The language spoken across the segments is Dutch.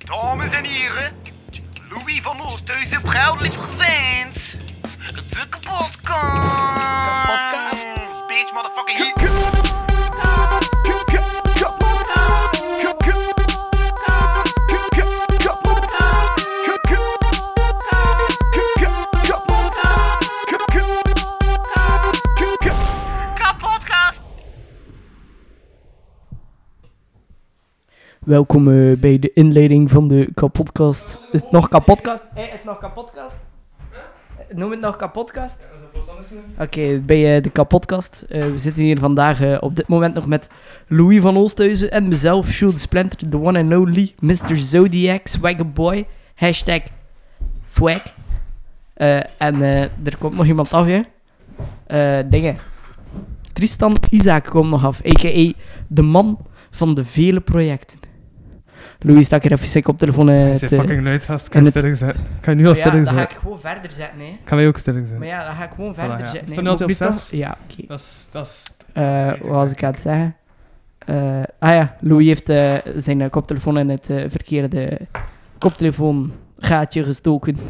Dames en heren, Louis van Oosthuizen proudly presents de kapotkast. Kapotkast. Bitch, motherfucking hit. Welkom bij de inleiding van de kapotkast. Is het nog kapotkast? Is het nog kapotkast? Noem het nog kapotkast? Oké, bij de kapotkast. We zitten hier vandaag op dit moment nog met Louis van Oosthuizen en mezelf, Jules de Splinter, the one and only Mr. Zodiac, Swagger Boy, hashtag swag. En er komt nog iemand af, hè. Dingen. Tristan Isaac komt nog af, a.k.a. de man van de vele projecten. Louis, stak er even zijn koptelefoon Hij is fucking luid, gast. Ik kan je stellig zetten. Ik ga je nu al stellig dan ga zetten. ik gewoon verder zetten, hè. Ik ga mij ook stellig zetten. Maar ja, dan ga ik gewoon verder ja. zetten. Is hè. dat nu al Moet op ik niet 6? toch- Ja, oké. Dat is Wat was ik aan het zeggen? Louis heeft zijn koptelefoon in het verkeerde koptelefoongaatje gestoken.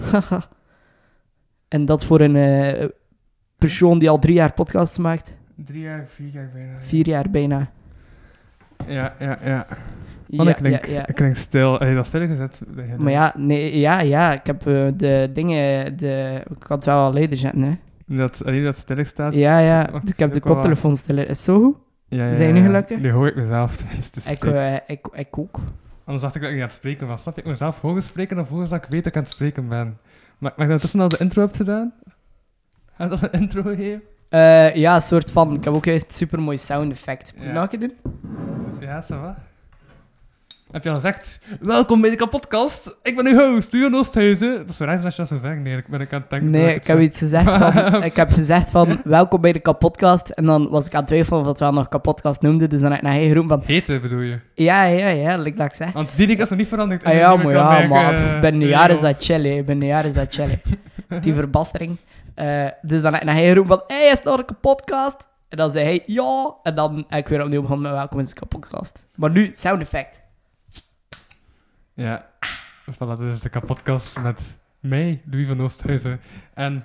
En dat voor een persoon die al 3 jaar podcasts maakt. 3 jaar, 4 jaar bijna. 4 jaar bijna. Ja. Man, ik klink stil. Heb je dat stil gezet? Maar ja, ik heb de dingen... Ik kan het wel al later zetten, hè. Dat stil staat? Ja, Wacht, ik heb de ook wel koptelefoon stiller. Is het zo goed? Ja. Zijn jullie gelukkig? Nu hoor ik mezelf tenminste spreken. Ik ook. Anders dacht ik dat ik niet aan het spreken was. Snap je? Ik mezelf horen spreken volgens dat ik weet dat ik aan het spreken ben. Maar ik ondertussen al de intro hebt gedaan? Heb je al een intro gegeven? Ja, een soort van... Ik heb ook juist een supermooi sound effect. Moet je Ja. nog een keer doen? Ja, ça va. Heb je al gezegd, welkom bij de kapotkast. Ik ben uw host, Louis van Oosthuizen. Dat is zo raar als je dat zou zeggen. Nee, ik ben aan het denken. Nee, ik heb iets gezegd van... Ik heb gezegd van, welkom bij de kapotkast. En dan was ik aan het twijfelen of dat we wel nog kapotkast noemden. Dus dan heb ik naar hij geroepen van... Heten bedoel je? Ja, like dat ik zeg. Want die ding is nog niet veranderd. Ah ja, maar binnen een jaar is dat chill, hè. Die verbastering. Dus dan heb ik naar hij geroepen van... Hey, is het nog een kapotkast? En dan zei hij, ja. En dan heb ik weer opnieuw begonnen met welkom in de kapotkast. Maar nu, sound effect. Ja. Voilà, dit is de kapotkast met mij, Louis van Oosthuizen. En...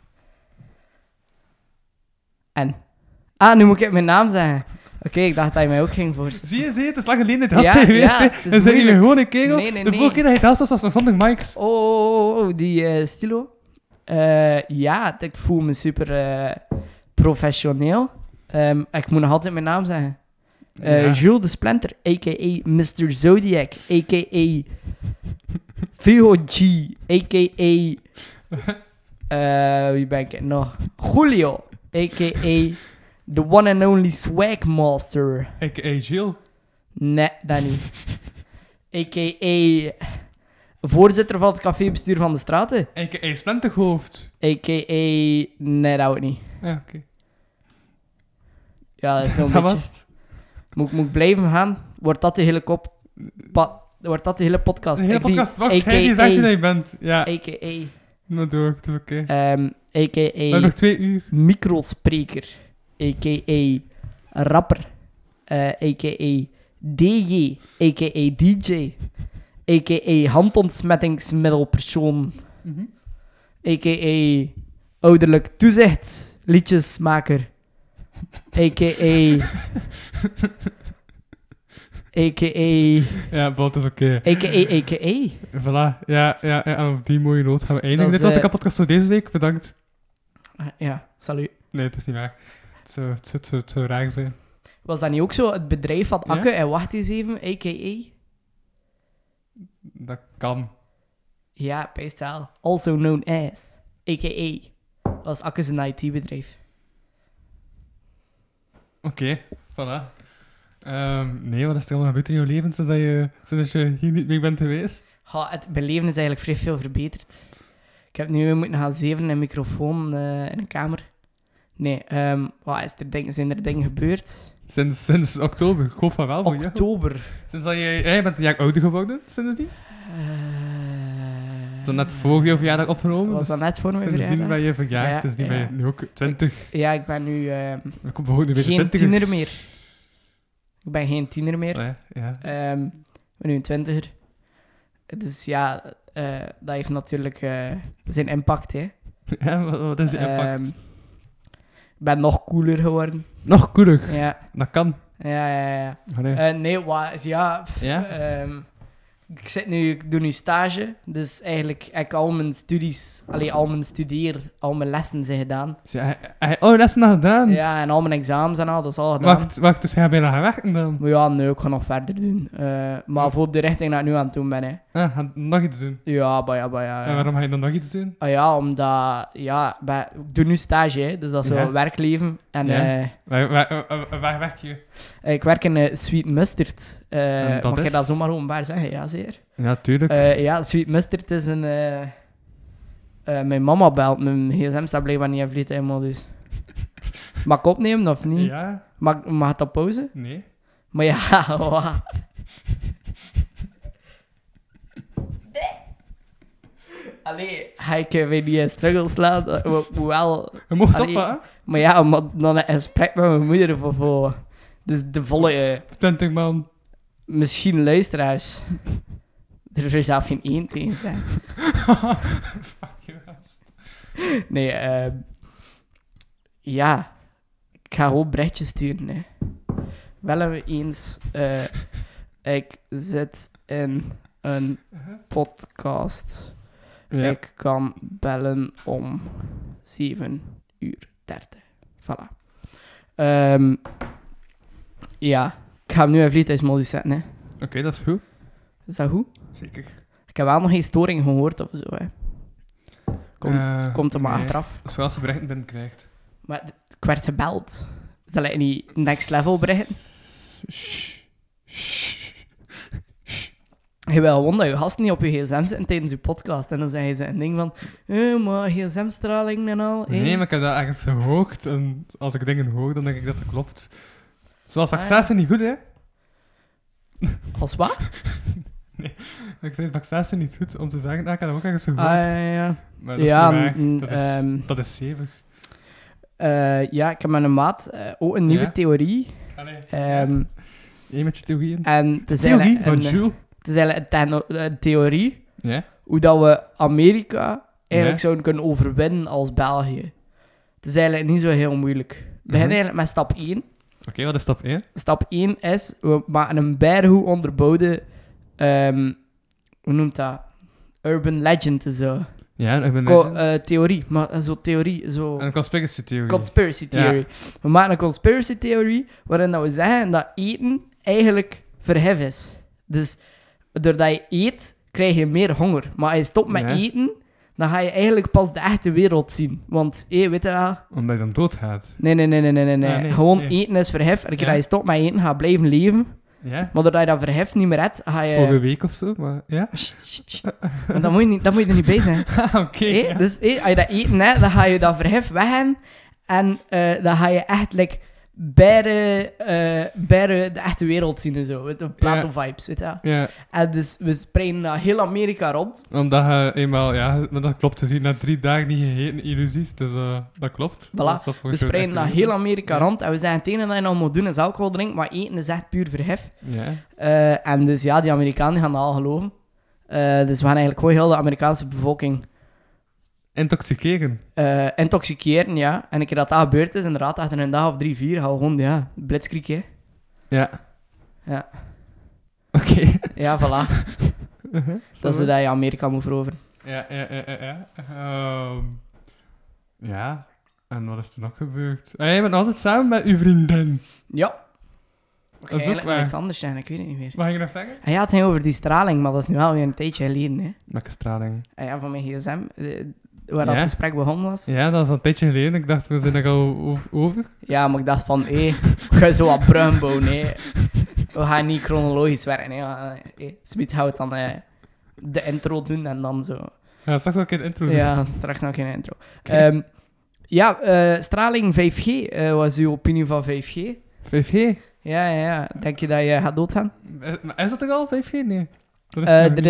Nu moet ik mijn naam zeggen. Oké, ik dacht dat hij mij ook ging voorstellen. Zie je, het is lang geleden dat hij Ja, gast geweest, ja, hè. het is En zijn niet meer moeilijk. gewoon een kegel. Nee. De vorige keer dat hij gast was nog zonder mics. Oh, die stilo. Ja, ik voel me super professioneel. Ik moet nog altijd mijn naam zeggen. Ja. Jules de Splinter, a.k.a. Mr. Zodiac, a.k.a. Frigo G, a.k.a. Wie ben ik nog? Julio, a.k.a. The one and only Swagmaster. A.k.a. Jill. Nee, dat niet. A.k.a. Voorzitter van het cafébestuur van de Straten. A.k.a. Splinterhoofd. A.k.a. Nee, dat ook niet. Ja, oké. Ja, dat is zo'n Dat beetje... was het. Moet ik blijven gaan? Wordt dat de hele wordt dat de hele podcast? De hele Ik die podcast, wacht, hij die zegt je dat je bent. Ja, A.k.a. maar door, het is oké. We A.k.a. hebben nog 2 uur. microspreker. A.k.a. rapper. A.k.a. DJ. A.k.a. DJ. A.k.a. handontsmettingsmiddelpersoon. A.k.a. ouderlijk toezicht. Liedjesmaker. A.k.a. A.k.a. Ja, Bolt is oké. A.k.a. Voilà, ja, en op die mooie noot gaan we eindigen. Dat is, Dit was de kapotkast voor deze week, bedankt. Ja, salut. Nee, het is niet waar. Het zou raar zijn. Was dat niet ook zo? Het bedrijf van Akke en wacht eens even, a.k.a. Dat kan. Ja, bijstel. Also known as. A.k.a. Dat was Akke's een IT-bedrijf. Oké, voilà. Nee, wat is er allemaal gebeurd in je leven sinds je hier niet meer bent geweest? Het beleven is eigenlijk vrij veel verbeterd. Ik heb nu weer moeten gaan zeven in een microfoon in een kamer. Nee, zijn er dingen gebeurd? Sinds oktober, ik hoop van wel voor jou. Oktober. Sinds dat je bent een jaar ouder geworden, sindsdien? Toen net voor je verjaardag opgenomen. Was dat net voor mijn Sindsdien verjaardag? ben je verjaard, Ja, sindsdien ben je ja. nu ook 20. Ja, ik ben nu We komen nu bij de geen 20ers. tiener meer. Ik ben geen tiener meer. Ja. Ik ben nu een 20er. Dus ja, dat heeft natuurlijk zijn impact, hè. Ja, wat is de impact? Ik ben nog cooler geworden. Nog cooler. Ja, Dat kan. ja. Allee. Nee, ja... Ja? Ik doe nu stage, dus eigenlijk heb ik al mijn studies, al mijn lessen zijn gedaan. Oh, dat is nog gedaan. Ja, en al mijn examens en al, dat is al gedaan. Wacht, dus jij bijna gaan werken dan? Maar ja, nee, ik ga nog verder doen. Maar voor de richting dat ik nu aan het doen ben, hè. Ga nog iets doen. Ja. En waarom ga je dan nog iets doen? Ja, omdat... Ja, ik doe nu stage, hè, dus dat is zo Ja. werkleven. En Ja. Waar werk je? ik werk in Sweet Mustard. En dat mag je is? dat zomaar openbaar zeggen? Ja, zeer. Ja, tuurlijk. Ja, Sweet Mustard is een... mijn mama belt, mijn gsm staat blijkbaar niet in vliegtuigmodus. Mag ik opnemen of niet? Ja? Mag het op pauze? Nee? Maar ja, wat? Allee, ga ik weer die struggles laten? Hoewel... Je mocht Allee. op, hè? Maar ja, maar dan een gesprek met mijn moeder voor dus de volle... 20 man. misschien luisteraars. Er is zelf geen één tegen zijn. Fuck you, gast. Nee, ja. Ik ga gewoon berichtjes sturen, hè. Bellen we eens. Ik zit in een podcast. Ja. Ik kan bellen om 7:30. Voilà. Ja, ik ga hem nu in vliegtuigsmodus zetten, hè. Oké, dat is goed. Is dat goed? Zeker. Ik heb wel nog geen storing gehoord of zo, hè. Komt er maar nee. achteraf. Zoals je berichten binnenkrijgt. Maar ik werd gebeld. Is dat niet next level berichten? Je wil gewoon dat je gasten niet op je gsm zitten tijdens je podcast. En dan zeggen ze een ding van... maar gsm-straling en al. Nee, maar ik heb dat ergens gehoord. En als ik dingen hoor, dan denk ik dat dat klopt. Zoals Ah, vaccinatie niet goed, hè? Als wat? Ik zei vaccinatie niet goed om te zeggen. Ik heb dat ook ergens gehoord. Ja. Maar dat is Ja, niet waar. Dat is zever. Ja, ik heb met een maat ook een nieuwe Ja? theorie. Allee. Ehm, met je theorieën. en het is Theorie eigenlijk van een, Jules. het is eigenlijk een theorie Ja? hoe dat we Amerika eigenlijk Ja. zouden kunnen overwinnen als België. Het is eigenlijk niet zo heel moeilijk. We beginnen eigenlijk met stap 1. Oké, wat is stap 1? Stap 1 is, we maken een bijgoed onderbouwde, hoe noemt dat? Urban legend en zo. Ja, ik ben Theorie, maar zo theorie, zo... een conspiracy theorie. Conspiracy theory. We maken een conspiracy theory waarin dat we zeggen dat eten eigenlijk verhef is. Dus doordat je eet, krijg je meer honger. Maar als je stopt met Ja. eten, dan ga je eigenlijk pas de echte wereld zien. Want, weet je wel... Omdat je dan doodgaat. Nee. nee, Gewoon nee. eten is verhef. En Ja. als je stopt met eten, ga je blijven leven. Ja? Maar doordat je dat verhef niet meer hebt, ga je... Vorige week of zo, maar ja. Maar dan moet je er niet bij zijn. Oké. ja. Dus als je dat eten hebt, dan ga je dat verhef weggaan. En dan ga je echt bij de echte wereld zien en zo. Weet je, Plato-vibes, weet je wel. Ja, En dus we spreiden naar heel Amerika rond. omdat je eenmaal, ja, maar dat klopt. Je ziet na 3 dagen niet gegeten illusies, dus dat klopt. Voilà. Dat is dat We volgens jou spreiden naar echt heel is. Amerika rond. En we zeggen, het enige dat je nog moet doen is alcohol drinken, maar eten is echt puur verhef. Ja. En dus ja, die Amerikanen gaan dat al geloven. Dus we gaan eigenlijk gewoon heel de Amerikaanse bevolking Intoxiceren. intoxiceren, ja. En een keer dat dat gebeurd is, inderdaad, achter een dag of 3, 4, gaan we gewoon, ja, blitzkrieg, hè. Ja. Ja. Oké. Ja, voilà. Dat is hoe dat je Amerika moet veroveren. Ja. Ja. En wat is er nog gebeurd? Jij bent altijd samen met uw vriendin. Ja. Dat Ik ga is ook eigenlijk nog waar. iets anders zijn, ik weet het niet meer. Wat ging je nog zeggen? Ja, het ging over die straling, maar dat is nu wel weer een tijdje geleden, hè. Welke straling? Ja, van mijn gsm, waar dat Ja? gesprek begonnen was. Ja, dat is al een tijdje geleden. Ik dacht, we zijn er al over. Ja, maar ik dacht van, we gaan zo wat bruin bouwen, hè. We gaan niet chronologisch werken, hè. Smit houdt dan de intro doen en dan zo. Ja, straks ook geen intro. Dus. Ja, straks nog geen intro. Oké. Straling 5G, wat is uw opinie van 5G? 5G? Ja. Denk je dat je gaat doodgaan? Maar is dat er al 5G? Nee. Dat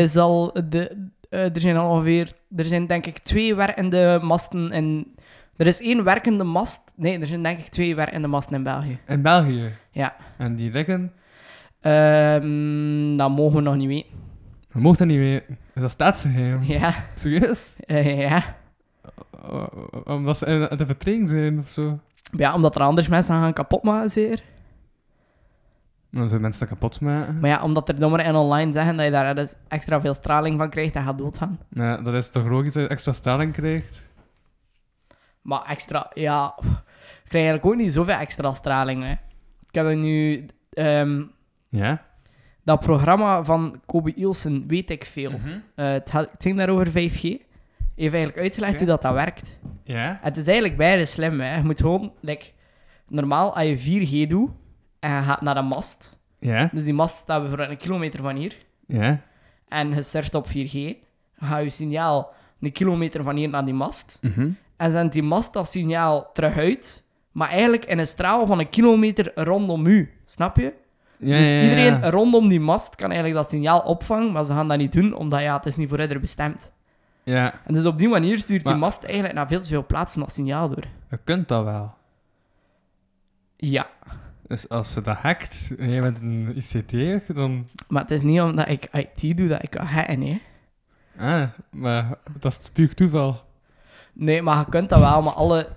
Er zijn denk ik 2 werkende masten in... Er is 1 werkende mast... Nee, er zijn denk ik 2 werkende masten in België. In België? Ja. En die liggen? Dat mogen we nog niet weten. Je mag dat niet weten. Is dat staatsgeheim? Ja. Serieus? Ja. Omdat ze in de vertraging zijn of zo? Ja, omdat er anders mensen gaan kapot maken, zeer. Dan zijn mensen dat kapot maken. Maar ja, omdat er dan maar en online zeggen dat je daar dus extra veel straling van krijgt en gaat doodgaan. Ja, dat is toch logisch dat je extra straling krijgt? Maar extra, ja... Ik krijg eigenlijk ook niet zoveel extra straling, hè. Ik heb er nu... Ja? dat programma van Kobe Ilsen, weet ik veel. Het ging daar over 5G. Hij heeft eigenlijk uitgelegd hoe dat werkt. Ja? Het is eigenlijk bijna slim, hè. Je moet gewoon... normaal, als je 4G doet en je gaat naar een mast... Ja? Dus die mast staat bijvoorbeeld een kilometer van hier. Ja? En je surft op 4G. Dan gaat je signaal een kilometer van hier naar die mast. Mhm. En zendt die mast dat signaal terug uit. Maar eigenlijk in een straal van een kilometer rondom u. Snap je? Ja, Dus ja, ja, iedereen ja. rondom die mast kan eigenlijk dat signaal opvangen. Maar ze gaan dat niet doen, omdat het is niet voor iedereen bestemd. Ja, En dus op die manier stuurt die Maar- mast eigenlijk naar veel te veel plaatsen dat signaal door. je kunt dat wel. Ja. Dus als ze dat hackt en jij bent een ICT'er, dan... Maar het is niet omdat ik IT doe dat ik kan hacken, hè. Ah, maar dat is puur toeval. Nee, maar je kunt dat wel, maar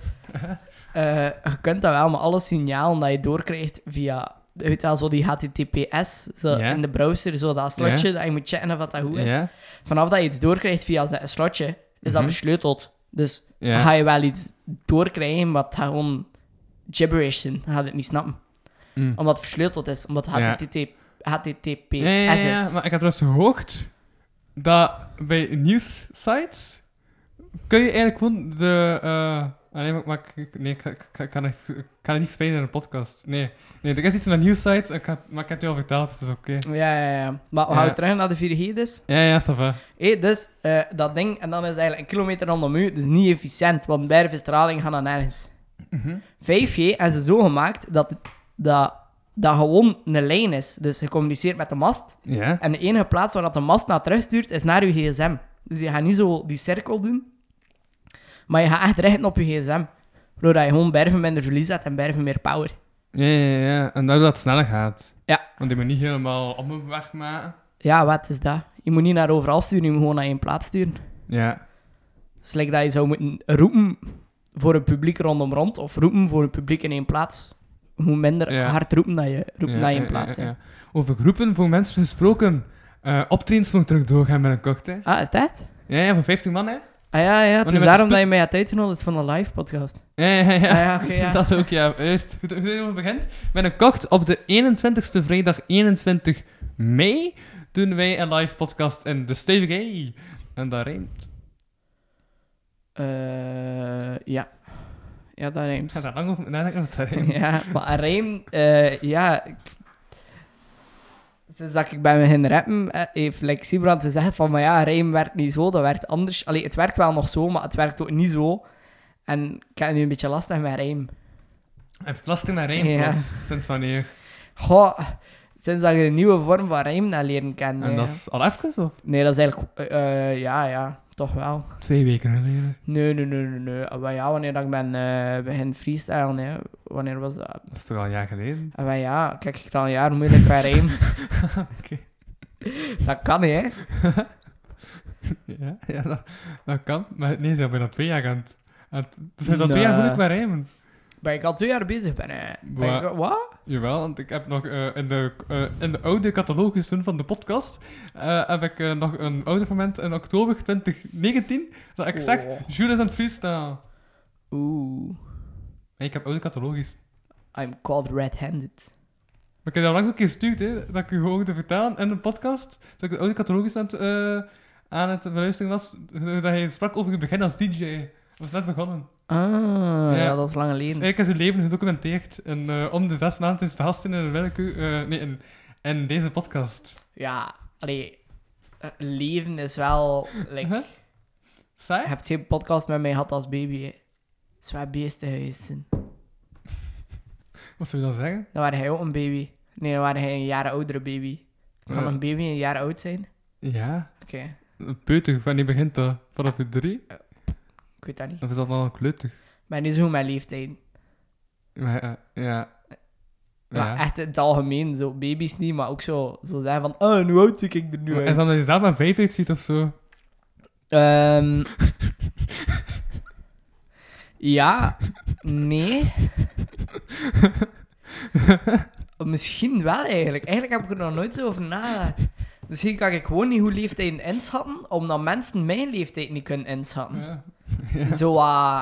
alle signalen dat je doorkrijgt via... Weet je wel, zo die HTTPS, zo Ja. in de browser, zo dat slotje, dat je moet checken of dat goed is. Ja? Vanaf dat je iets doorkrijgt via een slotje, is dat Mhm. versleuteld. Dus Ja. ga je wel iets doorkrijgen wat gewoon gibberish is. Dan gaat het niet snappen. Mm. Omdat het versleuteld is, omdat Ja. HTTPS Ja, is. maar ik had trouwens gehoord dat bij nieuwssites kun je eigenlijk gewoon de... ik kan het niet spelen in een podcast. Nee, er is iets met nieuwssites, maar ik heb het je al verteld, dus het is oké. Ja. Maar we Ja. gaan terug naar de 4G dus. Ja, ça va. Dus dat ding, en dan is het eigenlijk een kilometer rondom u, dus niet efficiënt, want bij de verstraling gaan dan nergens. 5G hebben ze zo gemaakt dat gewoon een lijn is. Dus je communiceert met de mast. Ja? En de enige plaats waar dat de mast naar terugstuurt, is naar je gsm. Dus je gaat niet zo die cirkel doen. Maar je gaat echt richten op je gsm. Waardoor je gewoon berven minder verlies hebt en berven meer power. Ja. En daardoor dat het sneller gaat. Ja. Want die moet niet helemaal op een weg maken. Ja, wat is dat? Je moet niet naar overal sturen, je moet gewoon naar één plaats sturen. Ja. Het is like dat je zou moeten roepen voor een publiek rond, of roepen voor een publiek in één plaats. Je moet minder Ja. hard roepen dan je roept naar één plaats. hè. Ja. Over groepen voor mensen gesproken. Optredens moet terug doorgaan met een kort, hè. Ah, is dat? Ja, voor 15 man, hè. Ah ja, het Wanneer is met daarom de dat je mij hebt uitgenodigd van een live podcast. Ja. Ah ja, oké, ja. Dat ook, ja. Juist. Hoe het over begint. Met een kort op de 21ste vrijdag 21 mei doen wij een live podcast in de Stevige. En dat rijmt. Ja. Ja, dat rijmt. Ik ga daar lang over nadenken wat dat rijmt. Ja, maar een rijm... Sinds dat ik bij me ging rappen, heeft Sibrand gezegd van, maar ja, rijm werkt niet zo, dat werkt anders. Allee, het werkt wel nog zo, maar het werkt ook niet zo. En ik heb nu een beetje lastig met rijm. Je hebt lastig met rijm, Ja. plots. Sinds wanneer? Goh, sinds dat je een nieuwe vorm van rijm naar leren kent. En dat is al even, of? Nee, dat is eigenlijk... ja, toch wel. 2 weken geleden. Nee. Maar ja, wanneer dat ik ben begin freestylen, hè. Wanneer was dat? Dat is toch al een jaar geleden? Maar ja, kijk, ik al een jaar moeilijk qua rijm. Oké. Dat kan niet, hè. Ja, dat kan. Maar nee, ze zijn bijna 2 jaar aan het... Dus hij is al 2 jaar Nee. moeilijk met rijmen. Ben ik al 2 jaar bezig ben, hè. Wat? Jawel, want ik heb nog in de oude catalogus van de podcast heb ik nog een ouder moment in oktober 2019 dat ik zeg, Oh. Jules aan het freestyle. Oeh. En ik heb oude catalogus. I'm called red-handed. Maar ik heb dat langs ook gestuurd, hè, dat ik u gewoon te vertellen in een podcast, dat ik de oude catalogus aan het beluisteren was, dat hij sprak over je begin als DJ. Dat was net begonnen. Ah, Ja. ja, dat is lang Dus geleden. eigenlijk is uw leven gedocumenteerd. En om de 6 maanden is het gast in een willekeur... in deze podcast. Ja, allee. Leven is wel... Like, Huh? Saai? Je hebt geen podcast met mij gehad als baby, hè. Het is wel beesten geweest zijn. Wat zou je dan zeggen? Dan waren hij ook een baby. Nee, dan waren hij een jaar oudere baby. Kan Ja. een baby een jaar oud zijn? Ja, Oké, een peuter. Wanneer begint dat? Vanaf je 3? ik weet dat niet. Of is dat dan een kleuter? Maar niet zo mijn leeftijd. Maar, ja. Ja, Ja. echt in het algemeen. Zo baby's niet, maar ook zo zeggen van... Oh, hoe oud zie ik er nu uit? En dan dat je zelf maar 5 uitziet of zo. Ja, nee. Misschien wel eigenlijk. Eigenlijk heb ik er nog nooit zo over nagedacht. Misschien kan ik gewoon niet hoe leeftijden inschatten, omdat mensen mijn leeftijd niet kunnen inschatten. Ja. Ja. Zo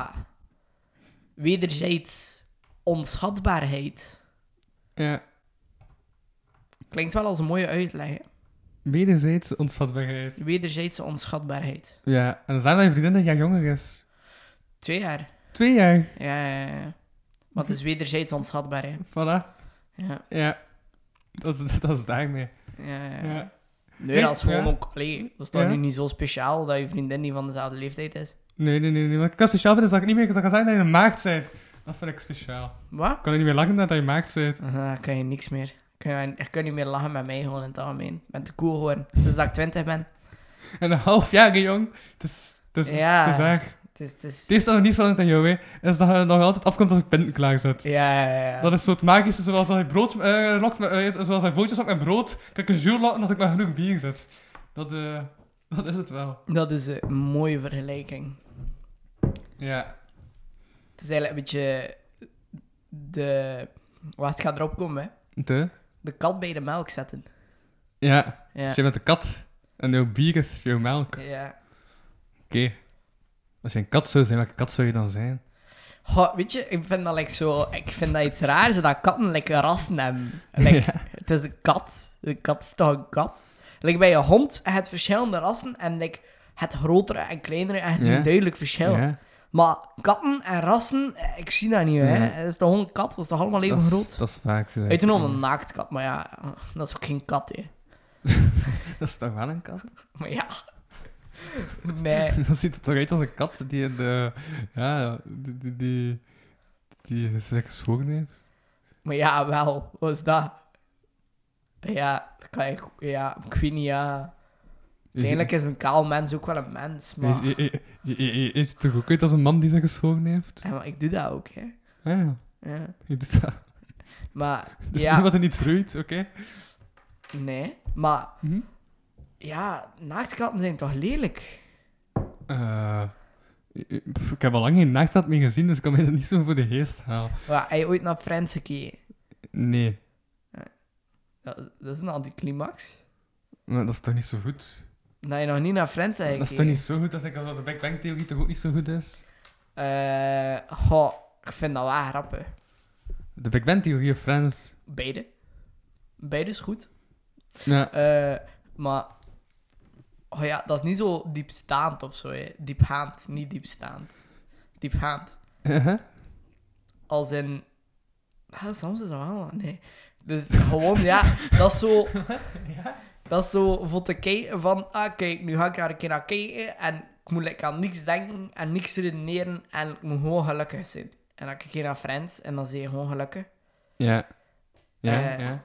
wederzijds onschatbaarheid. Ja. Klinkt wel als een mooie uitleg, hè? Wederzijds onschatbaarheid. Wederzijdse onschatbaarheid. Ja, en dan zijn dat je vriendin dat jij jonger is. 2 jaar. 2 jaar. Ja. Maar het is wederzijds onschatbaar, hè? Voilà. Ja. Ja. Dat is daarmee. Ja. Ja. Nee, dat is gewoon Ja. ook... Allee, dat is toch Ja. nu niet zo speciaal dat je vriendin niet van dezelfde leeftijd is? Nee. Wat ik wel speciaal vind, is dat ik niet meer kan zeggen dat je een maagd bent. Dat vind ik speciaal. Wat? Ik kan er niet meer lachen dat je maagd bent. Dan kan je niks meer. Je kan niet meer lachen met mij gewoon in het algemeen. Ik ben te cool geworden. Sinds dat ik 20 ben. En een half jaar, jong. Het is Ja. het is erg. Het is... Het eerste dat nog niet verandert aan jou, hè, is dat je nog altijd afkomt als ik pinten klaarzet. Ja. Dat is zo het magische, zoals dat je brood lokt, zoals hij voetjes op met brood, kan ik een jus laten als ik maar genoeg bier zet. Dat is het wel. Dat is een mooie vergelijking. Ja. Het is eigenlijk een beetje de... Wacht, ik ga erop komen, hè. De kat bij de melk zetten. Ja. Ja. Als je met de kat en jouw bier is jouw melk. Ja. Oké. Als je een kat zou zijn, welke kat zou je dan zijn? Goh, weet je, ik vind dat ik vind dat iets raars dat katten lekker rassen hebben. Like, Ja. Het is een kat. Een kat is toch een kat? Like, bij een hond heb je verschillende rassen en like, het grotere en kleinere en je ziet Ja. een duidelijk verschil. Ja. Maar katten en rassen, ik zie dat niet. Hè. Ja. Het is toch gewoon een kat? Dat is toch allemaal even Dat is- groot? Dat is vaak zo. Uitgenomen een naaktkat, maar ja, dat is ook geen kat, hè. Dat is toch wel een kat? Maar ja. Nee. Dat ziet er toch uit als een kat die in de... Ja, die zich geschoren heeft. Maar ja, wel. Wat is dat? Ja, dat kan ik... Ja, ik weet niet, ja. Uiteindelijk is een kaal mens ook wel een mens, maar... Je ziet er toch ook uit als een man die zich geschoren heeft? Ja, maar ik doe dat ook, hè. Ja, Ja. je doet dat. Maar, Dus ja... niet wat er niet roeit, oké? Nee, maar... Mhm. Ja, naaktkatten zijn toch lelijk? Ik heb al lang geen nachtkat meer gezien, dus ik kan mij dat niet zo voor de geest halen. Maar, heb je ooit naar Friends gekeken? Nee, Dat is een anticlimax. maar dat is toch niet zo goed? Dat je nog niet naar Friends hebt Dat is gekeken. toch niet zo goed als ik al dat de Big Bang Theorie toch ook niet zo goed is? Goh, ik vind dat wel grappig. De Big Bang Theorie of Friends? Beide. Beide is goed. Ja. Maar... Oh ja, dat is niet zo diepstaand of zo, hè. Diepgaand, niet diepstaand. Diepgaand. Uh-huh. Als in... soms is dat wel... Nee. Dus gewoon, ja, dat is zo... Dat is zo voor te kijken van... Kijk, nu ga ik daar een keer naar kijken en ik moet like, aan niks denken en niks redeneren en ik moet gewoon gelukkig zijn. En dan kijk ik een keer naar Friends en dan zie je gewoon gelukkig. Ja. Ja, Eh, ja.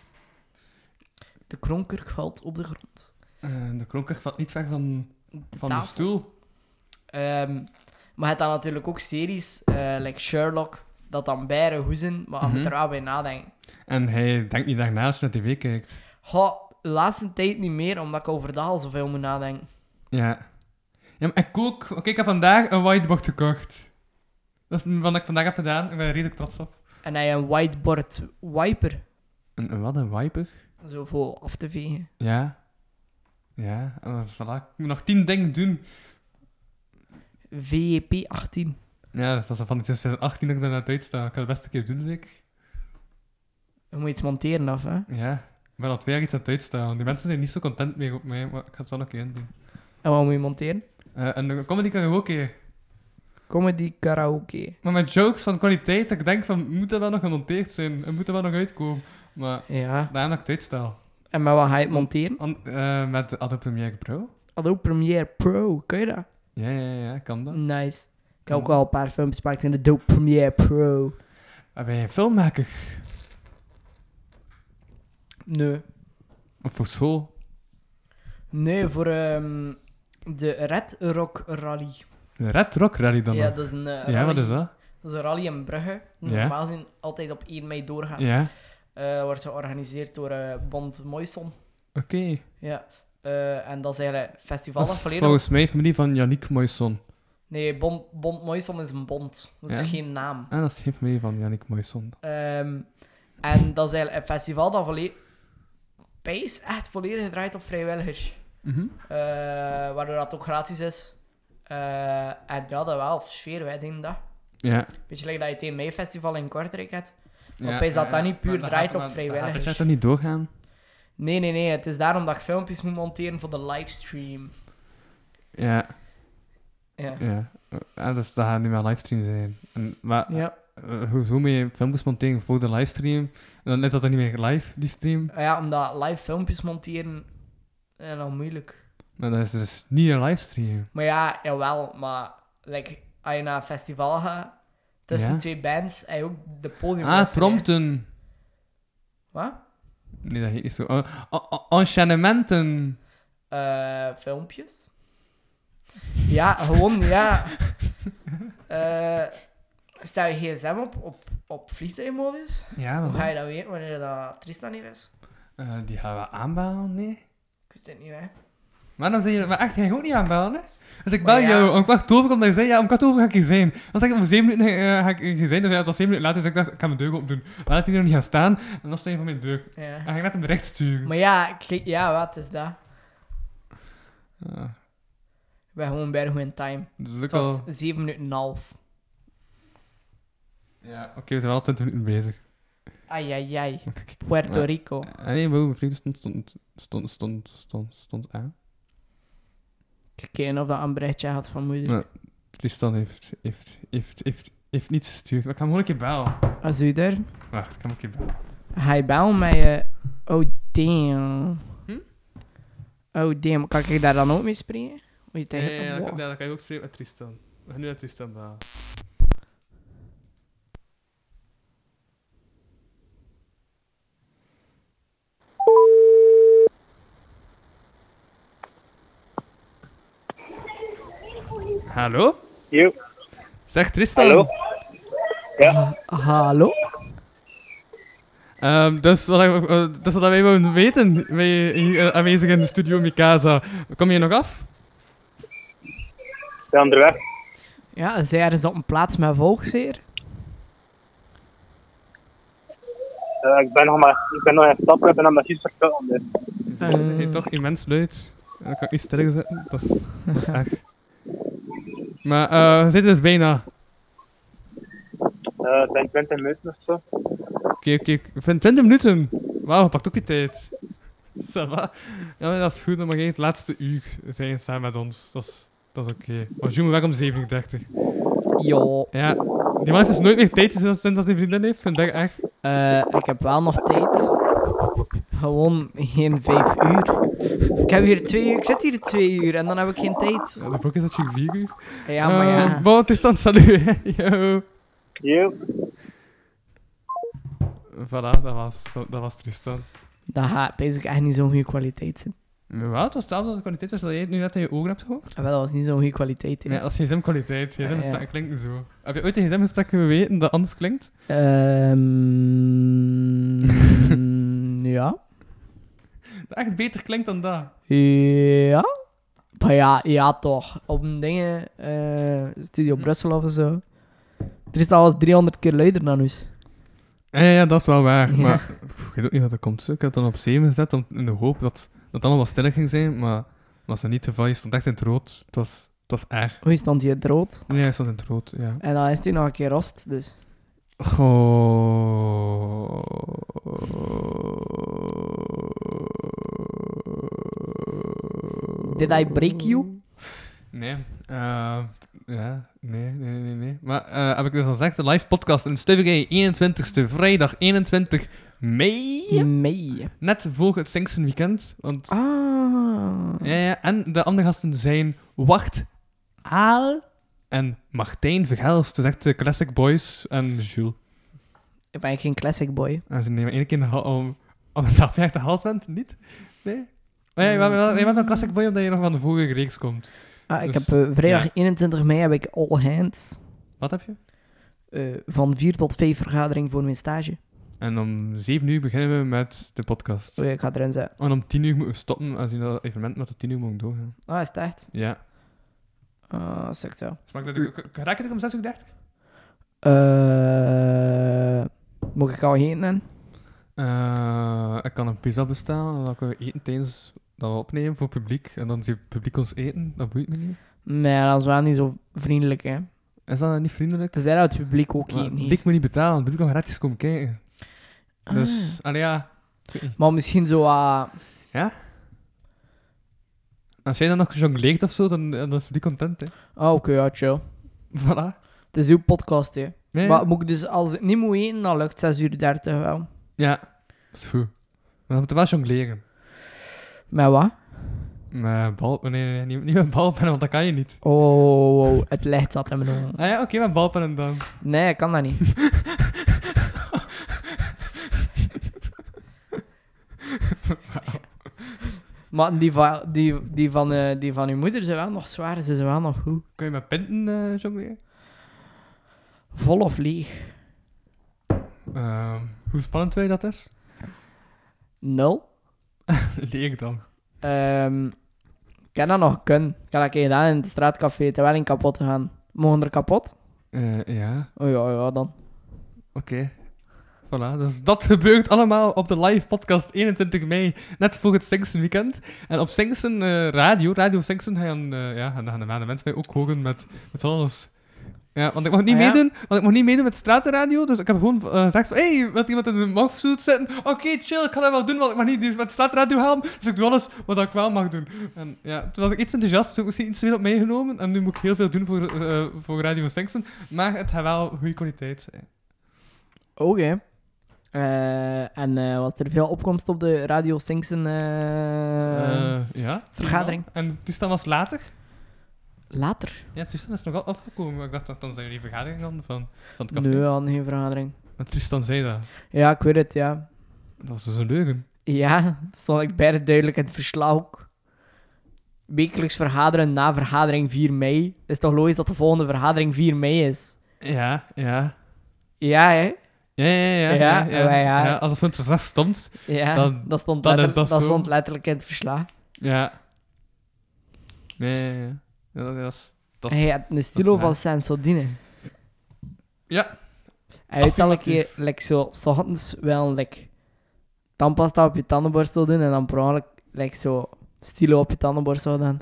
De kronkurk valt op de grond. De kronker valt niet ver van de tafel. stoel. Maar het dan natuurlijk ook series, like Sherlock, dat dan bijna goed zijn, maar je moet er wel bij nadenken. En hij denkt niet daarna als je naar tv kijkt. De laatste tijd niet meer, omdat ik overdag al zoveel moet nadenken. Ja. Ja, maar ik ook. Oké, ik heb vandaag een whiteboard gekocht. Dat is wat ik vandaag heb gedaan. Ik ben er redelijk trots op. En hij een whiteboard wiper, Een wat? Een wiper? zo voor af te vegen. Ja. Ja, en voilà. Ik moet nog 10 dingen doen. VEP 18. Ja, dat is al van 2018 dat ik daar net uitsta. Ik ga het beste keer doen, zeker. Je moet iets monteren af, hè. Ja. Ik ben al 2 jaar iets aan het uitstaan. Die mensen zijn niet zo content meer op mij, maar ik ga het wel nog een keer doen. En wat moet je monteren? En de comedy karaoke. Comedy karaoke. Maar met jokes van kwaliteit, dat ik denk van, moet dat wel nog gemonteerd zijn? En moet dat wel nog uitkomen? Maar Ja. daarna dat ik het uitstel. En met wat ga je het monteren? Met de Adobe Premiere Pro. Adobe Premiere Pro, kun je dat? Ja, kan dat. Nice. Ik heb ook al een paar films gemaakt in de Adobe Premiere Pro. Maar ben je een filmmaker? Nee. Of voor school? Nee, voor de Red Rock Rally. De Red Rock Rally dan Ja, nog? dat is een rally. Ja, wat is dat? Dat is een rally in Brugge. Die Ja. normaal gezien altijd op 1 mei doorgaat. Ja. Wordt georganiseerd door Bond Moisson. Oké. Ja. En dat is eigenlijk een festival dat volledig... Volgens mij familie van Yannick Moisson. Nee, Bond Moisson is een bond. Dat is Ja? geen naam. En dat is geen familie van Yannick Moisson. En dat is eigenlijk een festival dat echt volledig draait op vrijwilligers. Waardoor dat ook gratis is. En ja, dat wel sfeer, wij denken dat. Ja. Beetje like dat je tegen mij festival in Kortrijk hebt. Ja, Opeens dat dat niet puur maar draait gaat- op vrijwilligers. Dat gaat toch niet doorgaan? Nee. Het is daarom dat ik filmpjes moet monteren voor de livestream. Ja. Ja. Dus dat gaat nu wel livestream zijn. Maar Ja. hoezo moet je filmpjes monteren voor de livestream? Dan is dat toch niet meer live, die stream? Ja, omdat live filmpjes monteren is nog moeilijk. Maar dat is dus niet een livestream. Maar ja, jawel. Maar like, als je naar een festival gaat, tussen Ja? twee bands, en je ook de podium. Prompten. Wat? Nee, dat heet niet zo. Enchaînementen. Filmpjes. Ja, gewoon, ja. Stel je gsm op vliegtuigmodus? Ja, Hoe ga je dat weten wanneer dat Tristan hier is? die gaan we aanbellen, nee. Ik weet het niet, hè. Maar dan zeg je, maar echt, ga je ook niet aanbellen, hè? Dus ik Maar bel ja. jou om 8:15 omdat je zei, ja, om 8:15 ga ik hier zijn. Dan zeg ik, om 7 minuten ga ik hier zijn. Dus ja, het was 7 minuten later, dus ik dacht, ik ga mijn deur open doen. Maar laat hij er nog niet gaan staan, en dan sta je voor mijn deur. Ja. Dan ga ik net een bericht sturen. Maar ja, wat is dat? Ja, Ik ben gewoon bij in time. dus ook Het al... was 7 minuten en een half. Ja, oké, we zijn al 20 minuten bezig. Ai. Kijk, Puerto Ja. Rico. nee, mijn vriend stond aan. Kijk of dat een berichtje had van moeder. Ja. Tristan heeft niets gestuurd. Maar ik ga hem gewoon een keer bellen. Als u er. Wacht, ik ga hem een keer bellen. Hij bel mij. Oh damn. Hm? Oh damn. Kan ik daar dan ook mee spreken? Moet je tegen dat kan je ook spreken met Tristan. We gaan nu naar Tristan bellen. Hallo? Jo. Zeg Tristan. Hallo? Hallo? Dus wat wij willen weten, wij hier aanwezig in de studio Mikasa. Kom je nog af? Ja, onderweg. Ja, zij er is op een plaats met volk zeer. Ik ben nog in stappen, ik ben aan mijn zus vertellen. Dus. Je heet toch immens luid. Dat kan ik niet stilzetten. Dat is echt. Maar we zitten dus bijna. Het zijn 20 minuten of zo. Oké. Ik vind 20 minuten. Wauw, pakt ook je tijd. Ça va? Ja, maar dat is goed. Dan mag je het laatste uur zijn samen met ons. Dat is oké. Maar Jules moet weg om 37. Jo. Ja, die man heeft dus nooit meer tijd sinds hij vriendin heeft. Vind ik echt. Ik heb wel nog tijd. Gewoon geen 5 uur. Ik heb hier 2 uur. Ik zit hier 2 uur en dan heb ik geen tijd. Ja, de volk is dat je 4 uur. Ja, maar ja. Bon, het is dan salut. Hè. Yo. Jo. Voilà, dat was Tristan. Dat gaat basic echt niet zo'n goede kwaliteit zijn. Ja, het was hetzelfde kwaliteit als dat jij het nu net in je ogen hebt gehoord. Wel, dat was niet zo'n goede kwaliteit. Hè. Nee, als gsm-kwaliteit. Ja. Gsm-gesprekken klinken zo. Heb je ooit een gsm-gesprek geweten dat anders klinkt? Ja. Dat echt beter klinkt dan dat. Ja. Maar ja, toch. Op een dingen, Studio Brussel of zo. Er is al 300 keer luider dan ons. Ja, dat is wel waar. Ja. Maar ik weet ook niet wat er komt. Ik heb het dan op 7 gezet in de hoop dat het allemaal wat stiller ging zijn. Maar was dat niet te veel. Je stond echt in het rood. Het was erg. Hoe stond hij het rood? Nee, hij stond in het rood, ja. En dan is hij nog een keer rost, dus. Goh. Did I break you? Nee. Ja, nee. Maar heb ik dus al gezegd, de live podcast in Stuyverij, 21ste, vrijdag 21 mei. Nee. Net voor het Singsten weekend. Want, Ah. ja, en de andere gasten zijn Wacht Aal en Martijn Verhelst. Dus echt de Classic Boys en Jules. Ik ben geen classic boy. En ze nemen één keer om een tafel de hals bent, niet? Nee? Maar ja, je bent een Classic Boy omdat je nog van de vorige reeks komt. Ik Dus, heb vrijdag ja. 21 mei heb ik all hands. Wat heb je? Van 4 tot 5 vergadering voor mijn stage. En om 7 uur beginnen we met de podcast. Oh ja, ik ga erin zetten. En om 10 uur moeten we stoppen als je dat evenement met tot 10 uur mogen doorgaan. Ah, is het echt? Ja. Stuk zo. Smaakt dat... Raak je er om 6:30 uur? Moet ik al eten dan? Ik kan een pizza bestellen en dan kunnen we eten tijdens dat we opnemen voor het publiek. En dan ziet het publiek ons eten. Dat boeit me niet. Nee, dat is wel niet zo vriendelijk, hè. Is dat niet vriendelijk? Tenzij dat het publiek ook Maar het eten heeft. publiek moet niet betalen. Het publiek kan gratis komen kijken. Dus, allee ja. Ik weet niet. Maar misschien zo... Als jij dan nog jongleert of zo, dan is het publiek content, hè. oké, ja, chill. Voilà. Het is uw podcast, hè. Nee, Maar moet ik dus, als ik niet moet eten, dan lukt 6:30 wel. ja, dat is goed. Maar dan moeten we wel jongleren. Met wat? Met bal... Nee, niet met balpennen, want dat kan je niet. Oh, het licht zat in mijn ogen. Ah ja, oké, met balpennen dan. Nee, ik kan dat niet. Maar die van uw moeder zijn wel nog zwaar, ze zijn wel nog goed. Kan je met pinten jongleren? Vol of leeg? Hoe spannend vind je dat is? 0. Leeg dan. Ik heb dat nog kunnen. Ik heb dat een keer gedaan in het straatcafé, terwijl ik kapot gaan. Mogen er kapot? Ja, Oh ja, dan. oké. Voilà, dus dat gebeurt allemaal op de live podcast 21 mei, net voor het Singsten weekend. En op Singsten Radio Singsten, gaan de mensen mij ook horen met alles. Ja, want ik mag niet meedoen, met de stratenradio, dus ik heb gewoon gezegd van, hey, wil iemand in de mafsuit zitten? Oké, chill, ik ga dat wel doen, want ik mag niet met de stratenradio halen, dus ik doe alles wat ik wel mag doen. En ja, toen was ik iets enthousiast, dus ik misschien iets te veel op mij genomen, en nu moet ik heel veel doen voor Radio Singsten, maar het gaat wel goede kwaliteit zijn. Oké. En was er veel opkomst op de Radio Singsten Ja. vergadering? En het toestel was later? Later? Ja, het toestel is nog wel afgekomen, maar ik dacht dat dan zijn jullie vergadering dan van het café. Nee, we hadden geen vergadering. Maar Tristan zei dat. Ja, ik weet het, ja. Dat is dus een leugen. Ja, het stond ik bijna duidelijk in het verslag ook. Wekelijks vergaderen na vergadering 4 mei. Het is toch logisch dat de volgende vergadering 4 mei is? Ja. Ja, hè? Ja. Als dat zo in het verslag stond. Ja, Dan- dat stond, dan is letter- dat dat zo. stond letterlijk in het verslag. Ja. Ja. Dat is... Hij had een stilo waar. van Sensodine. Ja. Hij heeft al een Affirmatief. keer, zo, 's ochtends wel, tandpasta op je tandenborstel doen en dan per ongeluk, zo, stilo op je tandenborstel dan.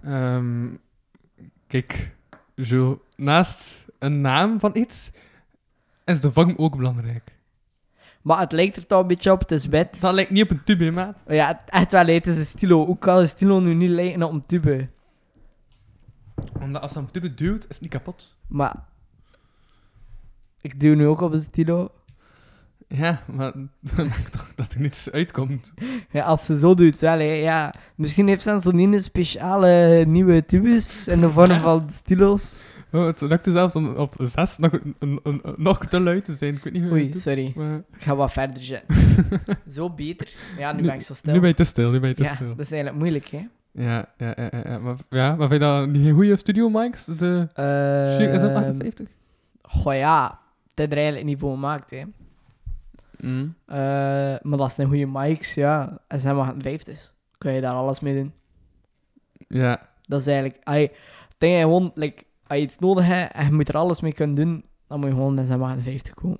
Kijk, Jules, naast een naam van iets, is de vorm ook belangrijk. Maar het lijkt er toch een beetje op, het is bed. Dat lijkt niet op een tube, hè, maat. Ja, het echt wel, het is een stilo. Hoe kan een stilo nu niet lijken op een tube? Omdat als je een tube duwt, is het niet kapot. Maar... Ik duw nu ook op een stilo. Ja, maar dat maakt toch dat er niets uitkomt. Ja, als ze zo doet, wel, hè. Ja. Misschien heeft Sensodine speciale nieuwe tubes in de vorm van stilo's. Oh, het lukte zelfs om op 6 nog te luid te zijn. Ik weet niet hoe Oei, het doet, sorry. maar- Ik ga wat verder zetten. Zo beter. Ja, nu ben ik zo stil. Nu ben je te stil, ja, stil. dat is eigenlijk moeilijk, hè. Ja. Maar vind je dat niet een goede studio mics? Is dat 58? Goh, ja. Het is er eigenlijk niet voor gemaakt, hè. Maar dat zijn goede mics, ja. SM58. Kun je daar alles mee doen. Ja. Dat is eigenlijk... Ik denk gewoon, als je iets nodig hebt en je moet er alles mee kunnen doen, dan moet je gewoon naar SM58 komen.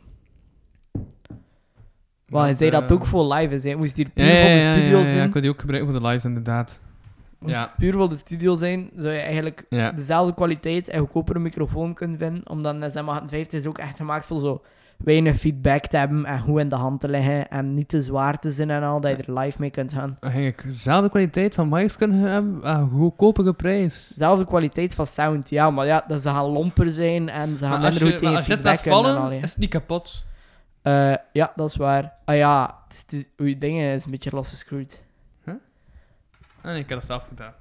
Want je zei dat ook voor live is, hè. Moest hier puur voor de studio zijn. Ja, ik wil die ook gebruiken voor de lives, inderdaad. Moest Ja. het puur voor de studio zijn, zou je eigenlijk Ja. dezelfde kwaliteit en goedkopere microfoon kunnen vinden. Omdat een SM58 is ook echt gemaakt voor zo weinig feedback te hebben en goed in de hand te liggen en niet te zwaar te zijn en al, dat je er live mee kunt gaan. Dan ging ik dezelfde kwaliteit van mics kunnen hebben aan een goedkopere prijs. Dezelfde kwaliteit van sound, ja, maar ja, dat ze gaan lomper zijn en ze gaan Maar als minder je, goed maar tegen als je het feedback laat kunnen en al, vallen, ja. is het niet kapot. Ja, dat is waar. Ah ja, uw dingen is een beetje losgeschroeid. Ah nee, ik heb dat zelf gedaan.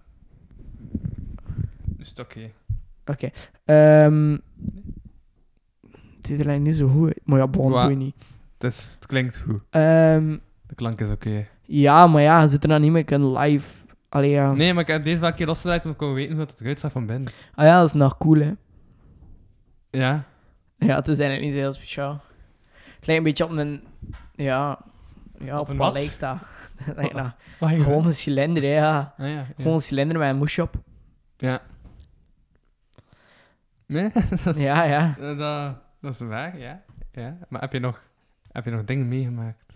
Dus het oké. Oké. Het ziet er eigenlijk niet zo goed uit. Maar ja, bon, Wa- doe je niet. Het klinkt goed. De klank is oké. Ja, maar ja, je zit er nou niet mee kunnen live. Allee, ja. Nee, maar ik heb deze wel een keer losgeleid om te kunnen weten hoe het eruit zag van binnen. Ah ja, dat is nog cool, hè. Ja. Ja, het is eigenlijk niet zo heel speciaal. Het lijkt een beetje op een Ja, Op op een wat mat? lijkt dat? Lijkt dat Wat ging gewoon een cilinder, hè, ja. Ah, ja. Gewoon een cilinder met een moesje op. Ja. Nee? Ja. dat is waar, ja. Ja. Maar heb je nog dingen meegemaakt?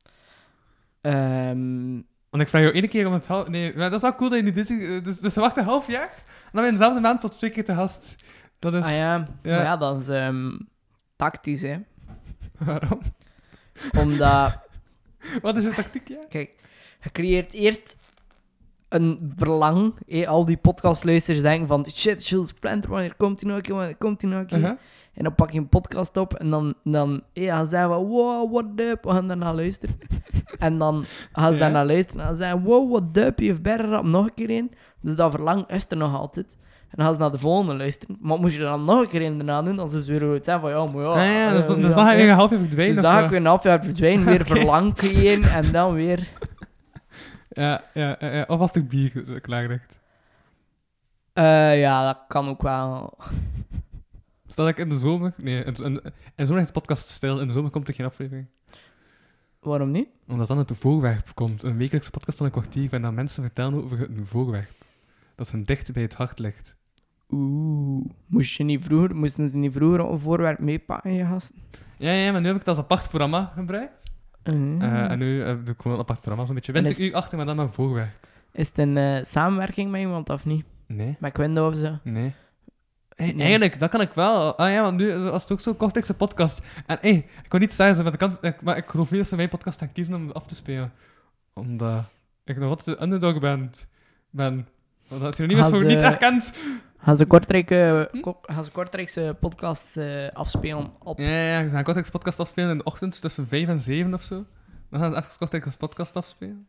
Want ik vraag jou 1 keer om het half... Nee, maar dat is wel cool dat je nu dit... Dus ze wachten een half jaar. En dan ben je dezelfde maand tot 2 keer te gast. Dat is... Ah ja, ja. maar ja, dat is tactisch, hè. Waarom? Omdat, Wat is jouw tactiek, ja? kijk, je creëert eerst een verlang. Al die podcastluisters denken van, shit, Jules Planter, wanneer komt hij nog een keer? Uh-huh. En dan pak je een podcast op en dan gaan ze zeggen van, wow, what up? We gaan daarna luisteren. En dan gaan ze Ja. daarna luisteren en dan zeggen wow, what up? Je heeft beter rap nog een keer in. Dus dat verlang is er nog altijd. En dan gaan ze naar de volgende luisteren. Maar moest je er dan nog een keer in daarna doen, dan is het weer zeggen van, ja, maar ja. Ja, dus dan ga je weer een half jaar verdwijnen. Dus of dan ga wat? ik weer een half jaar verdwijnen, weer verlang creëren en dan weer... Ja. Of als ik bier klaarlegt. Ja, dat kan ook wel. Stel ik in de zomer... Nee, in zomer is het podcast stil. In de zomer komt er geen aflevering. Waarom niet? Omdat dan het voorwerp komt. Een wekelijkse podcast van een kwartier. En dan mensen vertellen over het voorwerp. Dat ze dicht bij het hart ligt. Moesten ze niet vroeger een voorwerp meepakken, je gasten? Ja, maar nu heb ik het als apart programma gebruikt. Mm. En nu heb ik gewoon een apart programma. Zo'n beetje En 20 uur achter, maar dan mijn voorwerp. Is het een samenwerking met iemand of niet? Nee. Met Quindo of zo? Nee. Nee. Eigenlijk, dat kan ik wel. Ah ja, want nu was het ook zo'n Kortrijkse podcast. En ik kon niet zeggen, maar ik geloof niet dat ze mijn podcast gaan kiezen om af te spelen. Omdat ik nog altijd de underdog ben. Want als je nog niet Gaan eens voor ze- niet herkent. Gaan ze Kortrijkse podcast afspelen op... Ja, we gaan een Kortrijkse podcast afspelen in de ochtend tussen 5 en 7 of zo. Dan gaan we even Kortrijkse podcast afspelen.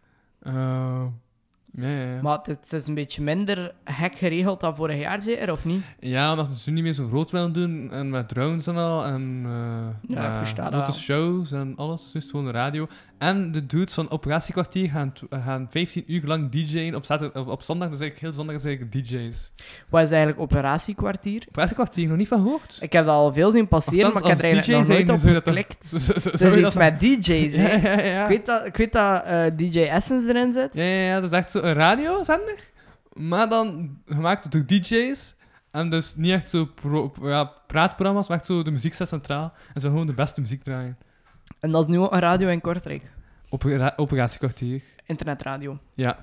Ja. Maar het is een beetje minder gek geregeld dan vorig jaar, zeker, of niet? Ja, omdat ze nu niet meer zo groot willen doen. En met drones en al. En Ja, ik versta dat grote wel. shows en alles. Dus het is gewoon de radio. En de dudes van Operatiekwartier gaan 15 uur lang DJ'en op zondag. Dus eigenlijk heel zondag is eigenlijk DJ's. Wat is eigenlijk Operatiekwartier? Operatiekwartier, nog niet van gehoord? Ik heb dat al veel zien passeren, Nochtans, maar ik heb er als eigenlijk nog DJ nooit op zijn, geklikt. Zou Het je is iets dat met DJ's, hè? Ja. Ik weet dat DJ Essence erin zit. Ja, dat is echt zo een radiozender. Maar dan gemaakt door DJ's. En dus niet echt zo praatprogramma's, maar echt zo de muziek staat centraal. En zo gewoon de beste muziek draaien. En dat is nu ook een radio in Kortrijk. Operatiekwartier. Internetradio. Ja.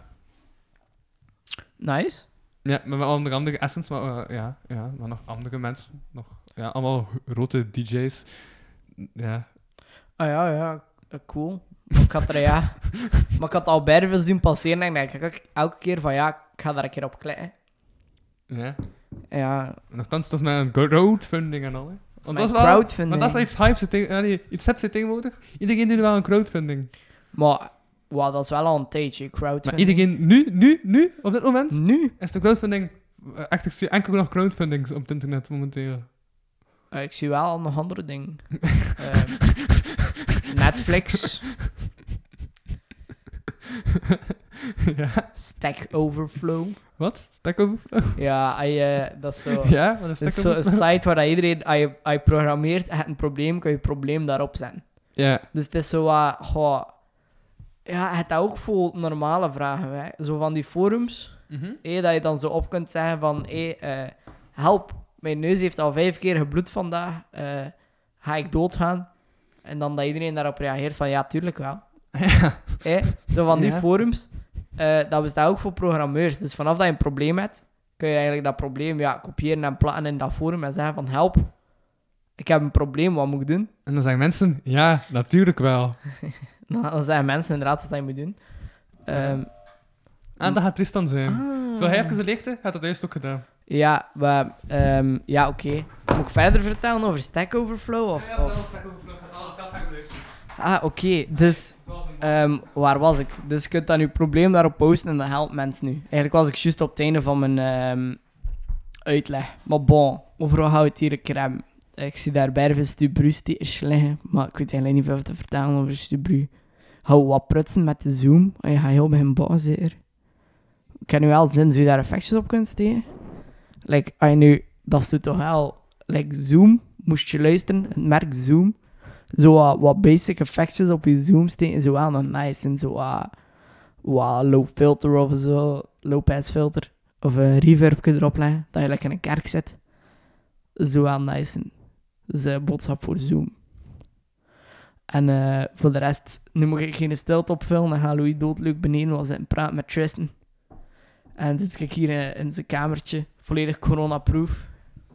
Nice. Ja, maar met onder andere Essence, maar, maar nog andere mensen. Allemaal grote DJ's. Ja. Ah ja, cool. Maar ik had er, maar ik had al bijna veel zien passeren en ik denk elke keer van ik ga daar een keer op klikken. Ja. Ja, Nogthans, dat is met een crowdfunding en al. Hè. Want mijn dat is wel, crowdfunding. want dat is wel iets hypes, iets hypes tegenwoordig. Iedereen doet wel een crowdfunding. Maar wow, dat is wel al een tijdje, crowdfunding. Maar iedereen, nu, op dit moment, Nu? is de crowdfunding... Echt, ik zie enkel nog crowdfundings op het internet momenteel. Ik zie wel al nog andere dingen. Netflix, Ja. Stack Overflow. Wat? Stack Overflow? Ja, dat is zo... Ja, wat is Dat Stack is zo'n Overflow? site waar dat iedereen, als je programmeert, je hebt een probleem, kan je probleem daarop zetten. Ja. Dus het is zo wat... ja, het dat ook voor normale vragen. Hè. Zo van die forums, dat je dan zo op kunt zeggen van... help, mijn neus heeft al 5 keer gebloed vandaag. Ga ik doodgaan? En dan dat iedereen daarop reageert van... Ja, tuurlijk wel. Ja. Zo van die Ja. forums. Dat bestaat ook voor programmeurs. Dus vanaf dat je een probleem hebt, kun je eigenlijk dat probleem kopiëren en plakken in dat forum en zeggen van help, ik heb een probleem, wat moet ik doen? En dan zeggen mensen, ja, natuurlijk wel. Dan zeggen mensen inderdaad wat je moet doen. En dat gaat Tristan zijn. Ah. Voor hij even de leegte, had dat juist ook gedaan. Ja, maar, oké. Moet ik verder vertellen over Stack Overflow? Of? Oké. Dus, waar was ik? Dus je kunt dan je probleem daarop posten en dat helpt mensen nu. Eigenlijk was ik juist op het einde van mijn uitleg. Maar bon, overal gaan we het hier een keer hebben. Ik zie daar Berven Stubru-stickers liggen, maar ik weet eigenlijk niet veel te vertellen over Stubru. Gaan we wat prutsen met de Zoom? Je gaat heel beginnen bouwen, zeker. Ik heb nu wel zin, zou je daar effectjes op kunnen steken? Like, als je nu, dat is toch wel... Like Zoom, moest je luisteren, het merk Zoom. zo wat basic effectjes op je Zoom steken zo wel nog nice. En zo wat low filter of zo, low pass filter. Of een reverbje erop leggen, dat je lekker in een kerk zit. Zo wel nice. Dat is een boodschap voor Zoom. En voor de rest, nu moet ik geen stilte opvullen. Dan gaat Louis doodleuk beneden was zitten praten met Tristan. En dan zit ik hier in zijn kamertje, volledig corona-proof.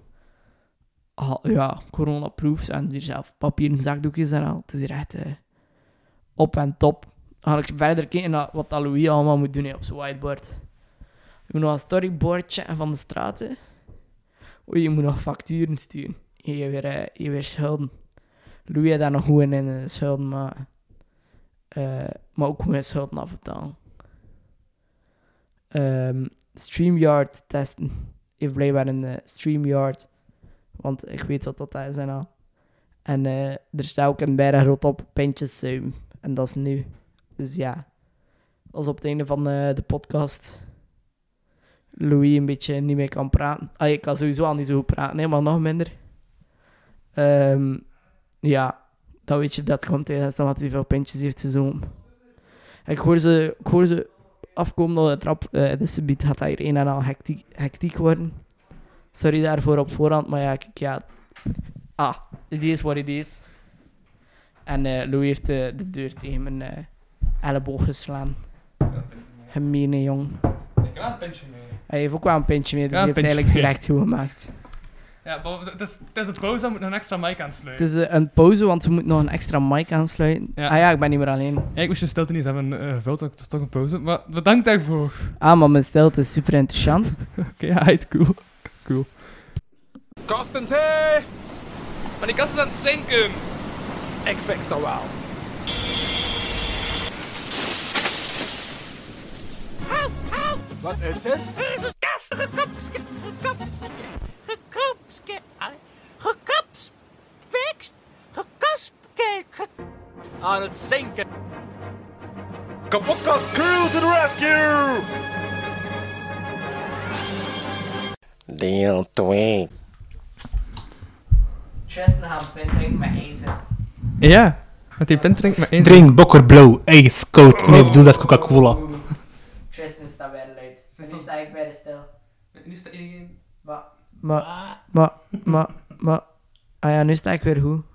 Ja, corona-proof. En hier zelf papieren zakdoekjes en al. Het is hier echt op en top. Dan ga ik verder kijken naar wat Louis allemaal moet doen op zijn whiteboard. Je moet nog een storyboard checken van de straten. Oei, je moet nog facturen sturen. Je weer schulden. Louis heeft daar nog goed in schulden, maar ook goed in schulden afbetalen. StreamYard testen. Je heeft blijkbaar een StreamYard, want ik weet wat dat is en al. En er staat ook een bijna groot op pintjes zuim. En dat is nu. Dus ja, als op het einde van de podcast Louis een beetje niet meer kan praten. Ik kan sowieso al niet zo goed praten, nee, maar nog minder. Ja, dan weet je dat komt tegen dat hij veel pintjes heeft gezogen. Ik hoor ze afkomen op de trap. Dus subiet gaat dat hier een en al hectiek worden. Sorry daarvoor op voorhand, maar ja, kijk, ja. It is what it is. En Louis heeft de deur tegen mijn elleboog geslaan. Gemene jong. Ik heb wel een pintje mee. Hij heeft ook wel een pintje mee, dus Ja, hij heeft eigenlijk direct goed gemaakt. Ja, het is een pauze, dan moet nog een extra mic aansluiten. Het is een pauze, want ze moet nog een extra mic aansluiten. Ja. Ah ja, ik ben niet meer alleen. Eigenlijk moest je stilte niet hebben gevuld, het is toch een pauze. Maar bedankt daarvoor. Maar mijn stilte is super interessant. Oké, ja, het cool. Kasten thee! Maar die kast is aan het zinken. Ik fix dat wel. Wat is het? Er is een kast gekapspekst, aan het zinken. Kapotkast crew to the rescue! Deel 2. Tristan gaat pint drinken met ijzer. Ja, met die pint drinkt met één. Drink bokkerblauw, ijskoud. Nee, ik bedoel dat is Coca-Cola. Tristan staat bij de luid. Nu sta ik bij de stil. Nu staat iedereen... Maar... Ah ja, nu sta ik weer goed.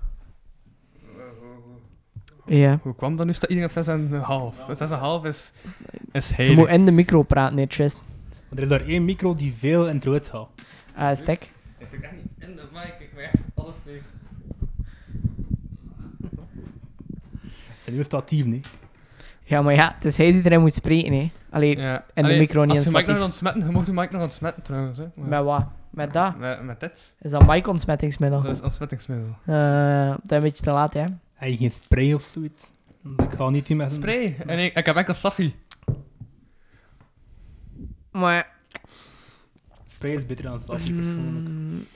Ja. Hoe kwam dat? Nu staat iedereen op 6,5. 6,5 is Je heilig. moet in de micro praten, nee, Tristan. Er is daar één micro die veel in het rood gaat. Stek. Ik zit echt niet in de mic, ik weet echt alles mee. Het zijn heel statief, nee. Ja, maar ja, het is hij die erin moet spreken, hè. Alleen, Ja. en de micro niet als in je mic nog statief. aan het smetten, je mag je mic nog aan het smetten trouwens. Hè. Maar- Met wat? Met dat? Met dit. Is dat mic-ontsmettingsmiddel? Dat is ontsmettingsmiddel. Dat is een beetje te laat, hè. Heb je geen spray of zoiets? Ik ga niet doen met een Spray. En ik heb enkel Safi. Maar... spray is beter dan Safi persoonlijk.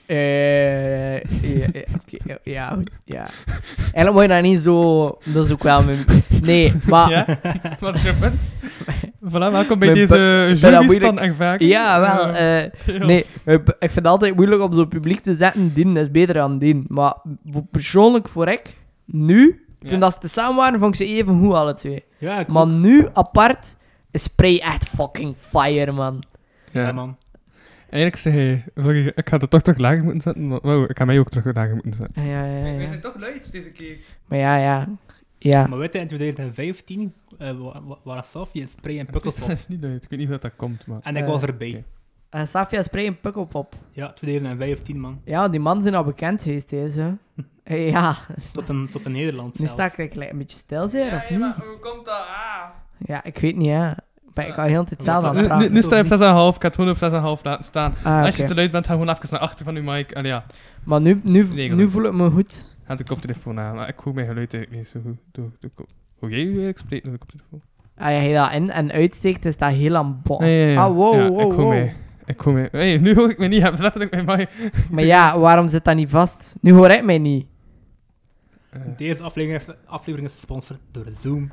Ja. Eigenlijk moet je dat niet zo... Dat is ook wel mijn... Nee, maar... Ja? Wat is je punt? Voilà, welkom bij Mijn deze dat jury moeilijk- stand en vaak. Ja, wel. Nee, ik vind het altijd moeilijk om zo'n publiek te zetten. Die is beter dan die. Maar persoonlijk voor ik, nu... Toen Ja. dat ze te samen waren, vond ik ze even goed, alle twee. Ja, ik Maar ook. nu, apart, is Spray echt fucking fire, man. Ja, man. Eigenlijk zeg je, sorry, ik ga het toch lager moeten zetten, maar wow, ik ga mij ook terug lager moeten zetten. Ja. toch luid deze keer. Maar ja. Maar weet je, in 2015 waren Safi en Spray en Dat Pukkelpop. is niet luid, ik weet niet hoe dat komt, maar... En ik was erbij. oké. Safia Spray en Pukkelpop. Ja, 2015, man. Ja, die man zijn al bekend geweest, hè, zo. Ja. Tot in Nederland Nu zelfs. sta ik eigenlijk een beetje stil, zeer, of niet? hoe komt dat? Ja, ik weet niet, hè. Ik ga heel de tijd zelf aan het praten. Nu sta je op 6,5, ik ga het gewoon op 6,5 laten staan. Als je oké. te luid bent, ga gewoon even naar achter van je mic. En ja, Maar nu Regel het. voel ik me goed. ga de koptelefoon aan. Maar ik hoor mijn geluid eigenlijk niet zo goed. Hoe jij je eigenlijk spreekt door de koptelefoon? Als je dat in- en uitsteekt, is dat heel aan bod. Ja. Ah, wow, Ja, wow, ik hoor mij. Hey, nu hoor ik me niet, je hebt letterlijk mijn mic. Maar ja, waarom zit dat niet vast? Nu hoor ik mij niet. Deze aflevering is gesponsord door Zoom.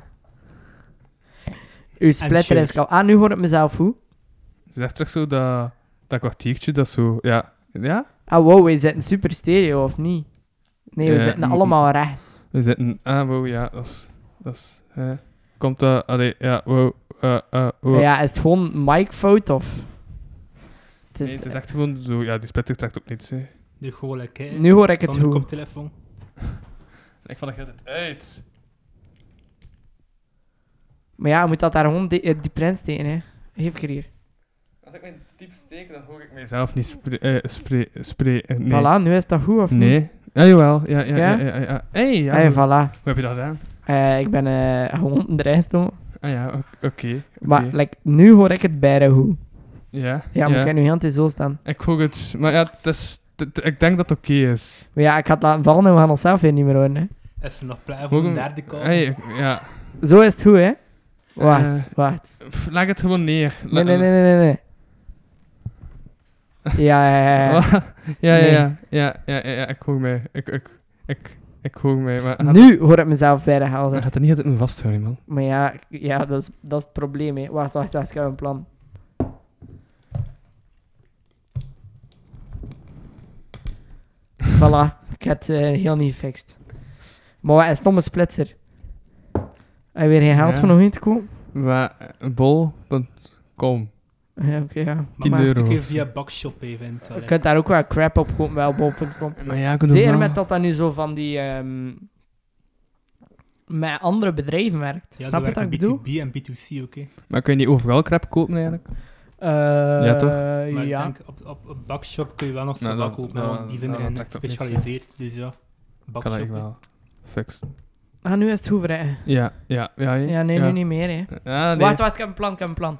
Uw splitter is Shure. al. Nu hoor ik mezelf goed. Ze zegt terug zo dat kwartiertje, dat zo... Ja? Ah, wow, wij zitten super stereo, of niet? Nee, we zitten allemaal rechts. We zitten... Ah, wow, ja, dat is... Komt dat... Allee, ja, wow. Wow. Ja, is het gewoon mic-fout of... Nee, het is echt gewoon zo... Ja, die splitter trekt ook niets, hè. Nu gewoon lekker. Nu hoor ik het Zonder goed. koptelefoon. Ik vond dat het uit. Maar ja, je moet dat daar gewoon die print steken, hè. Geef ik er hier. Als ik mijn diep steek, dan hoor ik mijzelf niet spreken. Nee. Voilà, nu is dat goed, of niet? Nee. Ja, jawel. Ja. Hey, ja. Hey, Hoe voilà. heb je dat gedaan? Ik ben gewoon erin gestoken. Ah ja, oké. Maar like, nu hoor ik het bijna goed. Ja. Ja, maar ik kan nu heel zo staan. Ik hoor het, maar ja, het is, ik denk dat het oké is. Maar ja, ik ga het laten vallen en we gaan onszelf weer niet meer horen, hè. Is er nog plein voor een derde kant? Hey, ja. Zo is het goed, hè. Wacht. Leg het gewoon neer. Nee. Ja, ik hoor mij. Ik hoor mij. Maar Nu hoor ik mezelf bijna Maar helder. gaat er niet altijd me vasthouden, man. Maar ja, dat is het probleem, hè. Wacht, ik heb een plan. Voilà, ik heb het heel niet gefixt. Maar wat is stomme splitser? Heb je weer geen geld voor nog in te kopen? Bol.com. Ja, oké, ja. Maar 10 maak het euro. een keer via Bakshop even. Je kunt daar ook wel crap op kopen, wel bol.com. Maar ja, ik kan Zeker wel- met dat nu zo van die... met andere bedrijven werkt. Ja, Snap je wat ik bedoel? B2B en B2C, oké. Maar kun je niet overal crap kopen, eigenlijk? Ja, toch? Maar ik ja. denk, op Bakshop kun je wel nog Nou, zo dat- wat kopen, dat- want die zijn dat erin trekt ook niet, gespecialiseerd. Dus ja, Kan dat Bakshop. ik wel fixen. Ah, nu is het goed, hè. Ja. Ja, nee, nu niet meer, hè. Ja, nee. Wacht, ik heb een plan.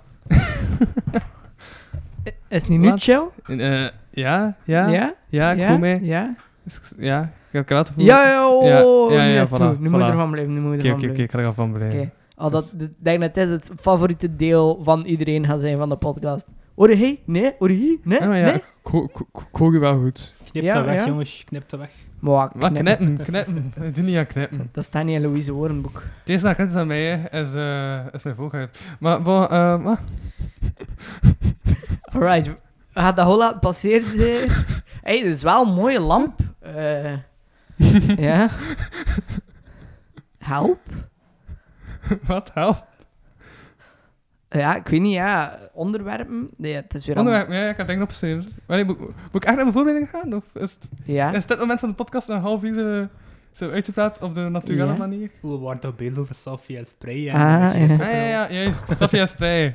Is het niet nu Wat? chill? Ja, ik hoor mee. Ja? Ja, ik heb het gevoel. Ja, Ja, nu ja, is het voilà, goed. Nu moet je voilà. ervan blijven, Oké, ik ga ervan blijven. Oké. Ik denk dat dit het favoriete deel van iedereen gaat zijn van de podcast. Hoor je hij? Nee? Hoor je hij? Nee? Ja, maar ja, Nee? ik hoor je wel goed. Knip Ja, dat weg, ja. jongens. Knip dat weg. Maar wat, Wat knippen. knippen? Ik doe niet aan knippen. Dat staat niet in Louise woordenboek. Het eerste dat knipt aan mij hè, is mijn voorganger. Maar, wat? Alright. We gaan dat gewoon laten passeren. Hey, dit is wel een mooie lamp. Ja. Help? Wat? Help? Ja, ik weet niet, ja. Onderwerpen? Nee, het is weer Onderwerp, ja, ik had denk opgeschreven. Maar nee, moet ik echt naar mijn voorbereiding gaan? Of is Ja. dit moment van de podcast een half uur zo uitgepraat op de naturele Ja. manier? We waren toch bezig over Safia spray en... Ah, ja. Ja, juist. Safia Spray.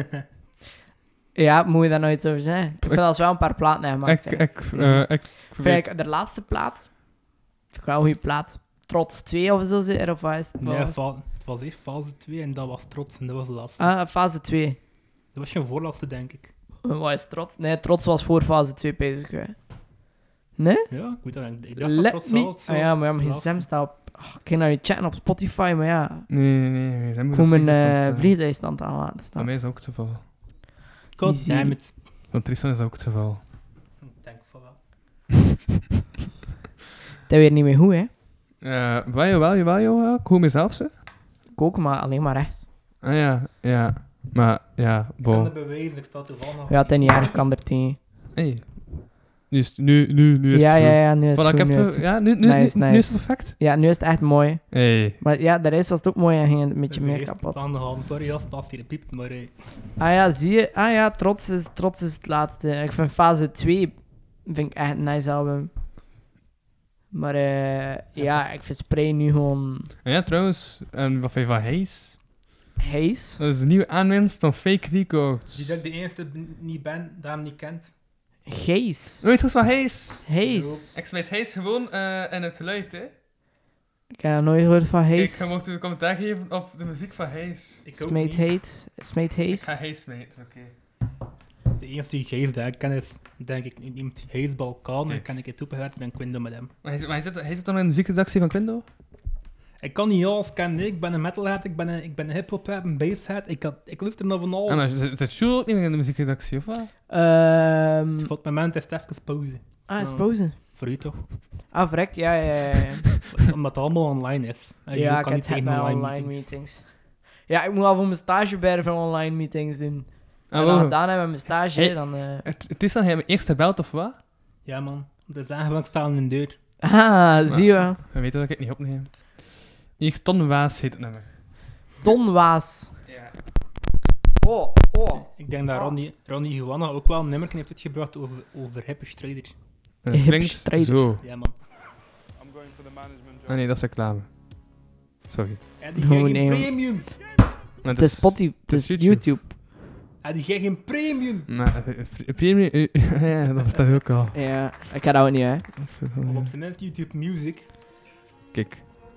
Ja, moet je daar nooit over zeggen? Ik vind dat ze wel een paar platen hebben gemaakt. hè. Ik Vind ik de laatste plaat. Vind ik wel een goede plaat. Trots 2 of zo, zeker, of wat is het? Nee, Wat was het? het was eerst fase 2 en dat was trots en dat was de laatste. Fase 2. Dat was je voorlaatste, denk ik. Wat is Trots? Nee, Trots was voor fase 2 bezig. Hè. Nee? Ja, ik weet dat niet. Ik dacht dat Let trots me... wel zo Ah ja, maar ja, mijn laatste. gsm staat op... Oh, ik ging naar je chatten op Spotify, maar ja... Nee. Ik moet mijn vliegtuigstand aan laten Bij staan. mij is dat ook het geval. God Easy. damn it. Van Tristan is dat ook het geval. Ik denk van wel. Dat weer niet meer goed, hè. Jawel. Ik hoor mezelf, ze. Ik ook, maar alleen maar rechts. Ah ja. Maar, ja, Ik kan bon. het bewijzen, ik sta toevallig nog... Ja, het is niet erg, ik kan er tegen. Hey. Nu is het goed. Ja, nu is Voilà, het ik goed. heb Nu is het, het- ja, nu Nice. is het perfect. Ja, nu is het echt mooi. Hey. Maar ja, de rest was het ook mooi en ging het een beetje meer kapot. Sorry als het als hier piept, maar... Ah ja, zie je? Ah ja, Trots is het laatste. Ik vind fase 2 vind ik echt een nice album. Maar ja, ik vind Spray nu gewoon En ja, trouwens, en wat vind je van Haze? Haze. Dat is een nieuwe aanwinst van Fake Records. Die dat ik de enige niet ben, dat hem niet kent. Haze. Weet je wat van Haze? Haze. Ik smijt Haze gewoon in het geluid, hè. Ik heb nog nooit gehoord van Kijk, Haze. je mocht een commentaar geven op de muziek van Haze. Ik ook Smate niet. Haze. Ik ga Haze smijten, oké. De enige die Gees dat ik ken is, denk ik, iemand Gees Balkan. En Kijk. kan ik het toegewerkt, ben Quindo met hem. Maar hij zit dan in de muziekredactie van Quindo? Ik kan niet alles kennen, ik ben een metalhead, ik ben een hip-hop head, een basshead. Ik luister naar van alles. Ah, maar zit Jules ook niet meer in de muziekredactie, of wat? Voor het moment is het even pauze. Ah, is Zo. pauze. Voor u toch? Ah, vrek, ja. Omdat het allemaal online is. En je Ja, kan ik niet heb het tegen met online meetings. Ja, ik moet al voor mijn stage bij van online meetings doen. Ah, En wel. dan gedaan hebben met mijn stage, Hey. dan... Het is dan hij me eerst gebeld, of wat? Ja man, om te zeggen van ik sta aan de deur. Zie je wel. We weten dat ik het niet opneem. Hier, Ton Waas heet het nummer. Ton Waas. Ja. Oh. Ik denk dat Ronnie Juana ook wel een nummer heeft uitgebracht over hippe strijders. En het Hip klinkt strijder. zo. Ja, man. Ah nee, dat is reclame. Sorry. En die geen nee. premium. Maar Het is Spotify, het is YouTube. En die geen premium. Maar, premium... ja, dat was dat ook al. Ja, ik had dat ook niet, hè. Of op zijn minst YouTube Music. Kijk,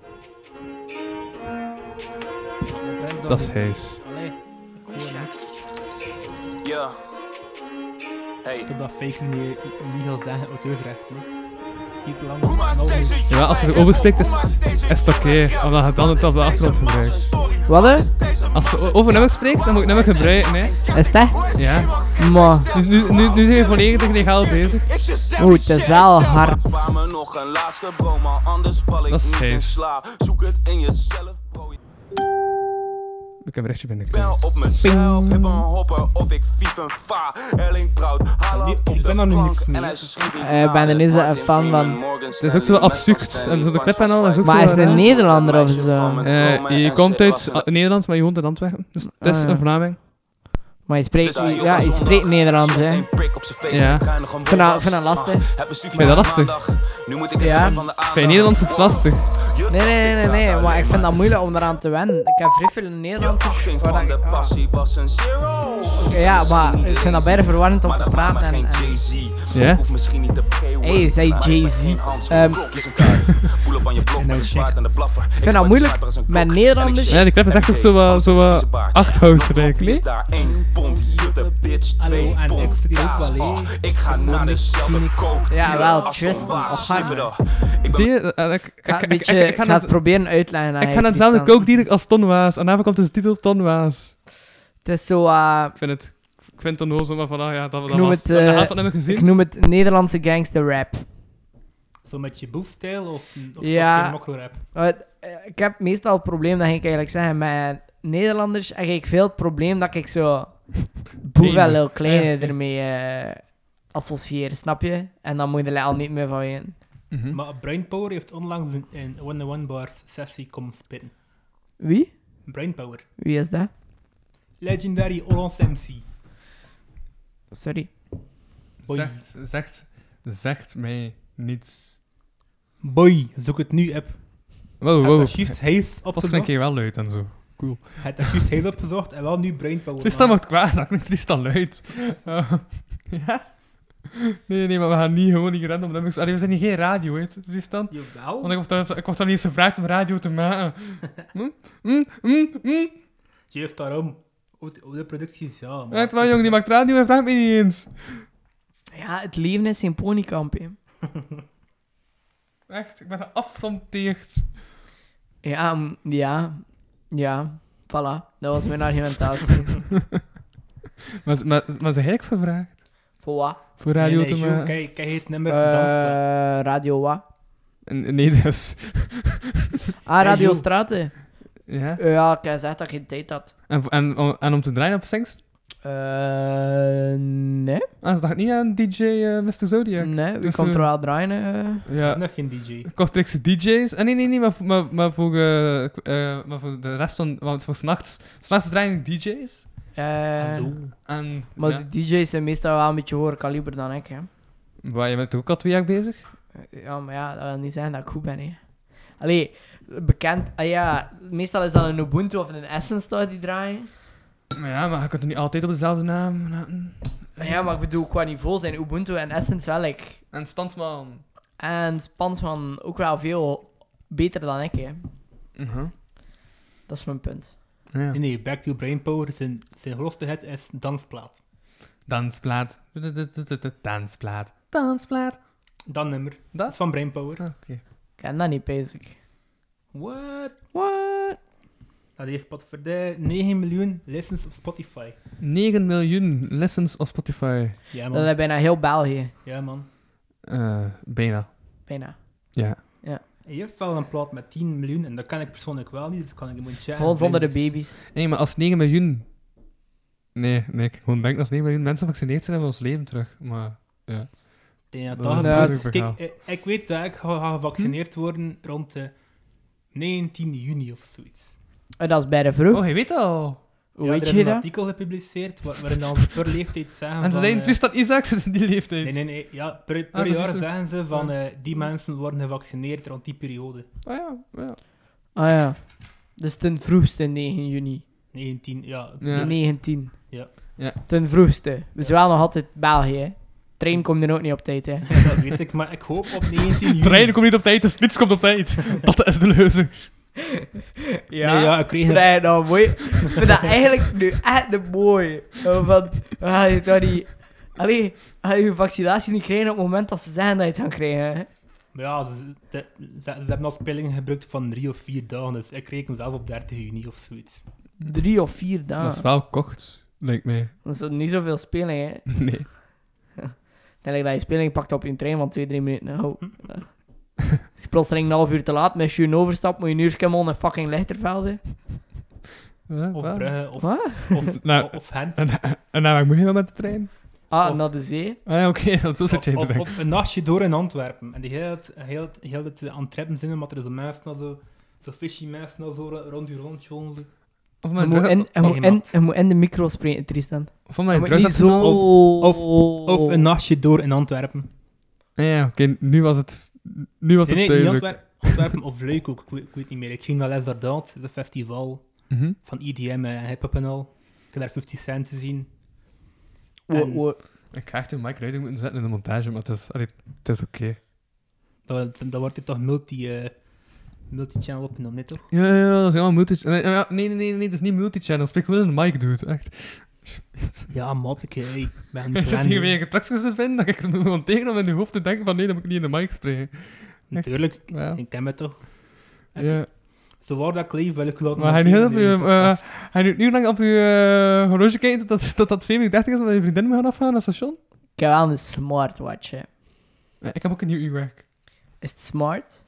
Wat ben ik dan dat is voor- hijs. Allee, ik hoor niks. Ja. Hey. Tot dat fake niet wil zeggen, auteursrecht, nee. Niet te lang. Ja, als je erover spreekt, is het oké, omdat je dan het op de achtergrond gebruikt. Wat, hè? Als je over nummer spreekt, dan moet je nummer gebruiken, hè. Is het echt? Ja. Maar, Dus nu zijn we volledig legaal bezig. oeh, het is wel hard. Dat is hijs. Ik heb een berichtje binnengekregen. Op mezelf, heb een hopper of ik vief een va. Erling Braut, haal op Ik ben de er nu flank. niks mee. En hij schiet niet Ik ben er niet zo een fan van. Het is ook zo absurd. En zo de clip en al is ook Maar zo is het een raar. Nederlander of zo? Je komt uit Nederland, maar je woont in Antwerpen. Dus het is Ah, ja. een Vlaming. Maar je spreekt Nederlands, hè. Ja. Ik vind dat lastig. Vind je dat lastig? Ja. Vind je Nederlands is lastig? Nee. Maar ik vind dat moeilijk om eraan te wennen. Ik heb vrij veel Nederlands. Ja, maar ik vind dat bijna verwarrend om te praten. En Ja? hey, zei Jay-Z. Ik vind dat moeilijk met Nederlanders. Ja, die clip is echt ook zo wat arthouse-rijk, nee? Hallo, en ik verdien ook wel, hè. Ik ga naar dezelfde kook. Ja, wel, Tristan. Och, Zie je? Ik ga het proberen uitleggen. Ik ga naar hetzelfde kookdier als Ton Waas. En daarvoor komt dus de titel Ton Waas. Het is zo, Ik vind het onnozel, maar van, ja, dat noem was... het, Heb je de helft van hem gezien? ik noem het Nederlandse gangster rap. Zo met je boefstijl of Ja. mokro rap? Ik heb meestal het probleem, dat ga ik eigenlijk zeggen, met Nederlanders heb ik veel het probleem dat ik zo Boef en Lil Kleine Ja. ermee associeer, snap je? En dan moet je er al niet meer van weten. Mhm. Maar Brainpower heeft onlangs een one-on-one bar sessie komen spitten. Wie? Brainpower. Wie is dat? Legendary Hollandse MC. Sorry. Boy. Zegt mij niets. Boy, zoek het nu op. Wow. Het juist Hayes Pas opgezocht. een keer wel luid en zo. Cool. Het is juist Hayes opgezocht en wel nu Brainpower. Tristan wordt kwaad, dat klinkt Tristan luid. Ja? Nee, maar we gaan niet gewoon die random nummers... Allee, we zijn hier geen radio, hè, Tristan. Jawel. Want ik was dan niet eens gevraagd om radio te maken. Juist daarom. Hoe de productie is, ja. Echt wel, jongen, die maakt radio en vraagt me niet eens. Ja, het leven is geen ponykamp, hè. Echt, ik ben geaffronteerd. Ja, voilà. Dat was mijn argumentatie. Maar ze eigenlijk gevraagd? Voor wat? Voor radio Nee, te Joe, maken? kijk het nummer Dansplaat. Radio wat? Nee, dus... Radio Joe. Straten. Ja. Ja, ik heb gezegd dat ik geen tijd had. En om te draaien op Sings? Nee. Ze dacht niet aan DJ Mr. Zodiac. Nee, wie Dus, komt er wel draaien? Ja, Nog geen DJ. Kortrijkse DJ's. Nee, maar voor de rest van... Want voor s'nachts... S'nachts draaien DJ's. Zo. En... Maar ja. de DJ's zijn meestal wel een beetje hoger kaliber dan ik, hè. Maar je bent ook al 2 jaar bezig? Ja, maar ja, dat wil niet zeggen dat ik goed ben, hè. Allee, bekend... meestal is dat een Ubuntu of een Essence dat die draaien. Ja, maar je kunt er niet altijd op dezelfde naam laten. Ja, maar ik bedoel, qua niveau zijn Ubuntu en Essence wel, En Spansman. En Spansman ook wel veel beter dan ik, hè. Dat is mijn punt. Ja. Nee, Back to Brainpower, zijn grootste hit is Dansplaat. Dansplaat. Dansplaat. Dat nummer. Dat is van Brainpower. Oké. Ik ken dat niet, basic. What? What? Dat heeft potverdij 9 miljoen listens op Spotify. 9 miljoen listens op Spotify. Ja, Dat man. is bijna heel België. Ja, man. Bijna. Bijna. Ja. Je hebt wel een plaat met 10 miljoen en dat kan ik persoonlijk wel niet, dus kan ik hem een checken. Gewoon zonder de baby's. Nee, maar als 9 miljoen... Nee, ik gewoon denk als 9 miljoen mensen gevaccineerd zijn, hebben we ons leven terug. Maar, ja. denk dat Dat is dat een gebeurt. moeilijk verhaal. Kijk, ik weet dat ik ga gevaccineerd worden rond de 19 juni of zoiets. Dat is bij de vroeg. Oh, je weet al. Hoe Ja, weet er is je een dat? artikel gepubliceerd waarin dan ze per leeftijd zeggen En ze van, zeiden Tristan Isaacs in die leeftijd. Nee. Ja, per dat is jaar zo. zeggen ze van die mensen worden gevaccineerd rond die periode. Ah ja. Ah ja. Dus ten vroegste 9 juni. 19, ja. Ja. 19. Ja. Ja. Ten vroegste. We zijn wel nog altijd België, hè. Trein komt er ook niet op tijd, hè. Ja, dat weet ik, maar ik hoop op 19 juni. Treinen komt niet op tijd, de spits komt op tijd. Dat is de leuze. Ja, Nee, ja, ik kreeg vrij nou mooi. Ik vind dat eigenlijk nu echt de mooi. Zo van, ga je nou niet... Allee, ga je vaccinatie niet krijgen op het moment dat ze zeggen dat je het gaat krijgen, hè. Maar ja, ze hebben al spelingen gebruikt van 3 of 4 dagen, dus ik reken zelf op 30 juni of zoiets. 3 of 4 dagen. Dat is wel kort, lijkt mij. Dat is niet zoveel speling, hè. Nee. Denk dat je speling pakt op je trein van 2-3 minuten. Nou, als je plotseling een half uur te laat met je overstap, moet je een uur naar fucking Lichtervelde. Ja, Of wel. Brugge, of, Wat? Nou, of Gent. en waar moet je dan met de trein? Ah, Of- naar de zee. Ah ja, oké, zo zit je in te denken. Of een nachtje door in Antwerpen. En die heel het aan het treppen zijn, omdat er zo mensen al zo fishy mensen al zo rond je rondjolen. Of Je met moet drugs- je moet in de micro spreken, Tristan. of Je met moet drugs niet hebt zo... genomen. Of een nachtje door in Antwerpen. Ja, oké, nu was het Nee, niet duidelijk. Antwerpen of Luik ook, ik weet niet meer. Ik ging naar Les Ardentes, een festival Mhm. van EDM en hip-hop en al. Ik heb daar 50 Cent te zien. Ik ga echt een mic ruiting moeten zetten in de montage, maar het is oké. Dan wordt dit toch multi-channel opgenomen, net toch? Ja, dat is helemaal multi... Nee, het is niet multi-channel. Spreek gewoon in de mic, dude. Echt. Ja, mat, ik ben Je niet zit hier weer getraksjes te vinden, dat ik me gewoon tegen om in je hoofd te denken van nee, dan moet ik niet in de mic spreken. Natuurlijk, Ja. ik ken me toch. Ja. Zo waar dat ik leef, wil ik laten Maar hij monteren nu in de podcast. hij nu niet lang op je horloge kijken tot dat 37 is, omdat je vriendin moet gaan afhalen naar het station? Ik heb wel een smartwatch, hè. Ja, ik heb ook een nieuw uurwerk. Is het smart?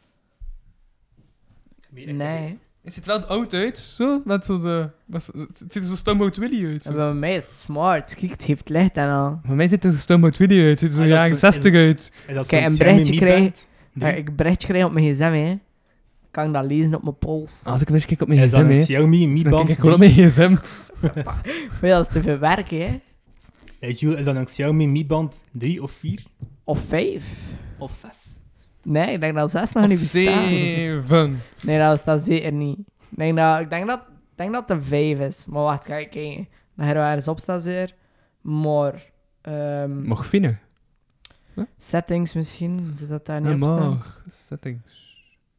Nee. Het ziet er wel oud uit, zo. Met zo de... Het ziet er zo Stoneboat Willy uit. Zo. En bij mij is het smart. Kijk, het heeft licht en al. Voor mij ziet er zo Stoneboat Willy uit. Het ziet er zo Ah, dat jaren is zo- 60 uit. En dat Kijk, zo'n een berichtje Xiaomi Mi krijgen. Band Ga 3. ik een berichtje krijgen op mijn gsm, hè. Kan ik dat lezen op mijn pols. Als ik een beetje kijk op mijn Is dat gsm, een hè, Xiaomi Mi dan Band kijk ik gewoon op 3? mijn gsm. Maar ja, dat is te veel werken, hè. Jules, is dat een Xiaomi Mi Band 3 of 4 Of 5. of 6? Nee, ik denk dat 6 nog niet bestaat. 7. Nee, dat staat zeker niet. Ik denk dat het een 5 is. Maar wacht, ga ik kijken. Dat er ergens op staat zeer. Maar... Mag fine. settings misschien. Zit dat daar niet op staan? Mag. Settings.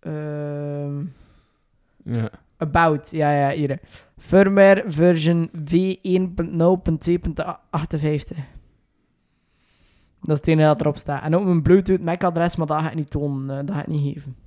Ja. About, ja, hier. Firmware version V1.0.2.58. Dat is het enige dat erop staat. En ook mijn Bluetooth MAC-adres, maar dat ga ik niet tonen. Dat ga ik niet geven.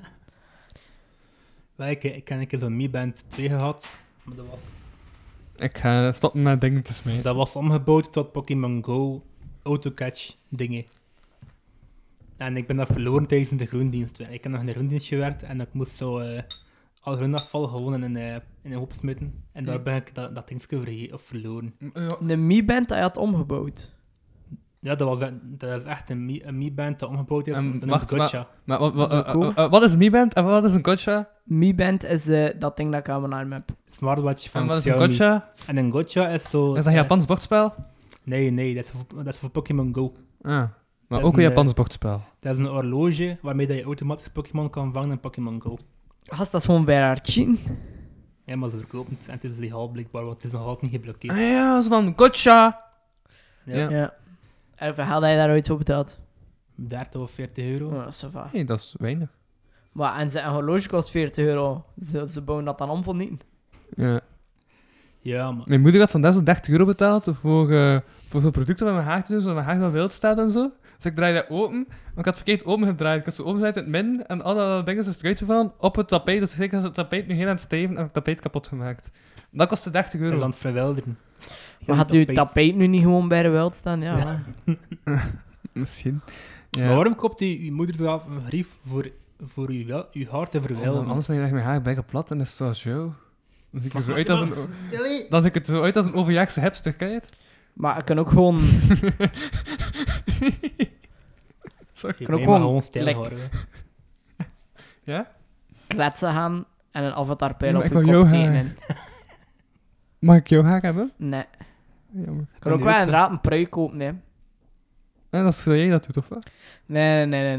Ik heb een keer zo'n Mi Band 2 gehad, maar Ik ga stoppen met dingen te smijten. dat was omgebouwd tot Pokémon Go autocatch dingen. En ik ben dat verloren tijdens de groendienst. Ik heb nog in de groendienst gewerkt en ik moest zo al groenafval gewoon in een hoop smitten. En daar ben ik dat dingetje verloren. Ja. De Mi-band dat je had omgebouwd. Ja, dat is echt een Mi Band dat omgebouwd is. En Een wacht, gotcha. Maar Dat is wel cool. wat is een Mi Band en wat is een Gotcha? Mi-band is dat ding dat ik aan mijn arm heb. Smartwatch En van wat is een Xiaomi. Gotcha? En een gotcha is zo... Is dat een Japans bordspel? Nee, dat is voor Pokémon Go. Maar Dat is ook een een, Japans bordspel. Dat is een horloge waarmee dat je automatisch Pokémon kan vangen in Pokémon Go. Gast, dat is gewoon bij haar chin. Ja, maar ze verkopen het en het is legaal blijkbaar, want het is nog altijd niet geblokkeerd. Ah ja, zo van Gotcha. Ja. Ja. En hoeveel had hij daar ooit voor betaald? 30 of 40 euro. Oh, dat is zo vaak. Nee, dat is weinig. Maar, en een horloge kost 40 euro. Ze bouwen dat dan om voor niet. Ja. Ja, maar... Mijn moeder had vandaag zo'n 30 euro betaald voor zo'n producten met mijn haar te doen, zodat mijn haar wel wild staat en zo. Dus ik draaide dat open, maar ik had verkeerd opengedraaid. Ik had zo opengedraaid in het midden en alle dingen zijn eruit gevallen op het tapijt. Dus ik had het tapijt nu heel aan het stijven en het tapijt kapot gemaakt. Dat kostte 30 Het is euro. aan het verwilderen. Maar gaat uw tapijt nu niet gewoon bij de wild staan? Ja. Misschien. Maar Ja. waarom koopt uw moeder zelf een grief voor uw haar te verwilderen? Anders ben je echt mijn haar bijna plat en is het zoals jou. Dan zie ik er zo uit als een... Dan zie ik het zo uit als een overjaagse hipster, ken je het? Maar ik kan ook gewoon... Sorry. Ik kan ook neem maar gewoon gewoon stil like- houden. Ja? kletsen gaan en een avatarpijl Ja, op maar je ik wil kop jouw haar. tekenen. Mag ik jouw haar hebben? Nee. Jammer. Ik kan ook die wel ook, inderdaad een pruik kopen, hè. En dat is voor jij dat doet, of wat? Nee.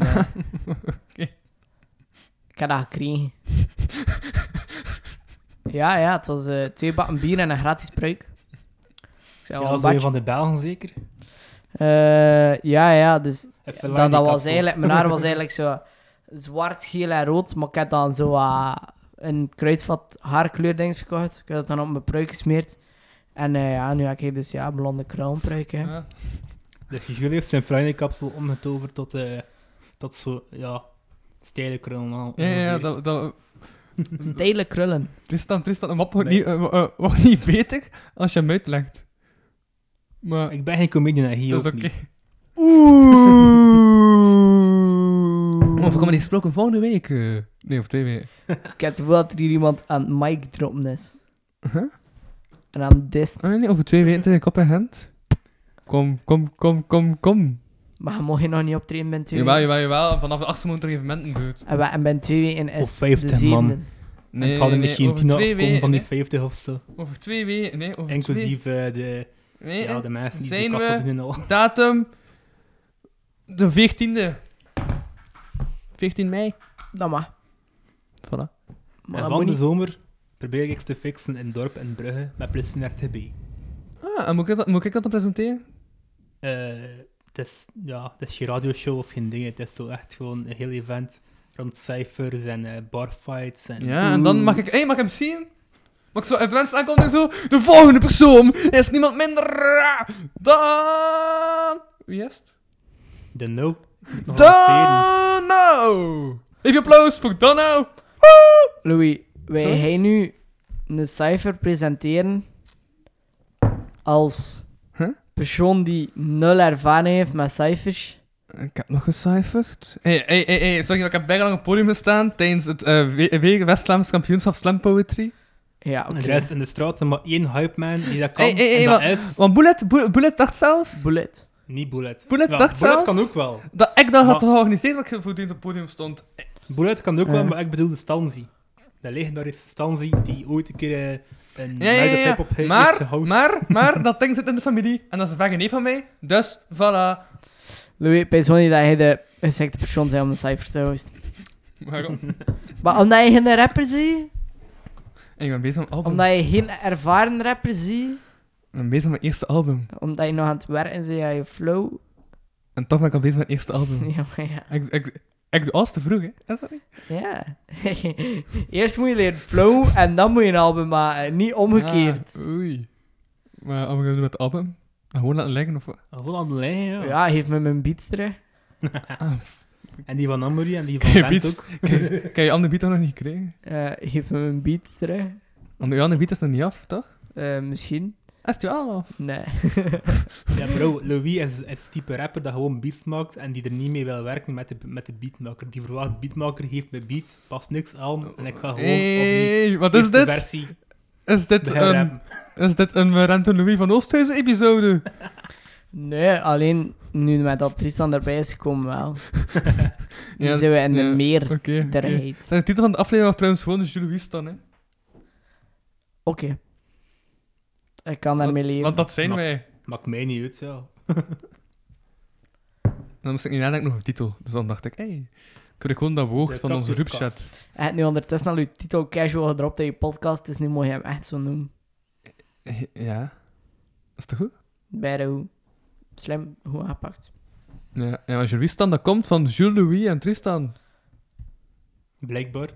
Ik heb dat gekregen. Ja, het was 2 bakken bier en een gratis pruik. Ik zei wel Ja, een zo je badje. van de Belgen zeker? Ja, dus Even dat was kapsel. eigenlijk... Mijn haar was eigenlijk zo zwart, geel en rood, maar ik heb dan zo een kruidvat haarkleurdings verkocht. Ik heb dat dan op mijn pruik gesmeerd. En nu heb ik dus blonde krullenpruik, hè. Ja. Dus Jules heeft zijn Friday-kapsel omgetoverd tot zo, ja, steile krullen. al Ja, ongeveer. dat... Stijle krullen. Tristan, een map Nee. wordt niet beter als je hem uitlegt. Maar Ik ben geen comedian en hier dat is ook oké. niet. Of ik kom die gesproken volgende week. Nee, of 2 weken. Ik heb het gevoel dat er hier iemand aan het mic droppen is. Huh? En aan het dis. Nee, over 2 weken ik op in Gent. Kom. Maar je mag je nog niet optreden bij 2 Jawel. Vanaf de 8e moet er evenementen doet. En bij 2 weken is Of 50 de 7e. man. En het hadden misschien 10 over 2 afkomen van die weken. 50 of zo. Over 2 weken, nee, over Inclusief 2 de weken. mensen die zijn de kassa we- doen en al. Datum de 14e. 14 mei. Dat mag. Voilà. Maar En dat van moet de niet. zomer probeer ik te fixen in dorp en Brugge met plezier naar TB. Ah, en moet ik dat dan presenteren? Het is geen radioshow of geen ding. Het is zo echt gewoon een heel event rond cijfers en barfights. En Ja, en dan mag ik... mag ik hem zien? Mag ik zo uit wensen aankondigen zo... De volgende persoon is niemand minder dan... Wie is het? de no. Nog lanceren. Dano! Even applaus voor Dano! Louis, wij Zoiets? gaan nu een cijfer presenteren als Huh? persoon die 0 ervaring heeft met cijfers. Ik heb nog gecijferd. Hey, sorry, ik heb bijna lang op het podium gestaan tijdens het West-Vlaams kampioenschap Slam Poetry. Ja, oké. En er is in de straat maar 1 hype man die dat kan. Hey, en dat wat- is Want Bullet dacht zelfs Bullet. niet Bullet. Bullet Ja, dacht Bullet zelfs- kan ook wel. dat ik dat had Maar- georganiseerd, dat ik voortdurend op het podium stond. Bullet kan ook wel, Ja. maar ik bedoel de Stanzi. De legendarische Stanzi die ooit een keer een Ja. meideflip op heeft gehost. Maar dat ding zit in de familie en dat is een verge neef van mij. Dus, voilà. Louis, ik weet niet dat hij de geschiktste persoon bent om een cijfer te hosten. Waarom? Maar omdat je geen rapper ziet, Ik ben bezig met mijn album. omdat je geen ervaren rapper ziet, Ik ben bezig met mijn eerste album. omdat je nog aan het werken bent aan je flow. En toch ben ik al bezig met mijn eerste album. Ja, maar ja. Ik doe alles te vroeg, hè? Is dat niet? Ja. Eerst moet je leren flow en dan moet je een album maken, niet omgekeerd. Ah, oei. Maar wat moet ik doen met het album? Gewoon laten liggen of wat? Gewoon aan de lijn, ja. Ja, geef me mijn beats terug. En die van Amory en die van Kijk, Bent beats. ook. Kijk, je andere beat nog niet gekregen? Geef me mijn beats terug. Want je andere beat is nog niet af, toch? Misschien. Is het wel af? Nee. Ja, bro, Louis is het type rapper dat gewoon beats maakt en die er niet mee wil werken met de beatmaker. Die verwacht, beatmaker geeft me beat, past niks aan en ik ga gewoon Hey, wat op is die dit? versie Is dit beginnen een... rappen. Is dit een Rente Louis van Oosthuizen episode? Nee, alleen nu met dat Tristan erbij is gekomen wel. Nu Ja, zijn we in de ja, meer Oké. derheid. De titel van de aflevering was trouwens gewoon Jules Louis dan, hè? Oké. Ik kan daarmee leven. Want dat zijn Maar- wij. Maakt mij niet uit, ja. Dan moest ik niet nadenken over de titel. Dus dan dacht ik, hey, kun ik gewoon dat woord De van onze Cactuskast. groepchat. Hij heeft nu ondertussen al je titel casual gedropt in je podcast, dus nu moet je hem echt zo noemen. Ja. Is dat goed? Bijna slim, goed aangepakt. Ja, maar Jules Louis dan, dat komt van Jules Louis en Tristan. Blijkbaar.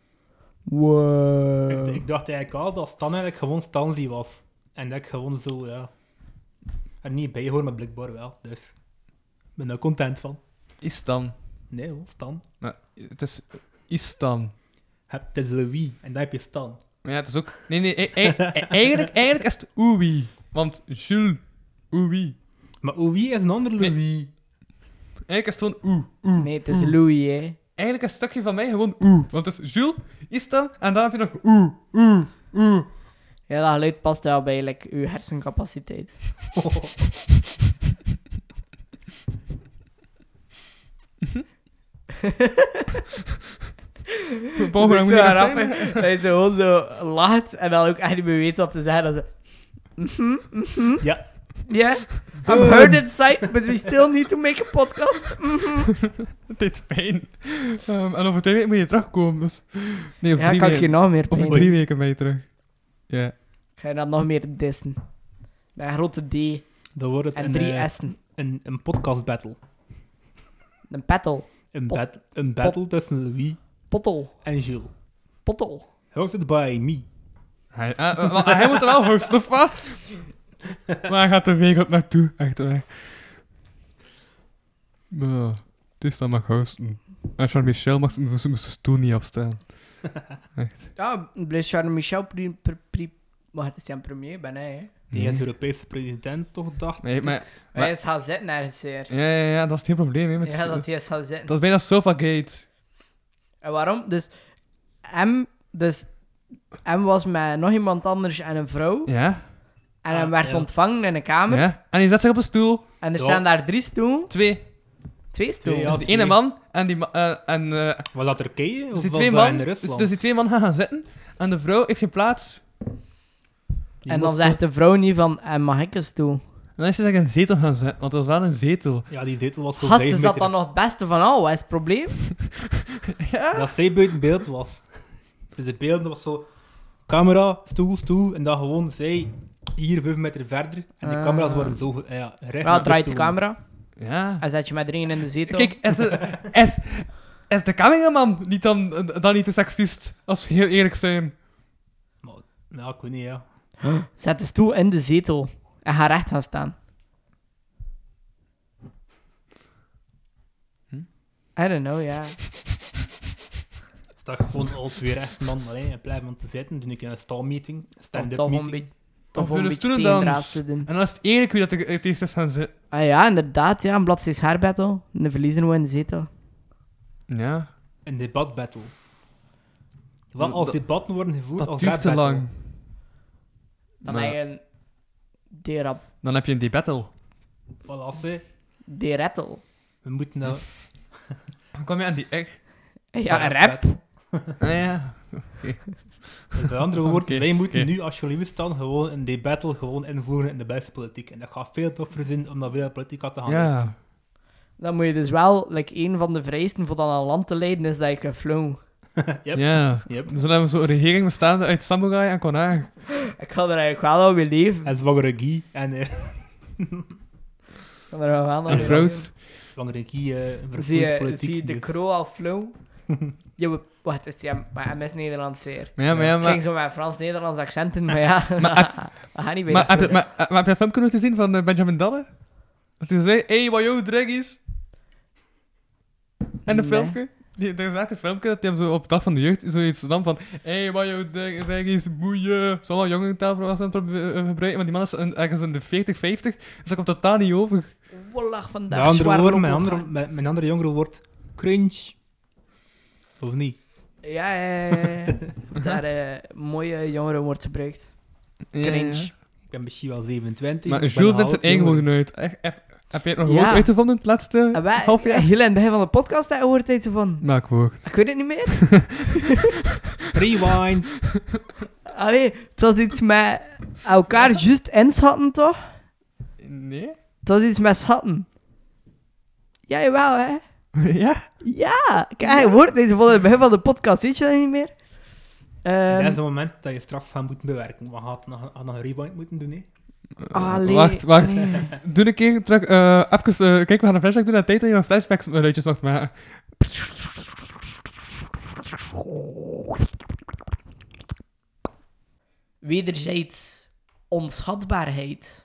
Wow. Ik dacht eigenlijk al dat Stan eigenlijk gewoon Stanzi was. En dat ik gewoon zo, ja... er niet bij hoor, maar blijkbaar wel. Dus ik ben er content van. Is dan. Nee hoor, Stan. Maar het is Istan. Het is Louis en dan heb je Stan. Maar ja, het is ook... Nee, eigenlijk is het Oui. Want Jules Oui. Maar Louis is een ander Louis. Eigenlijk is het gewoon Oe. Nee, het is Louis, hè. Eigenlijk is het stukje van mij gewoon Oe. Want het is Jules, Istan en dan heb je nog Oe. Ja, dat geluid past wel bij like, uw hersencapaciteit. Boven Dat moet is je zo nog rap, zijn. hè. Dat je zo gewoon zo lacht en dan ook echt niet meer weet wat te zeggen. Dan zo... Ja. Yeah, I'm hurt inside, but we still need to make a podcast. Het deed pijn. En over 2 weken moet je terugkomen, dus... Nee, over Ja, 3 kan ik je weken. nog meer Over pijn 3 doen. weken ben je terug. Ja. Ga je dan nog meer dissen. Met een grote D Dan wordt het en 3 een, S'en. een podcast battle. Een petal. Een battle tussen Louis Pottel. en Jules. Pottel. Hosted by me. Hij moet er wel hosten, of wat? Maar hij gaat de wereld naartoe, echt waar. Nou, het is dan mag hosten. En Jean-Michel moest de stoel niet afstaan. Echt. Ja, blijft Charles Michel maar het is zijn premier, ben hij, hè. Die is Europese president, toch, dacht Nee, maar... Hij is gaan zitten ergens hier. Ja, dat is geen probleem, hè. Met Ja, dat hij is gaan zitten. dat is bijna Sofagate. En waarom? Dus M was met nog iemand anders en een vrouw. Ja? En hij werd ja. ontvangen in een kamer. Ja? En hij zet zich op een stoel. En er Ja. staan daar 3 stoelen. 2. 2 stoelen. Ja, Dus die twee. ene man en die... Was dat Turkije? dus Of die was twee dat in man... Rusland? Dus die 2 man gaan zitten. En de vrouw heeft geen plaats. Die En dan moest zegt de vrouw niet van, mag ik een stoel? En dan is ze zich in een zetel gaan zetten. Want het was wel een zetel. Ja, die zetel was zo Gast, 5 is dat meter. dan nog het beste van al? Wat is het probleem? Dat zij buiten beeld was. Dus de beelden was zo... Camera, stoel. En dan gewoon zij hier 5 meter verder. En die camera's waren zo... Ja, recht Wel, naar de draait de stoel. camera. Ja. En zet je met 3 in de zetel. Kijk, is de cameraman niet dan niet de seksist? Als we heel eerlijk zijn. Maar, ja, ik weet niet, ja. Zet de stoel in de zetel. En ga recht gaan staan. I don't know, ja. Sta gewoon al 2 recht man alleen in plaats van te zitten. Doe ik een stalmeeting, stand-up Toch een meeting. beetje... Of Toch voor een de beetje stoelendans. tegendraads te doen. En dan is het eerlijk wie dat het eerst is gaan zitten. Ah ja, inderdaad, ja. Een bladzijds haarbattle. En de verliezen we in de zetel. Ja. Een debatbattle. Wat als Dat- debatten worden gevoerd Dat als duurt te rap-battle? lang. Dan Maar- heb je een... Dan heb je een debattle. Voilà, ze. Derettel. We moeten nou... Dan kom je aan die egg. Ja, een rap. Ah ja. Met andere woorden, Oké, wij moeten oké. nu, als jullie staan, gewoon een debattle gewoon invoeren in de beste politiek. En dat gaat veel toffer zijn om dat veel politiek te gaan luisteren. Ja. Dan moet je dus wel, een van de vereisten voor dan een land te leiden, is dat je kan flow. Yep. Ja. Yep. Dus dan hebben we zo'n regering bestaande uit samurai en konijn. Ik ga er eigenlijk wel al mee leven. En zwangere Guy en Ik ga er wel aan En vrouws. zwangere Guy Zie vervoert je, politiek. zie je de dus. crow al flow? Ja, wacht, is ja, maar hij is Nederlands zeer. Maar ja, Ik ging zo met Frans-Nederlands accenten, maar ja, Maar we gaan niet bij Maar dat heb je, soort, hè. maar heb je een filmpje nooit gezien van Benjamin Dalle? Dat hij zei, hey, wat jou draggies? En een Nee. filmpje? Er is echt een filmpje dat hij hem zo op de dag van de jeugd zoiets dan van, hey, wat jou draggies, boeien. Zo'n jongen taal was aan het gebruiken, maar die man is ergens in de 40, 50, dus dat komt totaal niet over. Wallah, Met vandaag andere zwaar woorden, lopen. met andere jongere woord cringe. Of niet? Ja. Daar mooie jongeren wordt gebruikt. Cringe. Ja. Ik ben misschien wel 27. Maar ik ben Jules nog vindt zijn oud, eigen jongen. woorden uit. Heb je het nog Ja. woord uitgevonden het laatste En wij, half jaar? heel in het begin van de podcast, daar hoort het van. Maak woord. Ik weet het niet meer. Rewind. Allee, het was iets met elkaar juist inschatten, toch? Nee? Het was iets met schatten. Ja, jawel, hè? Ja? Ja! Kijk, hoort deze van het begin van de podcast, weet je dat niet meer? Dat is het moment dat je straks gaat moeten bewerken. We gaan nog een rewind moeten doen, hè? Allee, Wacht. allee. Doe een keer terug. Even, kijk, we gaan een flashback doen. En tijd dat je nog flashbacks geluidjes mag maken. Wederzijds onschatbaarheid.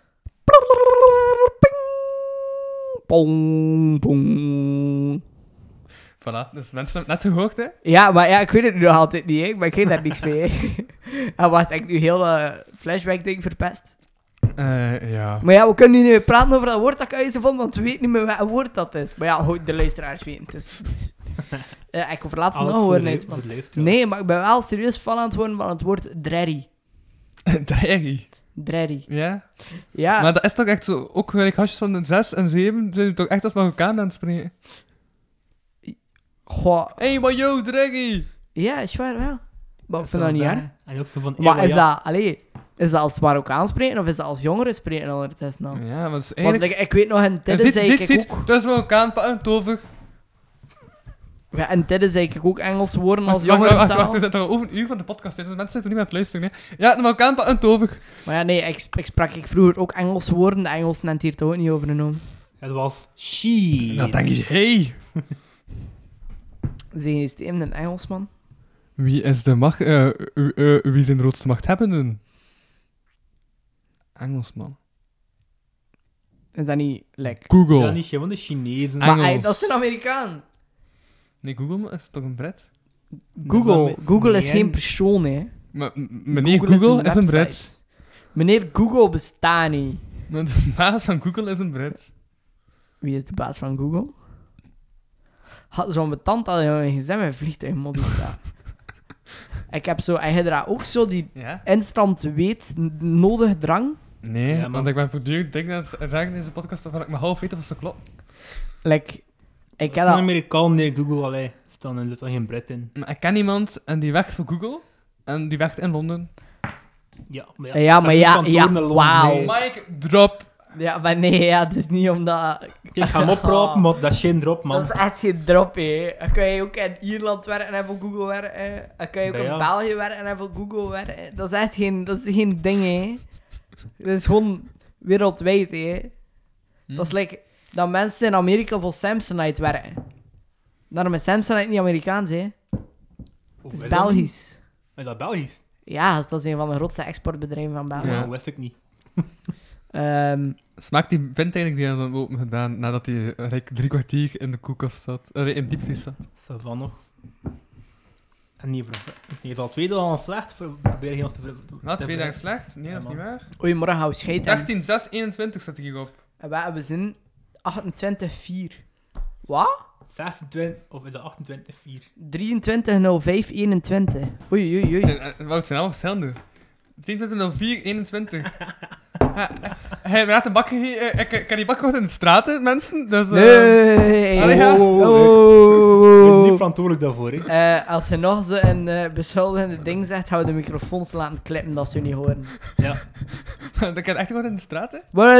Pong, pong. Voilà, dus mensen hebben het net gehoord, hè? Ja, maar ja, ik weet het nu nog altijd niet, hè. Maar ik geef daar niks mee, hè. En wacht, heb ik nu heel flashback-ding verpest? Ja. Maar ja, we kunnen niet meer praten over dat woord dat ik uitgevonden, want we weten niet meer wat woord dat is. Maar ja, goed, de luisteraars weten het. Dus. Ik hoef er laatst nog horen uit, man. Nee, maar ik ben wel serieus fan aan het worden van het woord dreddy. Dreigie. Dreddy. Ja? Ja, Maar dat is toch echt zo... Ook gelijk hasjes van de 6 en 7 zijn toch echt als Marokkaan aan het spreken? Goh, Hey, maar yo, Draggy! ja, is waar wel. Maar ik vind dat niet erg. En ook zo van... Maar is ja. dat, is dat als Marokkaans spreken of is dat als jongeren spreken ondertussen nou? Ja, maar het is Want eigenlijk... ik weet nog, in Tidden zei ik ook... Het is wel een kaanpa, tover. Ja, in Tidden zei ik ook Engels woorden als Wacht, jongerentaal. we zitten al over een uur van de podcast, hè, dus mensen zitten niet aan het luisteren. Hè. Ja, een kaanpa, een tover. Maar ja, nee, ik sprak vroeger ook Engels woorden. De Engels neemt hier toch ook niet overgenomen. Het was shit. Dat denk je, hey. Zijn je stem een Engelsman? Wie is de macht... wie zijn de grootste machthebbenden? Engelsman. Is dat niet lekker? Google. Ja, niet gewoon de Chinezen. Engels. Maar dat is een Amerikaan. Nee, Google is toch een Brit? Google is Nee. geen persoon, hè. Maar meneer Google is een website. Brit. Meneer Google bestaat niet. Maar de baas van Google is een Brit. Wie is de baas van Google? Had zo'n betand al in gezegd met vliegtuigmodus staan. Ik heb zo, en je daar ook zo die Ja? instant weet nodig drang. Nee, Ja, man. want ik ben voortdurend dingen aan het zeggen in deze podcast waarvan ik maar half weet of ze klopt. Like, ik Ik heb heb dat... een Amerikaan, nee, Google, allee. Er zit dan geen Brit in. Maar ik ken iemand en die werkt voor Google. En die werkt in Londen. Ja, maar Ja, maar ze hebben ja, kantoor ja, in Londen, wauw. nee. Mike, drop. Ja, maar nee, ja, het is niet omdat... Ik ga hem oprapen, maar dat is geen drop, man. Dat is echt geen drop, hè. Dan kan je ook in Ierland werken en voor Google werken. Dan kan je ook Ja, in ja. België werken en voor Google werken. Dat is echt geen ding, hè. Dat is gewoon wereldwijd, hè. Dat is like dat mensen in Amerika voor Samsonite werken. Daarom is Samsonite niet Amerikaans, hè. Het is Belgisch. Is dat Belgisch? Ja, dat is een van de grootste exportbedrijven van België. Ja. Dat wist ik niet. Smaakt die vent eigenlijk die aan het open gedaan nadat hij rijk 3 kwartier in de koelkast zat? In diepvries zat. Zo van nog. En niet voor... Nee, is al 2 dagen slecht. Probeer je ons te... Na 2 dagen slecht? Nee, dat is Ja, niet man. waar. Oei, morgen gaan we scheiden. 13, 6, 21 zet ik hierop. En we hebben zin 28-4. Wat? 26, of is dat 28-4? 23-05-21. Oei, oei, oei. Het zijn allemaal verschillende. 23, 04, 21. Hij laat de bakken hier. Ik kan die bakken gewoon in de straten, mensen. Dus, Nee. Allee, ja. Ik ben Oh. niet verantwoordelijk daarvoor, hè. Als je nog zo een beschuldigende ding zegt, gaan we de microfoons laten klippen dat ze je niet horen. Ja. dat kan echt gewoon in de straten. Wat?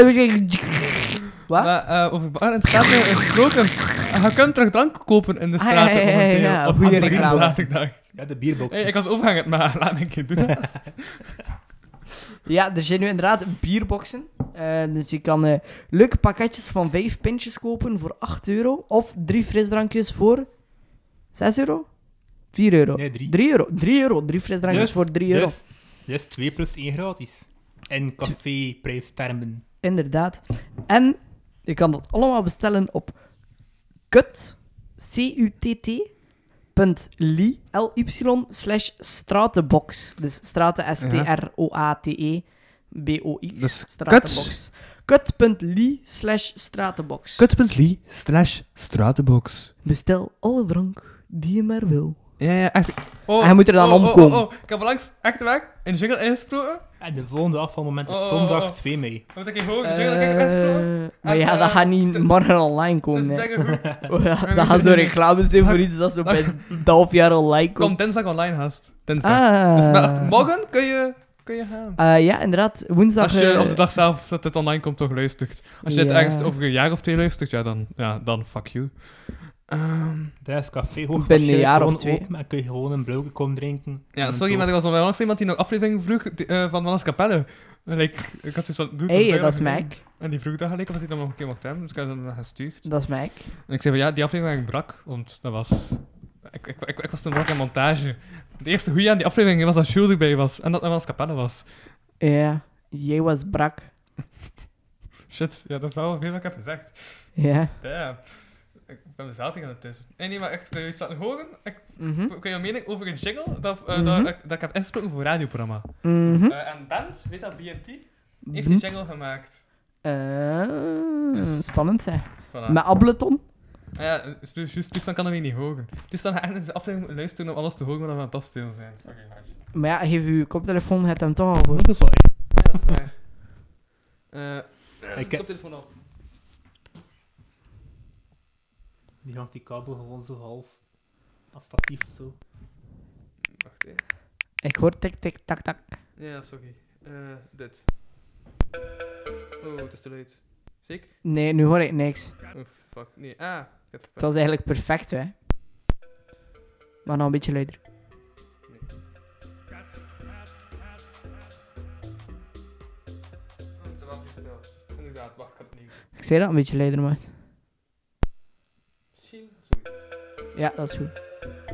Maar over bakken in de straten gesproken. Je kunt terug drank kopen in de straten. ja, momenteel, ja, op goeie Hasselt reclame. zaterdag. Ja, de bierbox. Hey, ik was overhangen, maar laat me een keer doen. Ja, er zijn nu inderdaad bierboxen. Dus je kan leuke pakketjes van 5 pintjes kopen voor €8. Of 3 frisdrankjes voor €6? €4. Nee, 3. €3. 3 frisdrankjes voor €3. Dus 2 plus 1 gratis. En caféprijstermen. Inderdaad. En je kan dat allemaal bestellen op ly/stratenbox. Dus straten, STROATEBOX. Dus stratenbox. Kut.ly/stratenbox. Kut.ly/stratenbox. Bestel alle drank die je maar wil. Ja, echt. Oh, En je moet er dan omkomen. Ik heb langs echt weg een jingle ingesproken. En de volgende afvalmoment is Oh, oh, zondag oh. 2 mei. Wat ik hoor, een jingle heb ik ingesproken. Maar ja, dat gaat niet morgen online Dat is komen. Hè. bijna goed. Oh ja, dat gaat zo reclame zijn voor iets dat zo bij een half jaar online komt. Komt dinsdag online, haast. Dinsdag. Ah. Dus maar morgen kun je gaan. Ja, inderdaad. Woensdag... Als je op de dag zelf dat het online komt toch luistert. Als je het Ja. ergens over een jaar of 2 luistert, ja, dan fuck you. Dat is café Binnen een hoogstwaarschijnlijk jaar of gewoon 2. open en kun je gewoon een blauwe komen drinken. Ja, En sorry, zo. maar er was al wel langs iemand die nog aflevering vroeg van Mannes Capelle. Ik had zoiets van... doe het Hey, bijna dat is geleden. Mike. En die vroeg dat gelijk of hij dan nog een keer mocht hebben, dus ik heb hem dan gestuurd. Dat is Mike. En ik zei van ja, die aflevering brak, want dat was... Ik was toen brak in montage. De eerste goeie aan die aflevering was dat Jules erbij was en dat Mannes Capelle was. Ja, jij was brak. Shit, ja, dat is wel veel wat ik heb gezegd. Ja. Ja, ik ben mezelf niet aan het testen. En nee, maar echt, wil je iets laten horen? Mhm. Kun je een mening over een jingle dat Mhm. dat ik heb ingesproken voor een radioprogramma? Mhm. En Bent, weet dat, BNT, heeft die Bent. jingle gemaakt. Spannend, hè. Voilà. Met Ableton? Ja, juist, Tristan kan dat weer niet horen. Tristan gaat echt in deze aflevering moeten luisteren om alles te horen wat we aan het afspelen zijn. Sorry, Lars. Maar ja, geef je koptelefoon, het hem toch al Wat gehoord. is waar? Ja, dat is waar. Ik heb- Koptelefoon op. Die hangt die kabel gewoon zo half. Als statief zo. Wacht, hè. Ik hoor tik, tik, tak, tak. Ja, sorry. Dit. Oh, het is te luid. Zeker? Nee, nu hoor ik niks. Oh, fuck. Nee, ah. Het was eigenlijk perfect, hè. Maar nog een beetje luider. Het is wel te stil. Inderdaad, wacht, ik ga het opnieuw. Ik zei dat een beetje luider mag. Misschien? Zoiets. Ja, dat is goed.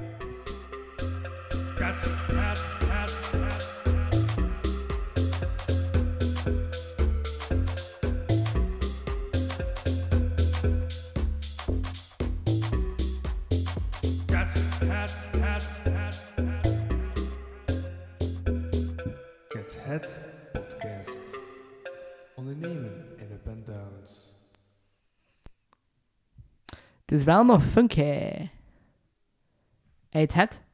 Het podcast. Ondernemen in up and downs. Het is wel nog funky. Eet het?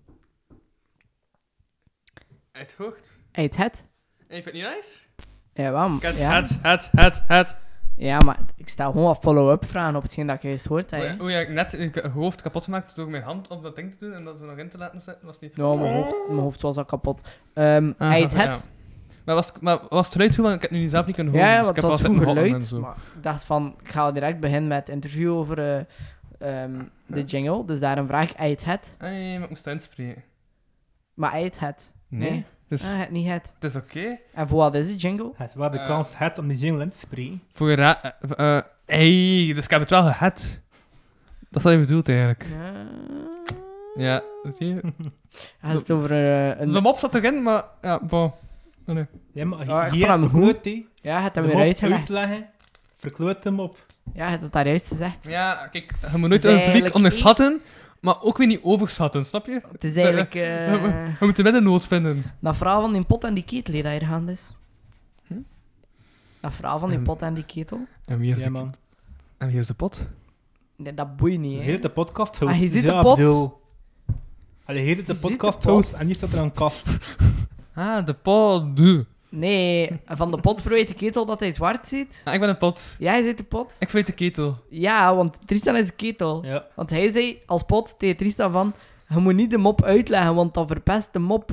Het hoort. Eet het? En je vindt het niet nice? Ja, waarom? Het. Ja, maar ik stel gewoon wat follow-up vragen op hetgeen dat je juist hoort. Hè. Hoe je net je hoofd kapot gemaakt door mijn hand op dat ding te doen en dat ze nog in te laten zetten, was niet... Nou, mijn hoofd was al kapot. Eet het? Ja. Maar was het geluid goed? Want ik heb het nu zelf niet kunnen horen. Ja, dus want ik het heb was wel goed zitten hotten en geluid. zo. Maar ik dacht van, ik ga direct beginnen met het interview over de jingle. Dus daarom vraag ik, eet het? Nee, maar ik moest inspreken. Maar eet het? Nee. Het is, Het niet het. het is oké. En voor wat is de jingle? Het is wel de kans het om die jingle in te spreken. Voor je dus ik heb het wel gehad. Dat is wat je bedoelt eigenlijk. Ja, dat zie je. Hij is het over een... De mop zat erin, maar ja, bon. Oh, nee. Ja, maar Ja, ik hier vond hem verkloot hij. Ja, het De hem weer mop uitgelegd. uitleggen, verkloot hem op. Ja, het had daar juist gezegd. Ja, kijk, je moet nooit Het is een publiek eigenlijk onderschatten, maar ook weer niet overschatten, snap je? Het is eigenlijk Je moet de middennoot vinden. dat verhaal van die pot en die ketel dat hier gaande is. Hm? Dat verhaal van die pot en die ketel. En wie is, Ja, man. en wie is de pot? Nee, dat boeit niet, hè. Heet de podcast Ah, host. je ziet ja, de pot. bedoel. Allee, heet het de Je ziet de podcast pot. host en niet staat er een kast. Ah, de pot. Nee, van de pot verwijt de ketel dat hij zwart ziet. Ah, ik ben een pot. Jij zit de pot? Ik weet de ketel. Ja, want Tristan is een ketel. Ja. Want hij zei als pot tegen Tristan van... Je moet niet de mop uitleggen, want dat verpest de mop.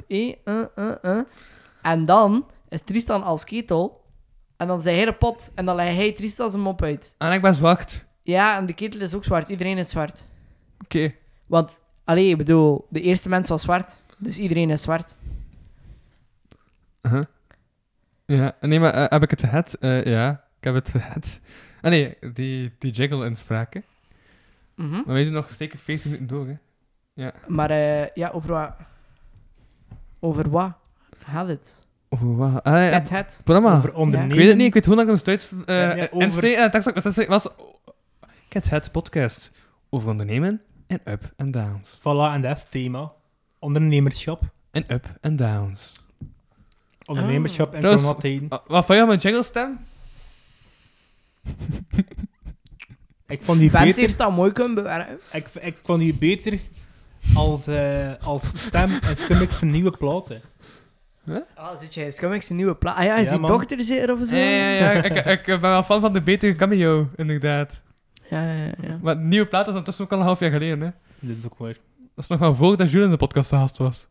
En dan is Tristan als ketel. En dan zei hij de pot. En dan legt hij Tristan zijn mop uit. En ik ben zwart. Ja, en de ketel is ook zwart. Iedereen is zwart. Oké. Want, ik bedoel, de eerste mens was zwart. Dus iedereen is zwart. Ja, nee, maar heb ik het gehad? Ja, ik heb het gehad. Ah nee, die jingle-inspraak, hè. Mhm. Maar we doen nog zeker 40 minuten door, hè. Ja. Maar, ja, over wat... Over wat gaat het? Over wat? Ah, ja, Het. programma. Over Ik ondernemen. weet het niet, ik weet gewoon dat ik hem steeds Ja, over- inspreken. En de tekst dat ik inspreken was... Het podcast over ondernemen en up and downs. Voilà, en dat is het thema. Ondernemerschap. En up and downs. Ondernemerschap en Trouwens, coronatijden. Wat vond je van mijn jingle-stem? Ik vond die Bent beter... heeft dat mooi kunnen bewerken. Ik vond die beter als stem en Scummix een nieuwe platen. Ah, zit jij Scummix een nieuwe plaat? Ah ja, is Ja, die man. dochter zeker of zo? Ja. Ik ben wel fan van de betere cameo, inderdaad. Ja. Maar de nieuwe plaat is ondertussen ook al een half jaar geleden, hè. Dit is ook waar. Dat is nog wel voordat Jules in de podcast te gast was.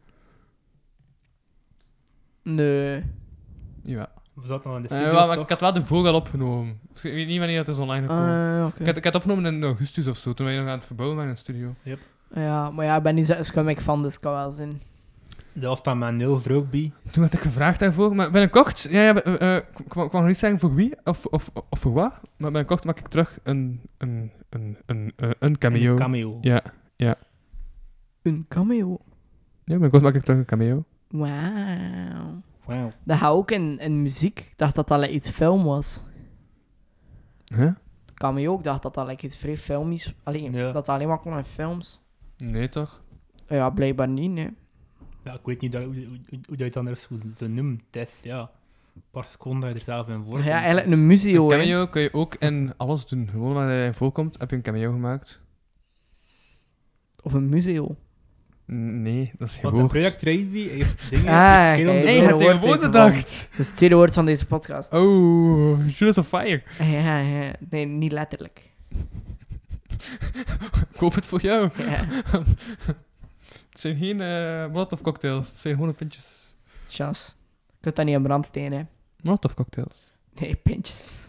Nee. Ja. We zaten nog in de studio, Maar ik toch? had wel de vorige al opgenomen. Ik weet niet wanneer het is online gekomen. Oké. Ik had het opgenomen in augustus of zo, toen wij nog aan het verbouwen waren in de studio. Ja, maar ja, ik ben niet zo'n Scummix fan, dus het kan wel zijn. Dat was dan met Niels er ook bij. Toen werd ik gevraagd daarvoor, maar binnenkort... ik wou nog niet zeggen voor wie of voor wat, maar binnenkort maak ik terug een cameo. Een cameo. Ja, Een cameo. binnenkort maak ik terug een cameo. Wauw. Wauw. Dat gaat ook in muziek. Ik dacht dat dat iets film was. Huh? Cameo, ik dacht dat dat iets vrij filmisch... Alleen, Ja. dat dat alleen maar kon in films. Nee, toch? Ja, blijkbaar niet, nee. Ja, ik weet niet hoe dat je het anders zo noemt. Het is, ja, een paar seconden dat je er zelf in voorkomt. Ja, eigenlijk Dus- een museo, Een hè. cameo kun je ook in alles doen. Gewoon waar hij in voorkomt, heb je een cameo gemaakt. Of een museo. Nee, dat is geen Want een woord. project Ravy heeft dingen... Ah, verschillende kijk. Nee, je Een hebt tegen woord woorden heeft ervan. gedacht. Dat is het tweede woord van deze podcast. Oh, Jules is on fire. Ja. Nee, niet letterlijk. koop het voor jou. Ja. Het zijn geen Molotov cocktails, het zijn gewoon pintjes. Chance. Je kunt dat niet in brand steken, hè. Molotov cocktails. Nee, pintjes.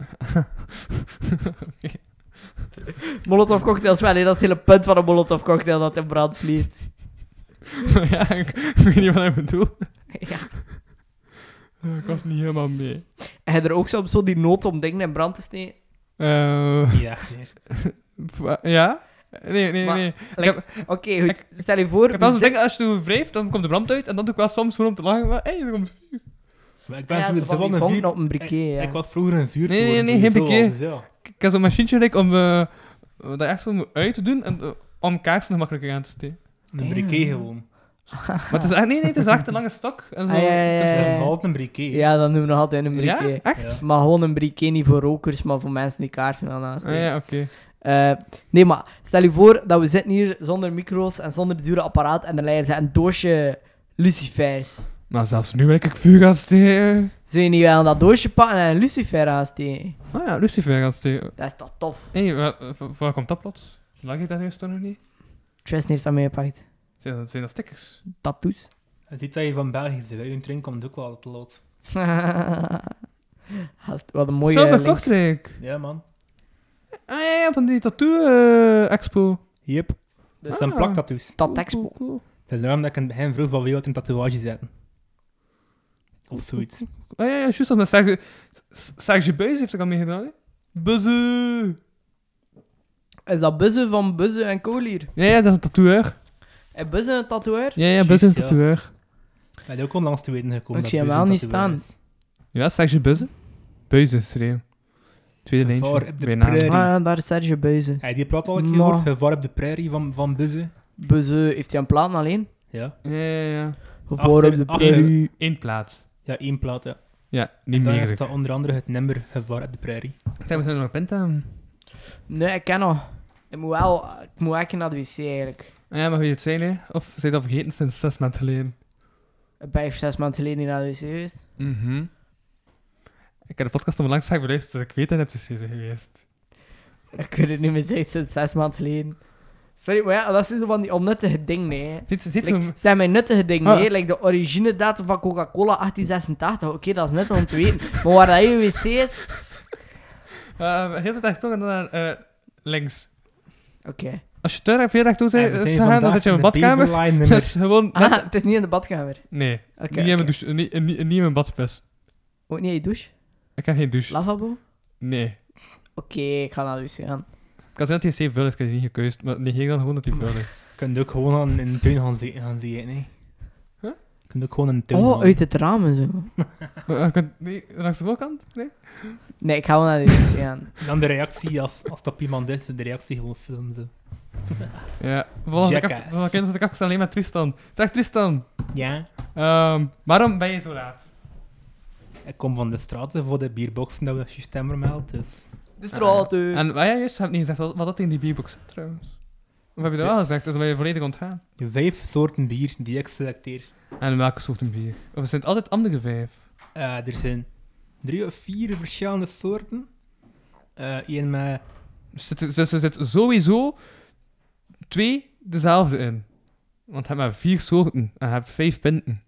Molotov cocktails wel, hè. Dat is het hele punt van een Molotov cocktail, dat in brand vliegt. Ja, ik weet niet wat hij bedoelt. Ja. Ik was niet helemaal mee. En je er ook soms zo die nood om dingen in brand te steken? Ja, Ja? Nee. Maar- Ik Oké, goed. Stel je voor... heb we wel eens zitten- denken, als je het wrijft, dan komt de brand uit. En dan doe ik wel soms gewoon om te lachen. Maar, hé, er komt vuur. Maar ik Ja, ben zo zo van die wel een vonken vuur... op een briquet, ja. Ik was vroeger een vuur. Nee, geen briquet. Ik heb zo'n machientje gelijk om dat echt zo uit te doen. En om kaarsen gemakkelijker aan te steken. Een briquet gewoon. Maar het is echt, nee, het is echt een lange stok. En zo, Ah, ja. Het is altijd een briquet. Ja, dat noemen we nog altijd een Ja? briquet. Echt? Ja. Maar gewoon een briquet, niet voor rokers, maar voor mensen die kaarsen willen aansteken. Ah, ja, oké. Nee, maar stel je voor dat we zitten hier zonder micro's en zonder dure apparaat en er ligt een doosje lucifers. Maar zelfs nu wil ik vuur gaan steken. Zou je niet wel dat doosje pakken en een lucifer aansteken? Oh ja, Lucifer gaan steken. Dat is toch tof? Hé, waar komt dat plots? Lag ik dat eerst toch nog niet? Tristan heeft dat meegepakt. Zijn dat stickers? Tattoos. Je ziet dat je van Belgische wijn drinkt, komt ook wel wat lot. Gast, wat een mooie Zo, bij link. Kortrijk. Ja, man. Ah ja, van die tattoo-expo. Yep. Dat zijn Ah. plaktattoos. Dat expo. Cool. Het is daarom dat ik in het begin vroeg van wie wat een tatoeage zetten. Of zoiets. Ah ja, juist dat met Serge Buijs heeft er al mee gedaan, hè? Buzzen! Is dat Buzzen van Buzzen en Kolier? Ja, dat is een tatoeëur. En Buzzen een tatoeëur? Ja, Buzzen is een ja. tatoeëur. Hij is ook onlangs te weten gekomen. Ik dat zie hem Buzz een wel niet tatoeëur staan. is. Ja, Serge Buzzen. Buizen, schreeuw. Tweede Gevaar lijntje. op de Bijna. prairie. Ah, ja, daar is Serge Buizen. Hij die plaat al een keer Maar- gehoord, Gevaar op de prairie van Buzze. Buzzen, heeft hij een plaat alleen? Ja. Ja. Gevaar op de achter- prairie. Eén plaat. Ja, één plaat, ja. Ja, niet En daar meer. staat onder andere het nummer Gevaar op de prairie. Zijn we nog een pint aan? Nee, ik ken nog. Ik moet echt naar de wc eigenlijk. Ja, maar wie het zijn, hè? Of zijn je dat vergeten sinds 6 maanden geleden? Ik ben 6 maanden geleden niet naar de wc geweest. Ik heb de podcast om langs gaan beluisterd, dus ik weet dat het precies is geweest. Ik weet het niet meer zeggen, sinds 6 maanden geleden. Sorry, maar ja, dat zijn zo van die onnuttige dingen, hè. Ziet Like, hoe... zijn mijn nuttige dingen, Ah. hè. Like de originedatum van Coca-Cola 1886. Oké, dat is net om te weten. Maar waar dat je wc is... heel de dag toch en dan naar links. Oké. Als je te veel rechtdoor We bent zijn gaan, dan vandaag zit je in in mijn de badkamer. Beaverline Dat nummer. is gewoon... Ah, het is niet in de badkamer. Nee, Oké. niet in mijn douche, niet in mijn badpis. Ook niet in je douche? Ik heb geen douche. Lavabo? Nee. Oké, ik ga naar de wc gaan. Ik kan zeggen dat hij vuil is, ik heb die niet gekeust, maar negeer dan gewoon dat hij vuil is. Je kunt ook gewoon in de tuin gaan zitten, nee. Huh? Je kunt ook gewoon in de tuin Oh, gaan. uit het raam en zo. Nee, langs de voorkant? Nee? Nee, ik ga wel naar de wc gaan. Dan de reactie, als dat op iemand is, de reactie gewoon filmen zo. Ja. Volgens Jackass. kind zat ik afgestaan alleen met Tristan. Zeg Tristan, Ja. waarom ben je zo laat? Ik kom van de straten voor de bierboxen dat we je stem vermeldt, dus... De straten. En wat jij juist hebt niet gezegd wat dat in die bierbox zit trouwens. Of heb je dat wel gezegd? Dus ben je volledig ontgaan. 5 soorten bier die ik selecteer. En welke soorten bier? Of zijn het altijd andere 5? Er zijn 3 of 4 verschillende soorten. Eén met... Dus er zit sowieso 2 dezelfde in. Want je hebt maar 4 soorten en je hebt 5 pinten.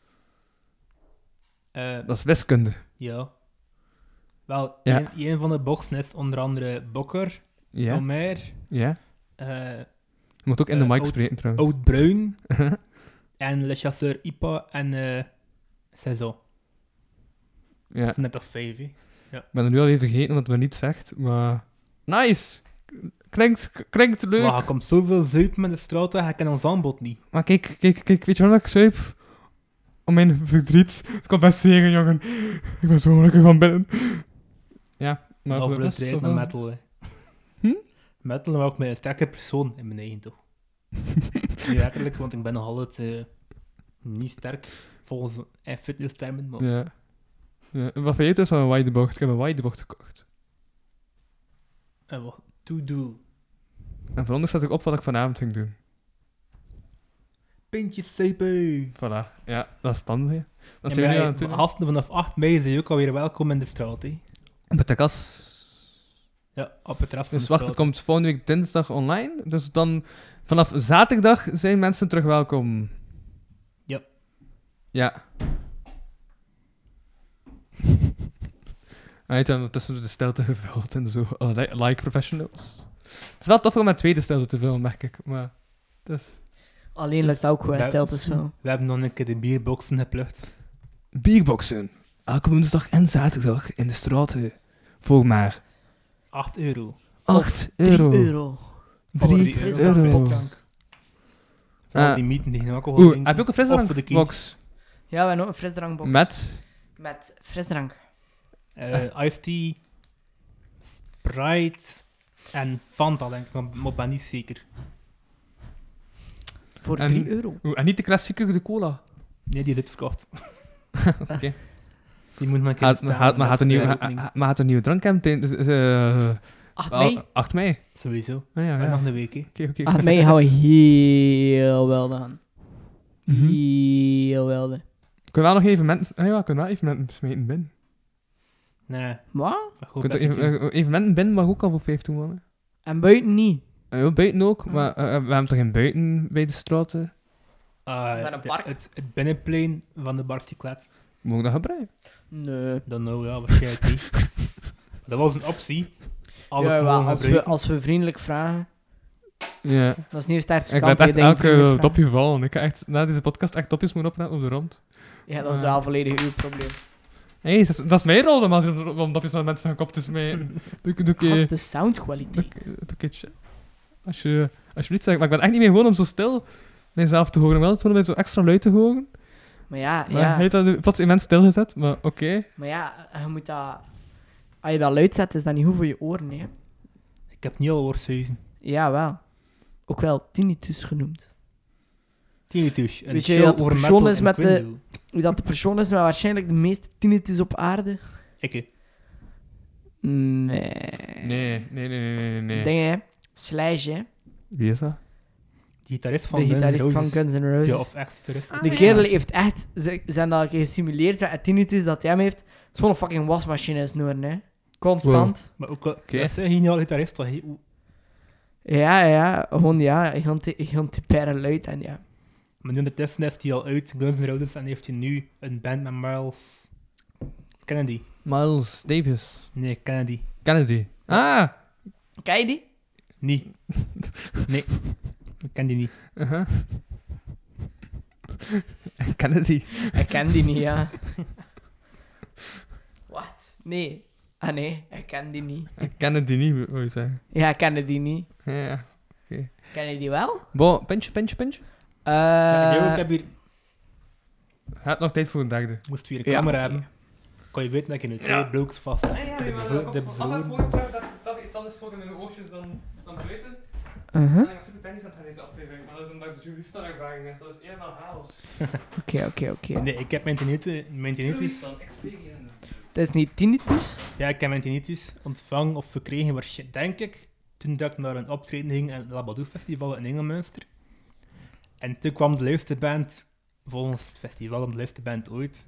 Dat is wiskunde. Ja. Wel, Ja. een van de boxen is onder andere Bokker, Ja. Omer, Ja. eh, Je moet ook in de mic Oud- spreken trouwens. Oud Bruin en Le Chasseur IPA en Saison. Ja. Dat is net toch 5, hè? Ik ben er nu alweer vergeten omdat het me niet zegt, maar... Nice! Klinkt leuk. Maar je komt zoveel zuipen met de straat, je kent ons aanbod niet. Maar kijk, weet je wat ik zuip? Om mijn verdriet te compenseren, jongen. Ik ben zo gelukkig van binnen. Ja, maar Over voor de de rest strijd is naar wel- metal, hè. Hm? Metal maar ook met een sterke persoon in mijn eigen, toch? Niet letterlijk, want ik ben nog altijd niet sterk, volgens fitnesstermen, maar... Ja. Ja. En wat vind je dus van een widebocht? Ik heb een widebocht gekocht. En wat to do. En vooronder zet ik op wat ik vanavond ging doen. Pintjes suipen. Voilà. Ja, dat is spannend, hè. Dat En zijn we nu bij aan het doen. gasten vanaf 8 mei zijn je ook alweer welkom in de straat, hè. Met de kas. Ja, op het rest van Dus de wacht, het straat. komt volgende week dinsdag online. Dus dan vanaf zaterdag zijn mensen terug welkom. Ja. Ja. Hij heeft dan tussen de stilte gevuld en zo. Oh, like professionals. Het is wel tof om met tweede stilte te vullen, merk ik. Maar het is... Alleen lukt ook goed Ja. stelt is wel. We hebben nog een keer de bierboxen geplukt. Bierboxen. Elke woensdag en zaterdag in de straten. Voor maar €8. 8 3 euro. euro. 3 frisdrank. euro. Vooral Ah. die mieten die geen alcohol Oeh, drinken. heb je ook een Of voor de frisdrankbox? Ja, we hebben ook een frisdrankbox. Met? Frisdrank. Iced tea, Sprite en Fanta, denk ik, maar ik ben niet zeker. Voor En- 3 euro. Oeh, en niet de klassieke, de cola. Nee, die is dit verkocht. Oké. Die moet maar een keer Maar bestaan, dat is een de nieuwe opening. een nieuwe drank hebben tijdens 8 mei. 8 mei. Sowieso. Ah, ja, En ja. nog een week, hè. Oké. 8 mei gaan we heel wel aan. Mhm. Heel wel. Kunnen we wel nog evenementen... Ah ja, kunnen we wel evenementen smeten binnen. Nee, Wat? dat goed Kunt best er niet doen. evenementen binnen mag ook al voor 15 man. En buiten niet. Ja, buiten ook, maar we hebben toch geen buiten bij de straten? Met een park? Het binnenplein van de Barcyclet. Moet ik dat gebruiken? Nee. Dan nou, ja, waarschijnlijk niet. Dat was een optie. Als Ja, ik wel, gewoon als we vriendelijk vragen. Ja. Dat is niet de sterkste Ik kant. ben hè, echt denk ik, vriendelijk elke vragen. dopje vallen. Ik ga echt na deze podcast echt dopjes moeten opnemen op de rond. Ja, dat is wel volledig uw probleem. Hé, dat is mijn rol om dopjes naar mensen hun kop te smijten. Doe Gast, de soundkwaliteit. Alsjeblieft zeg, maar ik ben echt niet meer gewoon om zo stil mijzelf te horen. Wel, het gewoon om zo extra luid te horen. Maar ja, Maar hij heeft dat nu plots immens stilgezet, maar oké. Maar ja, je moet dat... Als je dat luid zet, is dat niet goed voor je oren, hè. Ik heb niet al oorzuizen. Ja, wel. Ook wel tinnitus genoemd. Tinnitus. Een Weet je show dat de over persoon metal is en met de- Quinto. Wie dat de persoon is met waarschijnlijk de meeste tinnitus op aarde? Ik, hè. Nee. Nee. Dingen, hè. Slash, hè. Wie is dat? Die gitarist van De Guns N' gitarist van Roses. Guns N' Roses. Ja, of ex-gitarist. De kerel heeft echt... Ze zijn dat gesimuleerd, zijn tinnitus dat hij hem heeft. Het is gewoon een fucking wasmachine snoeren, hè. Constant. Maar ook wel, dat is een geniaal gitarist. Toch? Ja. Gewoon, ja. Heel te perren luid en ja. Maar nu ondertussen is hij al uit Guns N' Roses en heeft hij nu een band met Miles Kennedy. Miles Davis. Nee, Kennedy. Kennedy. Ah! Ken je die? Nee. Nee. Ik ken die niet. Uh-huh. Kennedy. Ik ken die niet, ja. Wat? Nee. Ah nee, ik ken die niet. Kennedy niet, wil je zeggen. Ja, ik ken die niet. Ja. Ken je die wel? Bon, pintje. Ja, ik heb hier... Hij had nog tijd voor een derde. Moest weer een Ja, camera oké. hebben. Kan je weten dat je nu twee blokes vast hebt. De bevroren. dat iets anders voor in mijn oogjes dan buiten. Uh-huh. Ik was super technisch aan deze aflevering, maar dat is omdat de jurista-ervaring is. Dat is helemaal chaos. Oké. Nee, ik heb mijn tinnitus... Het is niet tinnitus. Ja, ik heb mijn tinnitus ontvangen of verkregen, denk ik, toen dat ik naar een optreden ging in het Labadoe Festival in Engelmünster. En toen kwam de leukste band, volgens het festival, de leukste band ooit.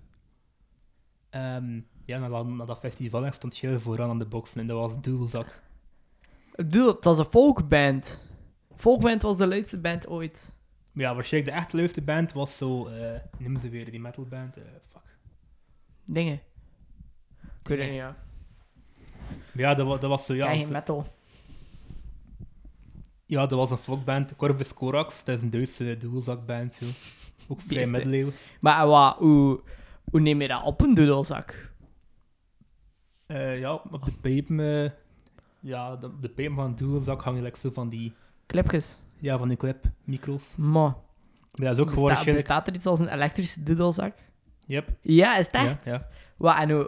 Naar dat festival en stond heel vooraan aan de boxen en dat was Doelzak. Dude, het was een folkband. Folkband was de leukste band ooit. Maar ja, waarschijnlijk de echt leukste band was zo, noemen ze weer die metalband, fuck. Dingen. Ik weet het niet, ja. Maar ja, dat was zo, ja. Kijk, metal. Ja, dat was een folkband, Corvus Corax, dat is een Duitse Doelzakband, zo. Ook vrij Beesten. middeleeuws. Maar wat, hoe neem je dat op, een doedelzak? Ja, op de pijpen... de pijpen van een doelzak hangen like zo van die... Clipjes. Ja, van die clip-micro's. Maar, Maar dat is ook gewoon waarschijnlijk... bestaat er iets als een elektrische doedelzak? Yep. Ja, is het echt? Ja. Wat, en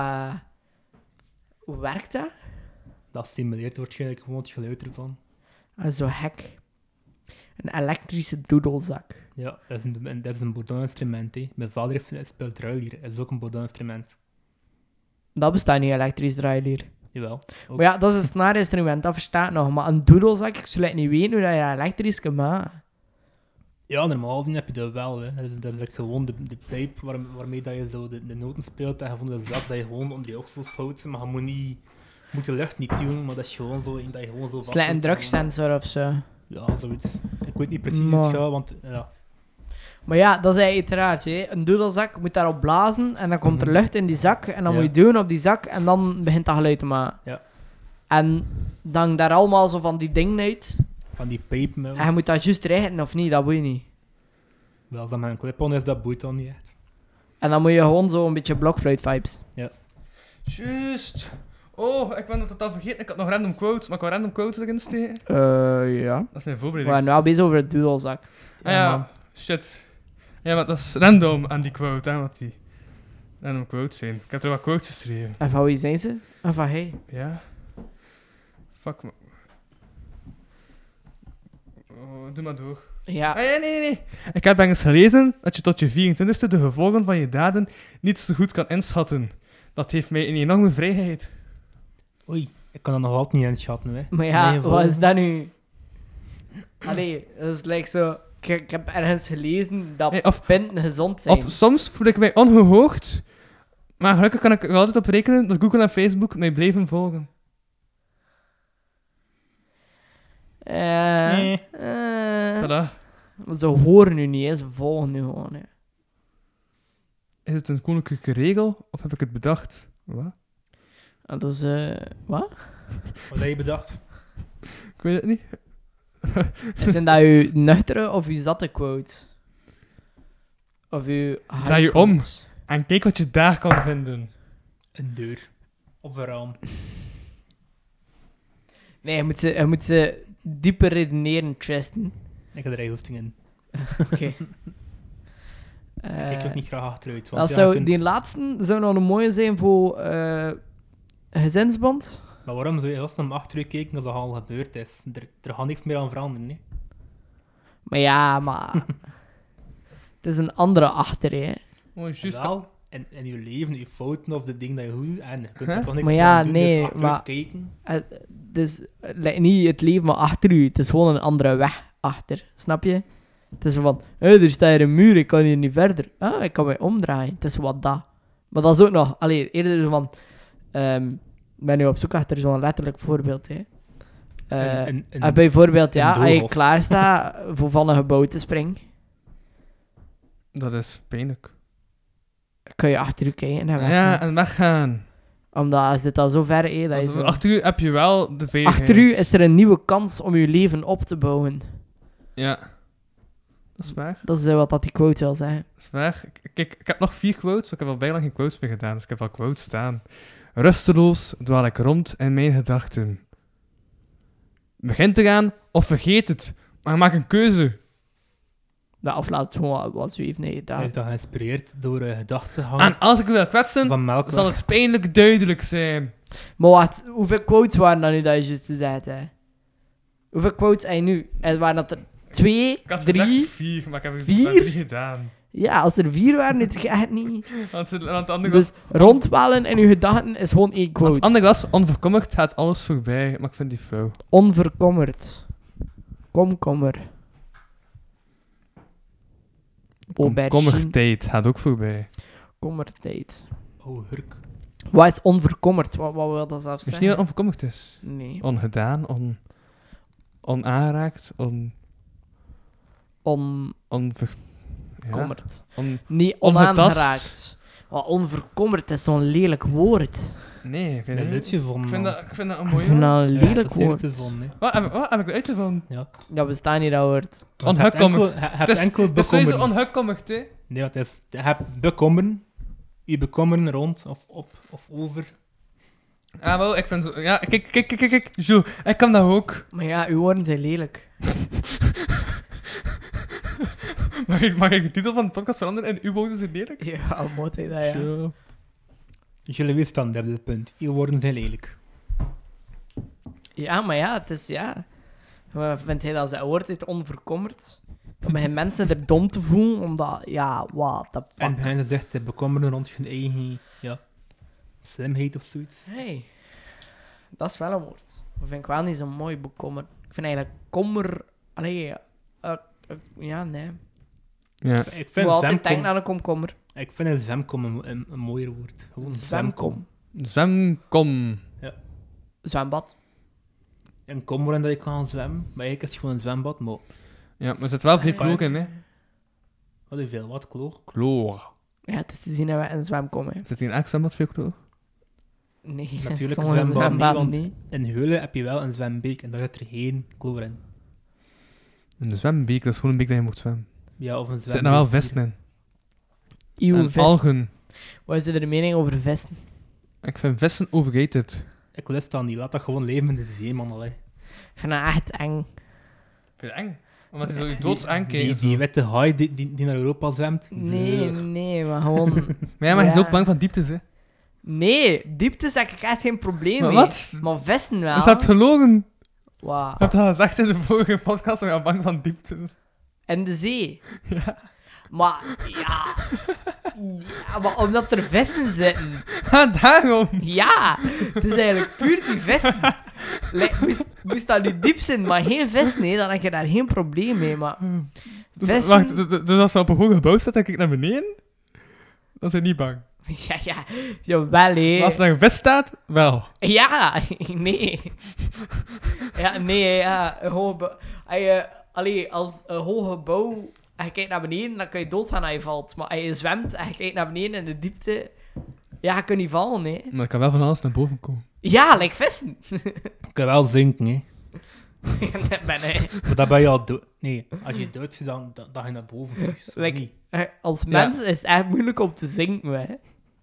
hoe werkt dat? Dat simuleert waarschijnlijk gewoon het geluid ervan. Zo hek. Een elektrische doedelzak. Ja, dat is een Bourdon-instrument, hè. Mijn vader heeft speelt druilier. Dat is ook een Bourdon-instrument. Dat bestaat niet, elektrisch draailier. Jawel. Ook. Maar ja, dat is een snaarinstrument, dat verstaat ik nog. Maar een doedelzak, ik zou niet weten hoe dat je elektrisch kan maken. Ja, normaal gezien heb je dat wel, hè. Dat is like gewoon de pijp waarmee dat je zo de noten speelt en gewoon de zak dat je gewoon onder je oksels houdt. Maar je moet niet moet de lucht niet doen, maar dat is gewoon zo, dat je gewoon zo vast... Het is like een drugssensor of zo. Ja, zoiets. Ik weet niet precies hoe Maar- het gaat, want ja. Maar ja, dat is eigenlijk raar. Hè. Een doedelzak moet daarop blazen en dan komt er Mhm. lucht in die zak. En dan Ja. moet je doen op die zak en dan begint dat geluid te maken. Ja. En dan daar allemaal zo van die dingen uit. Van die pijpen. En je moet dat juist richten of niet, dat wil je niet. Wel, als dat met een clip-on is, dat boeit dan niet echt. En dan moet je gewoon zo een beetje blokfluit-vibes. Juist. Oh, ik ben het totaal vergeten. Ik had nog random quotes. Mag ik wel random quotes erin steken? Ja. Dat is mijn We voorbereiding. waren wel bezig over het doedelzak. Ah ja, man. shit. Ja, maar dat is random aan die quote, hè, wat die random quotes zijn. Ik heb er wat quotes geschreven. En van wie zijn ze? En van hij. Ja. Fuck me. Oh, doe maar door. Ja. Ah, ja, nee. Ik heb eens gelezen dat je tot je 24e de gevolgen van je daden niet zo goed kan inschatten. Dat heeft mij een enorme vrijheid. Oei, ik kan dat nog altijd niet inschatten, hè. Maar ja, Nee, wat is dat nu? Allee, dat is like zo... Ik heb ergens gelezen dat Nee, of- pinten gezond zijn. Of soms voel ik mij ongehoord, maar gelukkig kan ik er altijd op rekenen dat Google en Facebook mij blijven volgen. Nee. Voilà. Ze horen nu niet, hè. Ze volgen nu gewoon. Hè. Is het een koninklijke regel, of heb ik het bedacht? Wat? En dat is... wat? Wat heb je bedacht? Ik weet het niet. Zijn dat uw nuchtere of uw zatte quote? Of uw... Draai je om. En kijk wat je daar kan vinden. Een deur. Of een raam. Nee, je moet ze dieper redeneren, Tristan. Ik heb er hoofding in. Oké. Ik kijk dus niet graag achteruit. Want dat ja, zou, je kunt- die laatste zou nog een mooie zijn voor gezinsband. Maar waarom zou je als naar achteruit kijken als dat al gebeurd is? Er gaat niks meer aan veranderen, nee. Maar ja, maar... het is een andere achter, hè. Oh, juist. Wel, in je leven, je fouten of de dingen dat je goed en je kunt Huh? er toch niks Maar meer ja, aan doen, nee, dus achteruit maar- kijken. Dus niet het leven maar achter u. Het is gewoon een andere weg achter. Snap je? Het is zo van... er staat hier een muur, ik kan hier niet verder. Ah, ik kan mij omdraaien. Het is wat dat. Maar dat is ook nog... Allee, eerder zo van... ik ben nu op zoek achter zo'n letterlijk voorbeeld, hè. Bijvoorbeeld, een ja, als je doolhof. klaar staat voor van een gebouw te springen, Dat is pijnlijk. kun je achter je kijken en weg. Ja, en weggaan. Omdat als dit al zo ver is, dat je zo... Achter u heb je wel de veiligheid. Achter u is er een nieuwe kans om je leven op te bouwen. Ja. Dat is waar. Dat is wat dat die quote wil zeggen. Dat is waar. Kijk, ik heb nog 4 quotes, maar ik heb al bijna geen quotes meer gedaan, dus ik heb al quotes staan. Rusteloos dwaal ik rond in mijn gedachten. Begin te gaan of vergeet het, maar maak een keuze. Ja, of laat het gewoon wat zweven. Nee, Hij dat... is dan geïnspireerd door gedachtegang En als ik wil kwetsen, van Melk. zal het pijnlijk duidelijk zijn. Maar wat, hoeveel quotes waren dat nu dat je juist gezegd hebt? Hoeveel quotes heb je nu? En waren dat er 2, Ik had 3? gezegd 4, maar ik heb er 4? 3 gedaan. Ja, als er 4 waren, het gaat niet. Want het andere Dus rondwalen in je gedachten is gewoon 1 het quote. andere was onverkommerd gaat alles voorbij, maar ik vind die flauw. Onverkommerd. Komkommer. Aubergine. Komkommertijd gaat ook voorbij. Komkommertijd. Oh, hurk. Wat is onverkommerd? Wat wil dat zelf Is niet zeggen? dat onverkommerd is? Nee. Ongedaan, onaanraakt, onver... Ja, Onverkommerd. Ongetast. Niet onaangeraakt. Wat onverkommerd is zo'n lelijk woord. Nee, ik vind Dat dat is niet. uitgevonden. Ik vind dat een Ik mooie vind woord. dat een Ja, lelijk dat is woord. uitgevonden, hè. Wat heb ik uitgevonden? Dat bestaat niet, dat woord. Want je hebt Ongekommerd. enkel- je Het hebt is, enkel het is sowieso bekommeren. ongekommerd, hè. Nee, wat is... Je hebt bekommeren. Je bekommeren rond of op of over. Ah, wel, ik vind zo... Ja, kijk, Jules, ik kan dat ook. Maar ja, uw woorden zijn lelijk. Mag ik de titel van de podcast veranderen en uw woorden zijn lelijk? Ja, moet hij dat, ja. Jules. Jullie wisten dat op dit punt. Je woorden zijn lelijk. Ja, maar ja, het is, ja... Wat vindt hij dat zijn woord heeft onverkommerd? Dan beginnen mensen er dom te voelen, omdat, ja, what the fuck. En hij zegt te bekommeren rond hun eigen slimheid of zoiets. Hey, dat is wel een woord. Dat vind ik wel niet zo mooi, bekommer. Ik vind eigenlijk kommer... Allee, ja, nee. Ja. Ik Ik moet vind altijd zwemkom, denken aan een komkommer. ik vind een zwemkom een mooier woord. Gewoon zwemkom. Zwemkom. Zwemkom. Zwembad. Een kom waarin dat je kan gaan zwemmen. Maar eigenlijk is het gewoon een zwembad, maar... Ja, maar er zit wel veel Feit. kloor in, hè. Wat is veel? Wat? Kloor? Kloor. Ja, het is te zien dat we in een zwem komen. Zit hier in elk zwembad veel kloor? Nee, Natuurlijk sommige zwembad niet, want niet. in Heulen heb je wel een zwembeek en daar zit er geen kloor in. In de zwembeek, dat is gewoon een beek dat je mocht zwemmen. Ja, of een Er zwembeek. zitten nou wel vesten in. Eeuw, En vesten. algen. Wat is er de mening over vesten? Ik vind vesten overrated. Ik lust dat niet. Laat dat gewoon leven in de zee, man. Allee. Ik vind dat echt eng. Vind je het eng? Omdat hij zo je doods aankijkt. Die, en zo. die witte haai die naar Europa zwemt. Nee, maar gewoon... Maar ja, maar hij is Ja. ook bang van dieptes, hè. Nee, dieptes heb ik echt geen probleem Maar mee. wat? Maar vesten wel. Dus je hebt gelogen. Wauw. Je hebt al gezegd in de vorige podcast dat je bang van dieptes. In de zee. Ja. Maar, ja... Ja, maar omdat er vesten zitten. Daarom. Ja, het is eigenlijk puur die vesten. Moest dat nu diep zijn, maar geen vest, nee, dan heb je daar geen probleem mee. Maar Dus, vesten... wacht, dus als ze op een hoog gebouw staat en ik naar beneden, dan zijn niet bang. Ja, jawel, hé. Maar als er een vest staat, wel. Ja, nee. Ja, nee, ja. Een hoog als een hoog gebouw en je kijkt naar beneden, dan kan je doodgaan als je valt. Maar als je zwemt en je kijkt naar beneden in de diepte, ja, je kunt niet vallen, hè. Maar ik kan wel van alles naar boven komen. Ja, like vissen. Ik kan wel zinken, hè. Dat ben ik. Maar dan ben je al dood. Nee, als je dood zit, dan ga je naar boven. Dus Like, niet. Als mens is het echt moeilijk om te zinken, hè.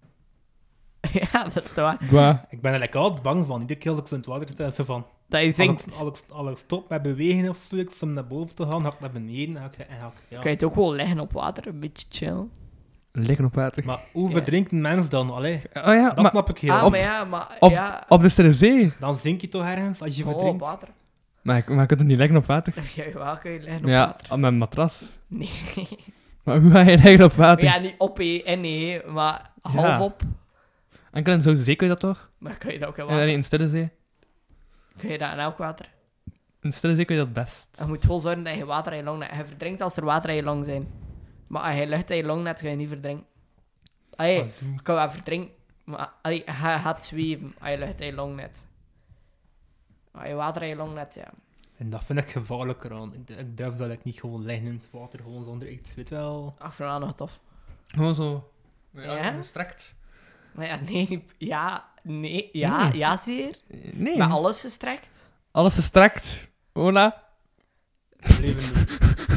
Ja, dat is waar. Waar? Ik ben er like altijd bang van. Iedere keer als ik zo in het water zit, is zo van... Dat je zinkt. Als ik stop met bewegen of zo, om naar boven te gaan, ga ik naar beneden. En ga ik, ja. Kan je het ook gewoon liggen op water, een beetje chill. Liggen op water. Maar hoe verdrinkt een mens dan? Allee, Oh ja, dat maar snap ik heel Ah, goed. maar ja, maar... op, ja, op de stille zee. Dan zink je toch ergens als je gewoon op verdrinkt? water. Maar je kunt er niet liggen op water. Ja, waar kun je liggen op Ja, water? met een matras. Nee. Maar hoe ga je liggen op water? Ja, niet op en nee, maar half op. Enkel in zo'n zee kun je dat toch? Maar kun je dat ook in En water? niet in stille zee. Kun je dat in elk water? In stille zee kun je dat best. Je moet wel zorgen dat je water in je long net... Je verdrinkt als er water in je long zijn. Maar als je lucht in je long net, ga je niet verdrinken. Allee, je kan wel verdrinken, maar allee, je gaat zweven als je lucht in je long net. Maar als je water in je long net, ja. En dat vind ik gevaarlijker aan. Ik durf dat ik niet gewoon liggen in het water, gewoon zonder iets. Weet wel. Ach, vooral nog tof. Gewoon zo. Ja? Gestrekt. Maar ja, nee, ja, nee, ja, Nee. ja, zeer. Nee. Maar alles gestrekt. Alles gestrekt. Hola. Leven doen.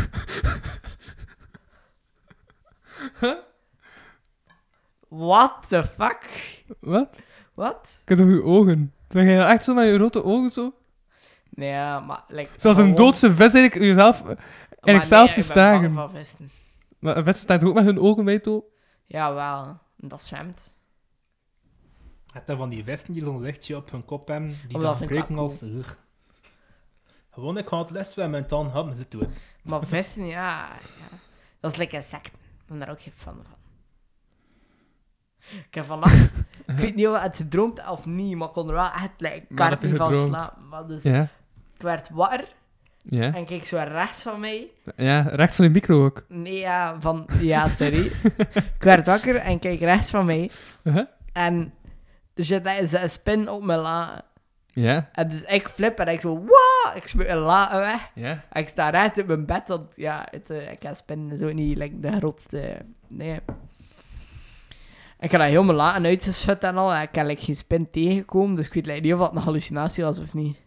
What the fuck? Wat? Wat? Ik heb toch uw ogen? Ben je echt zo met je rode ogen zo? Nee, ja, maar... Like, Zoals een gewoon- doodse vis eigenlijk jezelf... Maar En ik zelf nee, te ik ben bang stagen. van vissen. Maar een vis staat ook met hun ogen bij toe. Ja, wel. Dat zwemt. Het zijn van die vesten die zo'n lichtje op hun kop hebben, die dat dan vind ik gebruiken wel als ugh. Gewoon, ik ga het les zwemmen en dan hebben ze het dood. Maar vissen, ja. Dat is lekker insecten. Ik ben daar ook geen fan van. Ik heb vannacht... ik weet niet of ik het gedroomd heb of niet, maar ik kon er wel echt like, Wat kaart heb je niet van gedroomd? slapen. Maar dus, Ja. ik werd wakker Ja. en keek zo rechts van mij. Ja, rechts van de micro ook. Nee, ja, van... Ja, sorry. Ik werd wakker en keek rechts van mij. Uh-huh. En er zit een spin op mijn la. Ja. En dus ik flip en ik zo... Wow! Ik spuit een la weg. Ja. En ik sta recht op mijn bed, want ja, ik heb spin is ook niet like, de grootste... Nee. Ik heb dat heel mijn laten uitgeschud en al. En ik heb like, geen spin tegengekomen, dus ik weet like, niet of dat een hallucinatie was of niet.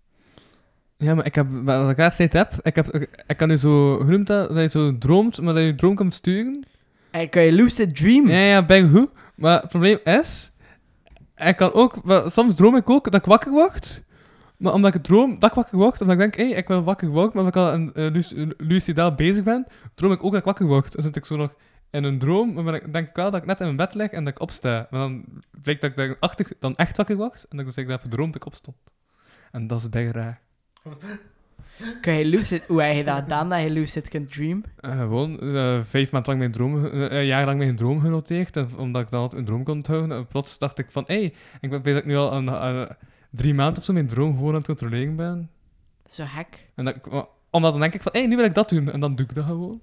Ja, maar ik heb... Wat ik laatst heb... Ik kan nu zo... Hoe noemt dat? Dat je zo droomt, maar dat je droom kan sturen. En kan je lucid dream? Ja, ja, ben goed. Maar het probleem is... Ik kan ook... Soms droom ik ook dat ik wakker word. Maar omdat ik droom dat ik wakker word, omdat ik denk, hé, ik wil wakker worden, maar omdat ik al lucidaal bezig ben, droom ik ook dat ik wakker word. Dan zit ik zo nog in een droom, maar dan denk ik wel dat ik net in mijn bed lig en dat ik opsta. Maar dan blijkt dat ik dan echt wakker word, en dat ik zeg dat ik heb gedroomd dat ik opstond. En dat is bij raar. Kan je lucid... Hoe heb je dat gedaan, dat je lucid kunt dream? Gewoon 5 maanden lang een jaar lang mijn droom genoteerd, en omdat ik dan altijd een droom kon onthouden. En plots dacht ik van, hé, ik weet dat ik nu al 3 maanden of zo mijn droom gewoon aan het controleren ben. Zo gek. En omdat dan denk ik van, hé, nu wil ik dat doen. En dan doe ik dat gewoon.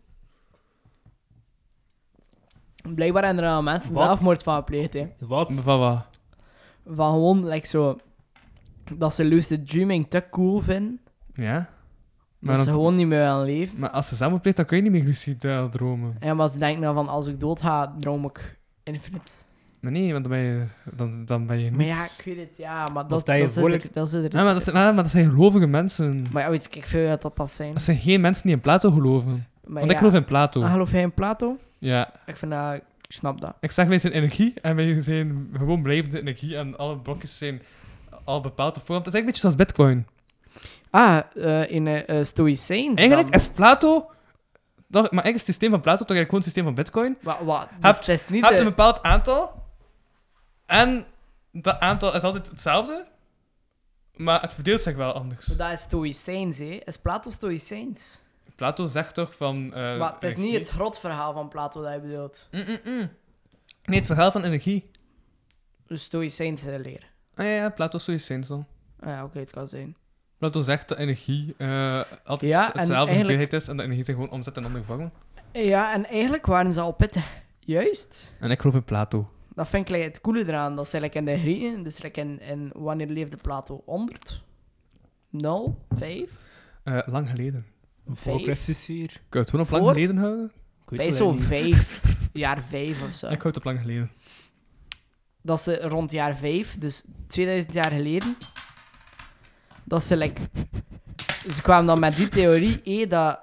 Blijkbaar hebben er al mensen Wat? zelfmoord van gepleegd, hè. Wat? Van wat? Van gewoon, like zo... dat ze lucid dreaming te cool vinden. Ja. Dat ze gewoon niet meer willen leven. Maar als je zelfmoord dan kun je niet meer lucid dromen. Ja, maar ze denken dan van, als ik dood ga, droom ik infinite. Maar nee, want dan ben je niet... Maar ja, ik weet het, ja, maar Dat sta je voorlijk- dat is er. Ja, maar dat zijn gelovige mensen. Maar ja, weet ik veel dat zijn. Dat zijn geen mensen die in Plato geloven. Maar Want ik geloof in Plato. geloof jij in Plato? Ja. Ik vind dat... Ik snap dat. Ik zeg, wij zijn energie en wij zijn gewoon blijvende energie en alle blokjes zijn al bepaald op voorhand. Het is eigenlijk een beetje zoals Bitcoin. In Stoïcijns Eigenlijk dan. is Plato... Maar eigenlijk is het systeem van Plato toch eigenlijk gewoon het systeem van Bitcoin. Wat? Je Dus het is niet hebt een bepaald aantal en dat aantal is altijd hetzelfde, maar het verdeelt zich wel anders. Maar dat is Stoïcijns, hè? Is Plato Stoïcijns? Plato zegt toch van... Maar het is niet het grotverhaal van Plato dat je bedoelt. Nee, het verhaal van energie. Dus Stoïcijns leren. Ja, Plato is Stoïcijns dan. Ja, oké, het kan zijn. Plato zegt dat energie altijd Ja, en hetzelfde eigenlijk- hoeveelheid is en dat energie zich gewoon omzet in andere vormen. Ja, en eigenlijk waren ze al pittig. Juist. En ik geloof in Plato. Dat vind ik het coole eraan. Dat is eigenlijk in de Grieken, dus in wanneer leefde Plato? 100? 0? 5? Lang geleden. Voor Vijf? Christus hier. Kun je het gewoon op lang Voor? geleden houden? Ik weet Bij het zo'n niet. 5. Jaar 5 of zo. Ik houd het op lang geleden. Dat ze rond jaar 5, dus 2000 jaar geleden, dat ze like... Ze kwamen dan met die theorie, dat...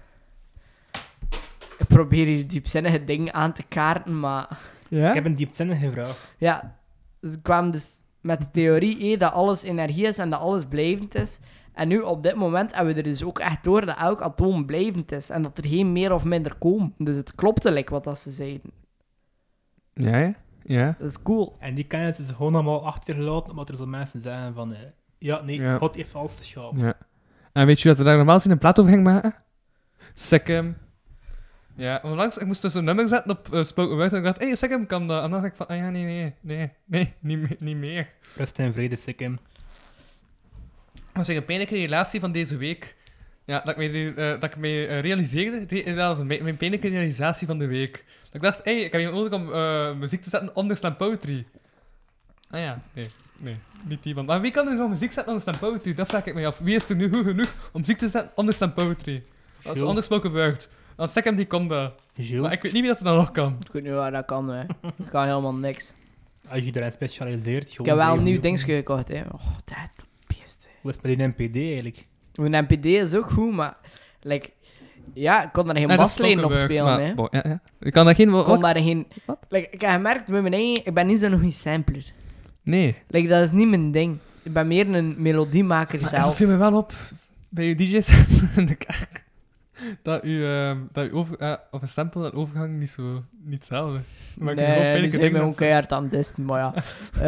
Ik probeer hier diepzinnige dingen aan te kaarten, maar... Ja? Ik heb een diepzinnige vraag. Ja, ze kwamen dus met de theorie dat alles energie is en dat alles blijvend is. En nu, op dit moment, hebben we er dus ook echt door dat elk atoom blijvend is. En dat er geen meer of minder komen. Dus het klopte like wat dat ze zeiden. Ja? Ja. Dat is cool. En die kennen ze gewoon allemaal achtergelaten, omdat er zo mensen zeggen van... ja, nee, Ja. God heeft alles geschapen. Ja. En weet je wat we daar normaal zien een plaat over ging maken? Sikkim. Ja, onlangs, ik moest dus een nummer zetten op Spoken Word en ik dacht, Sikkim kan dat. En dan dacht ik van, nee, niet meer. Rust en vrede, Sikkim. Dat was een pijnlijke relatie van deze week. Ja, dat ik me realiseerde, dat was mijn pijnlijke realisatie van de week. Dat ik dacht, ik heb hier nodig om muziek te zetten onder slam poetry. Ah ja, nee, niet die man. Maar wie kan er nog muziek zetten onder slam poetry? Dat vraag ik me af. Wie is er nu goed genoeg om muziek te zetten onder slam poetry? Dat is onder Spoken Word. Want Sikkim die kon dat. Maar ik weet niet wie dat er dan nog kan. Ik weet niet waar dat kan, hè. Ik kan helemaal niks. Als je daarin specialiseert... Ik heb wel een nieuw dingetje gekocht, hè. Oh, dat beest, hè. Hoe is het met die NPD eigenlijk? Mijn NPD is ook goed, maar... Like, ja, ik kon daar geen Ja, dat is baslijn op Spoken Word, spelen, maar, hè. bon, ja. Ik kan daar geen... Ik kon daar geen... Wat? Like, ik heb gemerkt met mijn eigen... Ik ben niet zo'n goede sampler. Nee. Like, dat is niet mijn ding. Ik ben meer een melodiemaker Maar dat zelf. viel me wel op bij je DJ-set in de kerk. Dat uw of een sample en overgang niet hetzelfde. Maar ik heb gewoon Nee, die pijnlijke zijn me dingen gewoon keihard aan het disten, maar ja.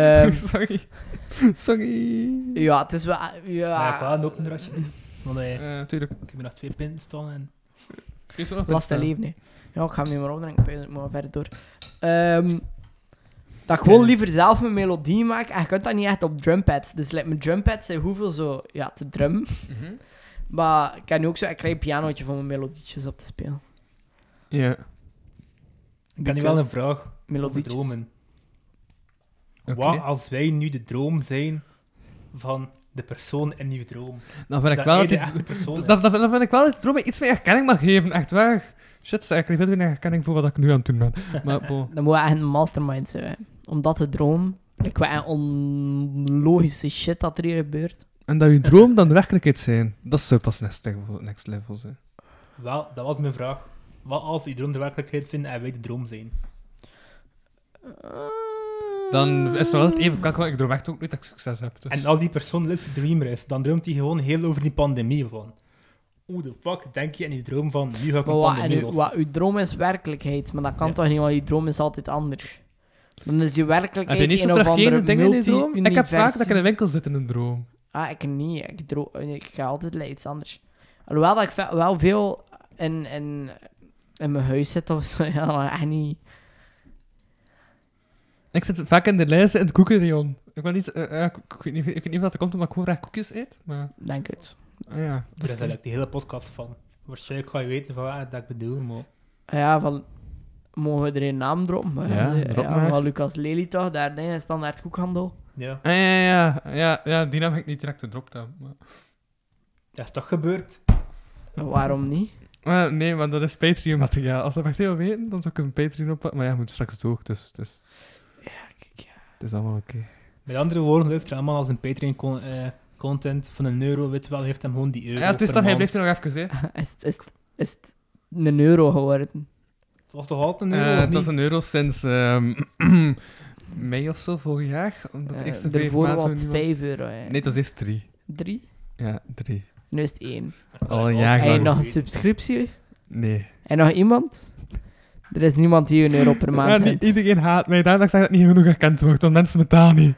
Sorry. Ja, het is wel... Maar ik wil Ja, een open alsjeblieft. Want Tuurlijk. ik heb er nog 2 pinten staan en... Geef er nog last te een leven, hè. Ja, ik ga hem niet meer opdrinken, ik moet maar verder door. Dat ik gewoon liever zelf mijn melodie maak. En je kunt dat niet echt op drumpads. Dus like, mijn drumpads zijn hoeveel zo... Ja, te drummen. Mhm. Maar ik heb nu ook zo een klein pianootje voor mijn melodietjes op te spelen. Ja. Ik heb nu wel een vraag over Melodietjes. dromen. Oké. Wat als wij nu de droom zijn van de persoon in uw droom? Dan vind ik Dat wel jij dat de die... echte persoon Dan is. vind ik wel dat die droom mij iets meer erkenning mag geven. Echt waar. Shit, ik krijg veel meer erkenning voor wat ik nu aan het doen ben. Maar bon. Dan moet je echt een mastermind zijn. Hè. Omdat de droom... Like, wat een onlogische shit dat er hier gebeurt. En dat je droom dan de werkelijkheid zijn. Dat zou pas next level zijn. Wel, dat was mijn vraag. Wat als uw droom de werkelijkheid zijn en wij de droom zijn? Dan is het nog altijd even kakker. Ik droom echt ook niet dat ik succes heb. Dus. En als die persoon lucid dreamer is, dan droomt hij gewoon heel over die pandemie van... Hoe de fuck denk je in die droom van, nu ga ik Maar een wat, pandemie en lossen? wat uw droom is werkelijkheid. Maar dat kan Ja. toch niet, want uw droom is altijd anders. Dan is die Heb werkelijkheid je niet zo een of terugkerende andere dingen in die droom? Ik heb vaak multi-universe. dat ik in een winkel zit in een droom. Ah, ik niet. Ik ga altijd iets anders. Alhoewel dat ik wel veel in mijn huis zit of zo. Ja, maar echt niet. Ik zit vaak in de lijsten in het koekenrayon. Ik weet niet of dat komt omdat ik gewoon graag koekjes eet, maar... Denk het. Ja. Daar is eigenlijk de hele podcast van. Waarschijnlijk ga je weten van wat dat ik bedoel, maar... Ja, van... Mogen we er een naam droppen? Maar, Ja, drop maar. maar Lucas Lely toch, daar is standaard koekhandel. Ja. Ja, die naam heb ik niet direct gedropt. Hè. Maar... Dat is toch gebeurd? Waarom niet? Nee, maar dat is Patreon-materiaal. Als dat echt heel weten, dan zou ik een Patreon oppakken. Maar ja, je moet straks het ook, dus... Het is allemaal oké. Met andere woorden, luisteren allemaal als een Patreon-content van €1, weet je wel, heeft hem gewoon die euro Ja, het is per dan, hij maand. blijft er nog even, hè. Is het €1 geworden? Het was toch altijd €1, of Het niet? was €1 sinds mei of zo, vorig jaar. Omdat de eerste 5 Daarvoor maanden was het niet €5. Ja. Nee, het was eerst 3. 3? Ja, 3. Nu is het 1. Al een jaar Heb je lang. nog een subscriptie? Nee. En nog iemand? Er is niemand die €1 per maand Ja, heeft. niet iedereen haat mij. Daarom dat ik zeg dat het niet genoeg herkend wordt, want mensen betalen niet.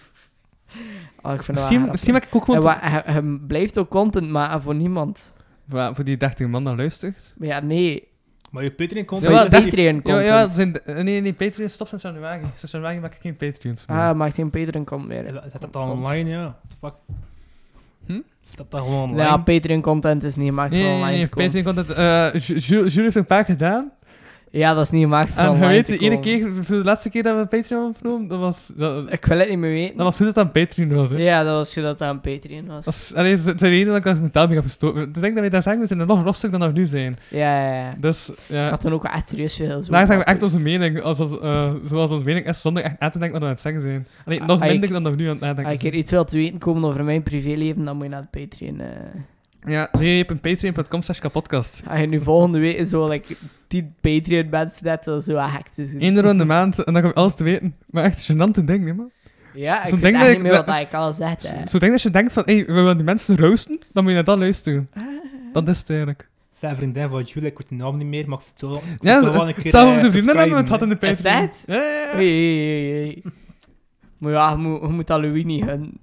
Oh, ik vind het Misschien maak ik ook gewoon... hij blijft ook content maken voor niemand. Voor die 30 man dat luistert. Maar ja, nee. Maar je Patreon-content... Voor Ja, je dat- Patreon content. Nee, Patreon stopt sinds januari. Sinds januari maak ik geen Patreons meer. Maakt geen Patreon content meer. Zet dat dan online, ja? What the fuck? Hm? Staat dat gewoon online? Ja, Patreon content is niet gemaakt voor online Nee, te komen. Patreon content... Jules heeft een paar gedaan. Ja, dat is niet gemaakt voor En je online weet, te de ene komen. keer, de laatste keer dat we Patreon opgenomen, Ik wil het niet meer weten. dat was hoe dat aan Patreon was, hè. Ja, dat was hoe dat aan Patreon was. Dat is de reden dat ik dat mentaal mee heb gestoken. Ik denk dat wij daar zeggen, we zijn er nog rostiger dan dat we nu zijn. Ja. Dus, Ik ja... had dan ook wel echt serieus veel zo. Daar zeggen we echt onze mening, zoals onze mening is, zonder echt aan te denken wat we aan het zeggen zijn. Allee, nog Ah, minder ik- dan dat we nu aan het nadenken Als ik zijn. er iets wil te weten komen over mijn privéleven, dan moet je naar de Patreon. Ja, nee, je hebt een patreon.com/kapodcast. Als je nu volgende week zo, 10 Patreon mensen net zo hackt te zien. Eén rond de maand, en dan kom je alles te weten. Maar echt een gênante ding, nee, man. Ja, ik Zo'n weet ding echt dat niet ik- meer wat ik al zeg. Zo denk dat je denkt van, we willen die mensen roosten, dan moet je naar dat luisteren. Dat is het eigenlijk. Zijn vriendin van Jules, ik weet de naam niet meer, maar ik zit zo... Ja, zelfs onze vrienden hebben het gehad in de Is Patreon. dat? Ja, ja, ja. Hey. Maar ja, je moet dat Louis niet gunnen.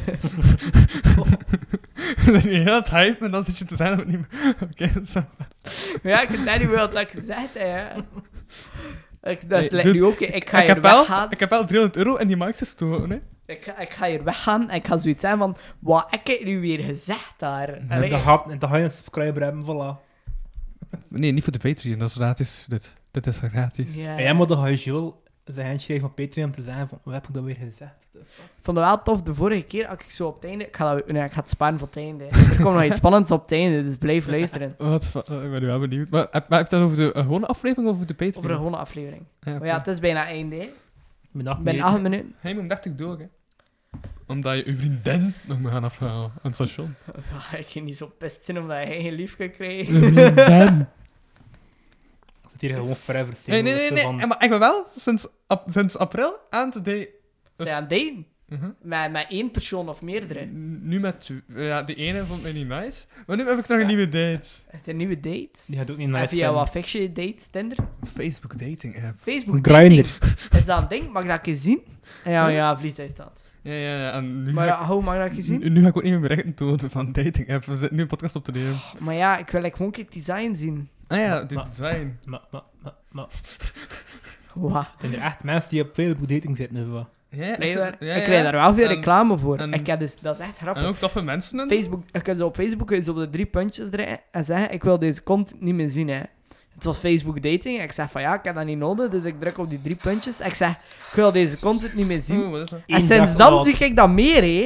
Dan ben je heel het hype en dan zit je te zijn dat het niet meer... Oké, zo. Maar ja, ik weet niet meer wat ik gezegd heb. Ja. Dat is Hey, dude, nu ook. Ik ga Ik hier heb wel weggaan. €300 in die markt gestoken, hè. Ik ga hier weggaan en ik ga zoiets zijn van... Wat heb ik nu weer gezegd daar? En Allee, dan ga je een subscriber hebben, voilà. Nee, niet voor de Patreon, dat is gratis. Dit is gratis. ja. En jij moet dan ga je Jules zijn handschrijven op Patreon om te zeggen van, wat heb ik dat weer gezegd? Ik vond het wel tof. De vorige keer had ik zo op het einde... Ik ga het sparen voor het einde. Er komt nog iets spannends op het einde, dus blijf luisteren. Ik ben nu wel benieuwd. Maar heb je het dan over de gewone aflevering of over de Patreon? Over een gewone aflevering. Ja, oké. Maar ja, het is bijna einde. Hè. Met 8 Ik ben minuten. 8 minuten. Hij moet 30 door, hè. Omdat je vriendin nog moet gaan afhalen aan het station. Ja, ik ging niet zo pist zijn omdat hij geen lief kan Je krijgen. vriendin. Ik zit hier gewoon forever Nee, single. nee, zo nee. van- Maar ik ben wel sinds april aan te daten. Dus- Zijn aan het daten? Mhm. Met één persoon of meerdere? Nu met twee. Ja, die ene vond mij niet nice. Maar nu heb ik nog een nieuwe date. Echt een nieuwe date? Die gaat ook niet En nice via zijn. wat fix je dates, Tinder? Facebook dating app. Facebook Grindr. dating. Is dat een ding? Mag ik dat eens zien? Ja, vliegtuigstand. Ja. En nu, Maar ga ja, hoe mag ik dat eens zien? nu ga ik ook niet meer berichten tonen van dating app. We zitten nu een podcast op te nemen. Maar ja, ik wil gewoon een keer het design zien. Ah ja, dit Maar- design. Maar, Wow. zijn er echt mensen die op Facebook dating zitten of wat? Ja, Ik krijg daar wel veel En- reclame voor. en- Ik heb dus, dat is echt grappig. En ook toffe mensen. En Facebook, je kunt zo op Facebook kun je zo op de 3 puntjes draaien en zeggen, ik wil deze content niet meer zien. Hè. Het was Facebook dating. Ik zeg van ja, ik heb dat niet nodig, dus ik druk op die 3 puntjes. Ik zeg, ik wil deze content niet meer zien. Oeh, wat is dat? En Eén sinds dag dan laat. zie ik dat meer, hè.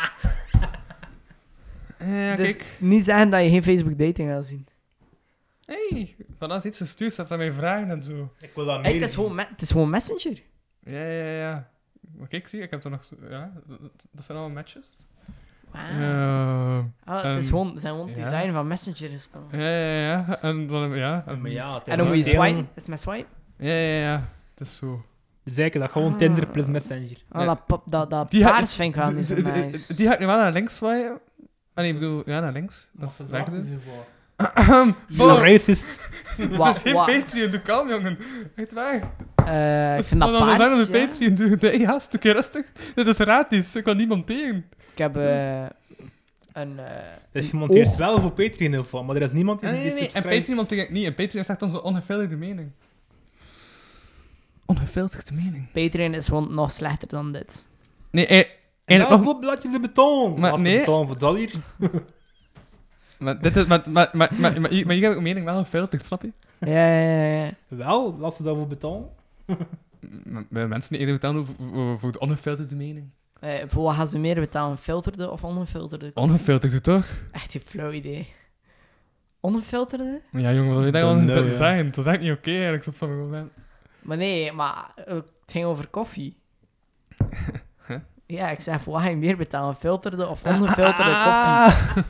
Ja, Dus kijk. niet zeggen dat je geen Facebook dating gaat zien. Hey, van als iets gestuurd staat, dan mij vragen en zo. Ik wil dat Hey, meer het is gewoon Messenger. Ja. Maar kijk, zie, ik heb er nog... Ja, dat zijn allemaal matches. Wow. Ja. Het zijn gewoon het ja. design van Messenger is dan. Ja. En dan... Ja. Maar ja, het is En dan moet je wel swipen. deel- Is het met swipe? Ja. Het is zo. Dus eigenlijk dat gewoon Tinder plus Messenger. Oh, dat Die paars vind ik wel niet zo nice. Die ga ik nu wel naar links zwaaien. Ah, nee, ik bedoel, ja, naar links. Dat is het Wat zeggen. is er voor? Voor... Racist. Dat is geen Patreon, doe kalm, jongen. Echt waar. Ik vind dat We zijn paars, op de ja. Patreon, doe het. Ja, een stukje rustig. Dit is gratis, ik kan niemand tegen. Ik heb een... Dus je een monteert oog. wel voor Patreon of wat, maar er is niemand die Nee. En subscribe. Patreon monteer ik niet. En Patreon zegt onze ongefilterde mening. Ongefilterde mening? Patreon is gewoon nog slechter dan dit. Nee, En eigenlijk nog... voor bladjes de beton. Maar Als nee. de beton voor dat hier. Maar dit is... Maar hier heb ik mijn mening wel gefilterd, snap je? Ja. Wel, laat ze daarvoor betalen. Bij mensen die eerder betalen voor de ongefilterde mening. Voor wat gaan ze meer betalen? Filterde of ongefilterde? Ongefilterde toch? Echt een flauw idee. Ongefilterde? Ja, jongen, wat wil je daar Dan wel nou, ja. zeggen? Dat is echt niet oké, eigenlijk, op zo'n moment. Maar nee, het ging over koffie. Huh? Ja, ik zei voor wat ga je meer betalen? Filterde of ongefilterde koffie?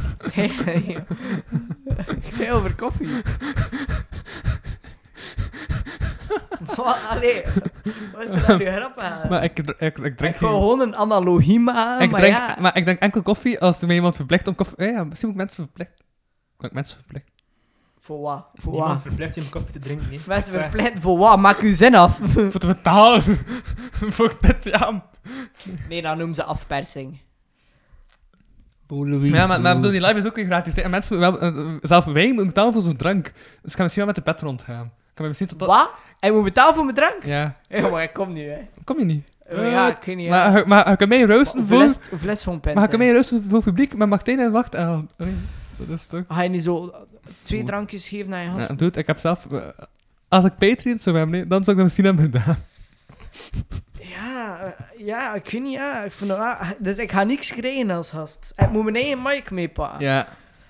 Ik zei over koffie. Wat? Allee, wat is er nou nu grap aan? Maar ik drink Ik wil geen... gewoon een analogie maken, Maar ik drink enkel koffie als er mij iemand verplicht om koffie... Ja, misschien moet ik mensen verplichten. Kan ik mensen verplichten? Voor wat? Voor Niemand wat? verplicht je om koffie te drinken. Hè. Mensen verplichten voor wat? Maak uw zin af. Voor te betalen. Voor dit, ja. Nee, dan noemen ze afpersing. Ja, maar ik bedoel, die live is ook weer gratis. Hè. En mensen moeten wel... zelf wij moeten betalen voor zo'n drank. Dus ik ga misschien wel met de pet rondgaan. Ik kan misschien tot dat... Wat? Hij moet betalen voor mijn drank? Ja. Ja, maar ik kom niet, hè. Kom je niet. Ja, ik weet niet, hè. Maar je kan mij roosten voor... Een fles van pint. Maar je kan mij roosten voor publiek met Martijn en Wacht aan. Nee, dat is toch... Ga je niet zo 2 drankjes geven aan je gast? Ja, dude, ik heb zelf... als ik Patreon zou hebben, nee, dan zou ik dat misschien hebben gedaan. Ja, ik weet niet, ja. Ik vind dat, dus ik ga niks krijgen als gast. Ik moet mijn eigen mic meepakken. Ja.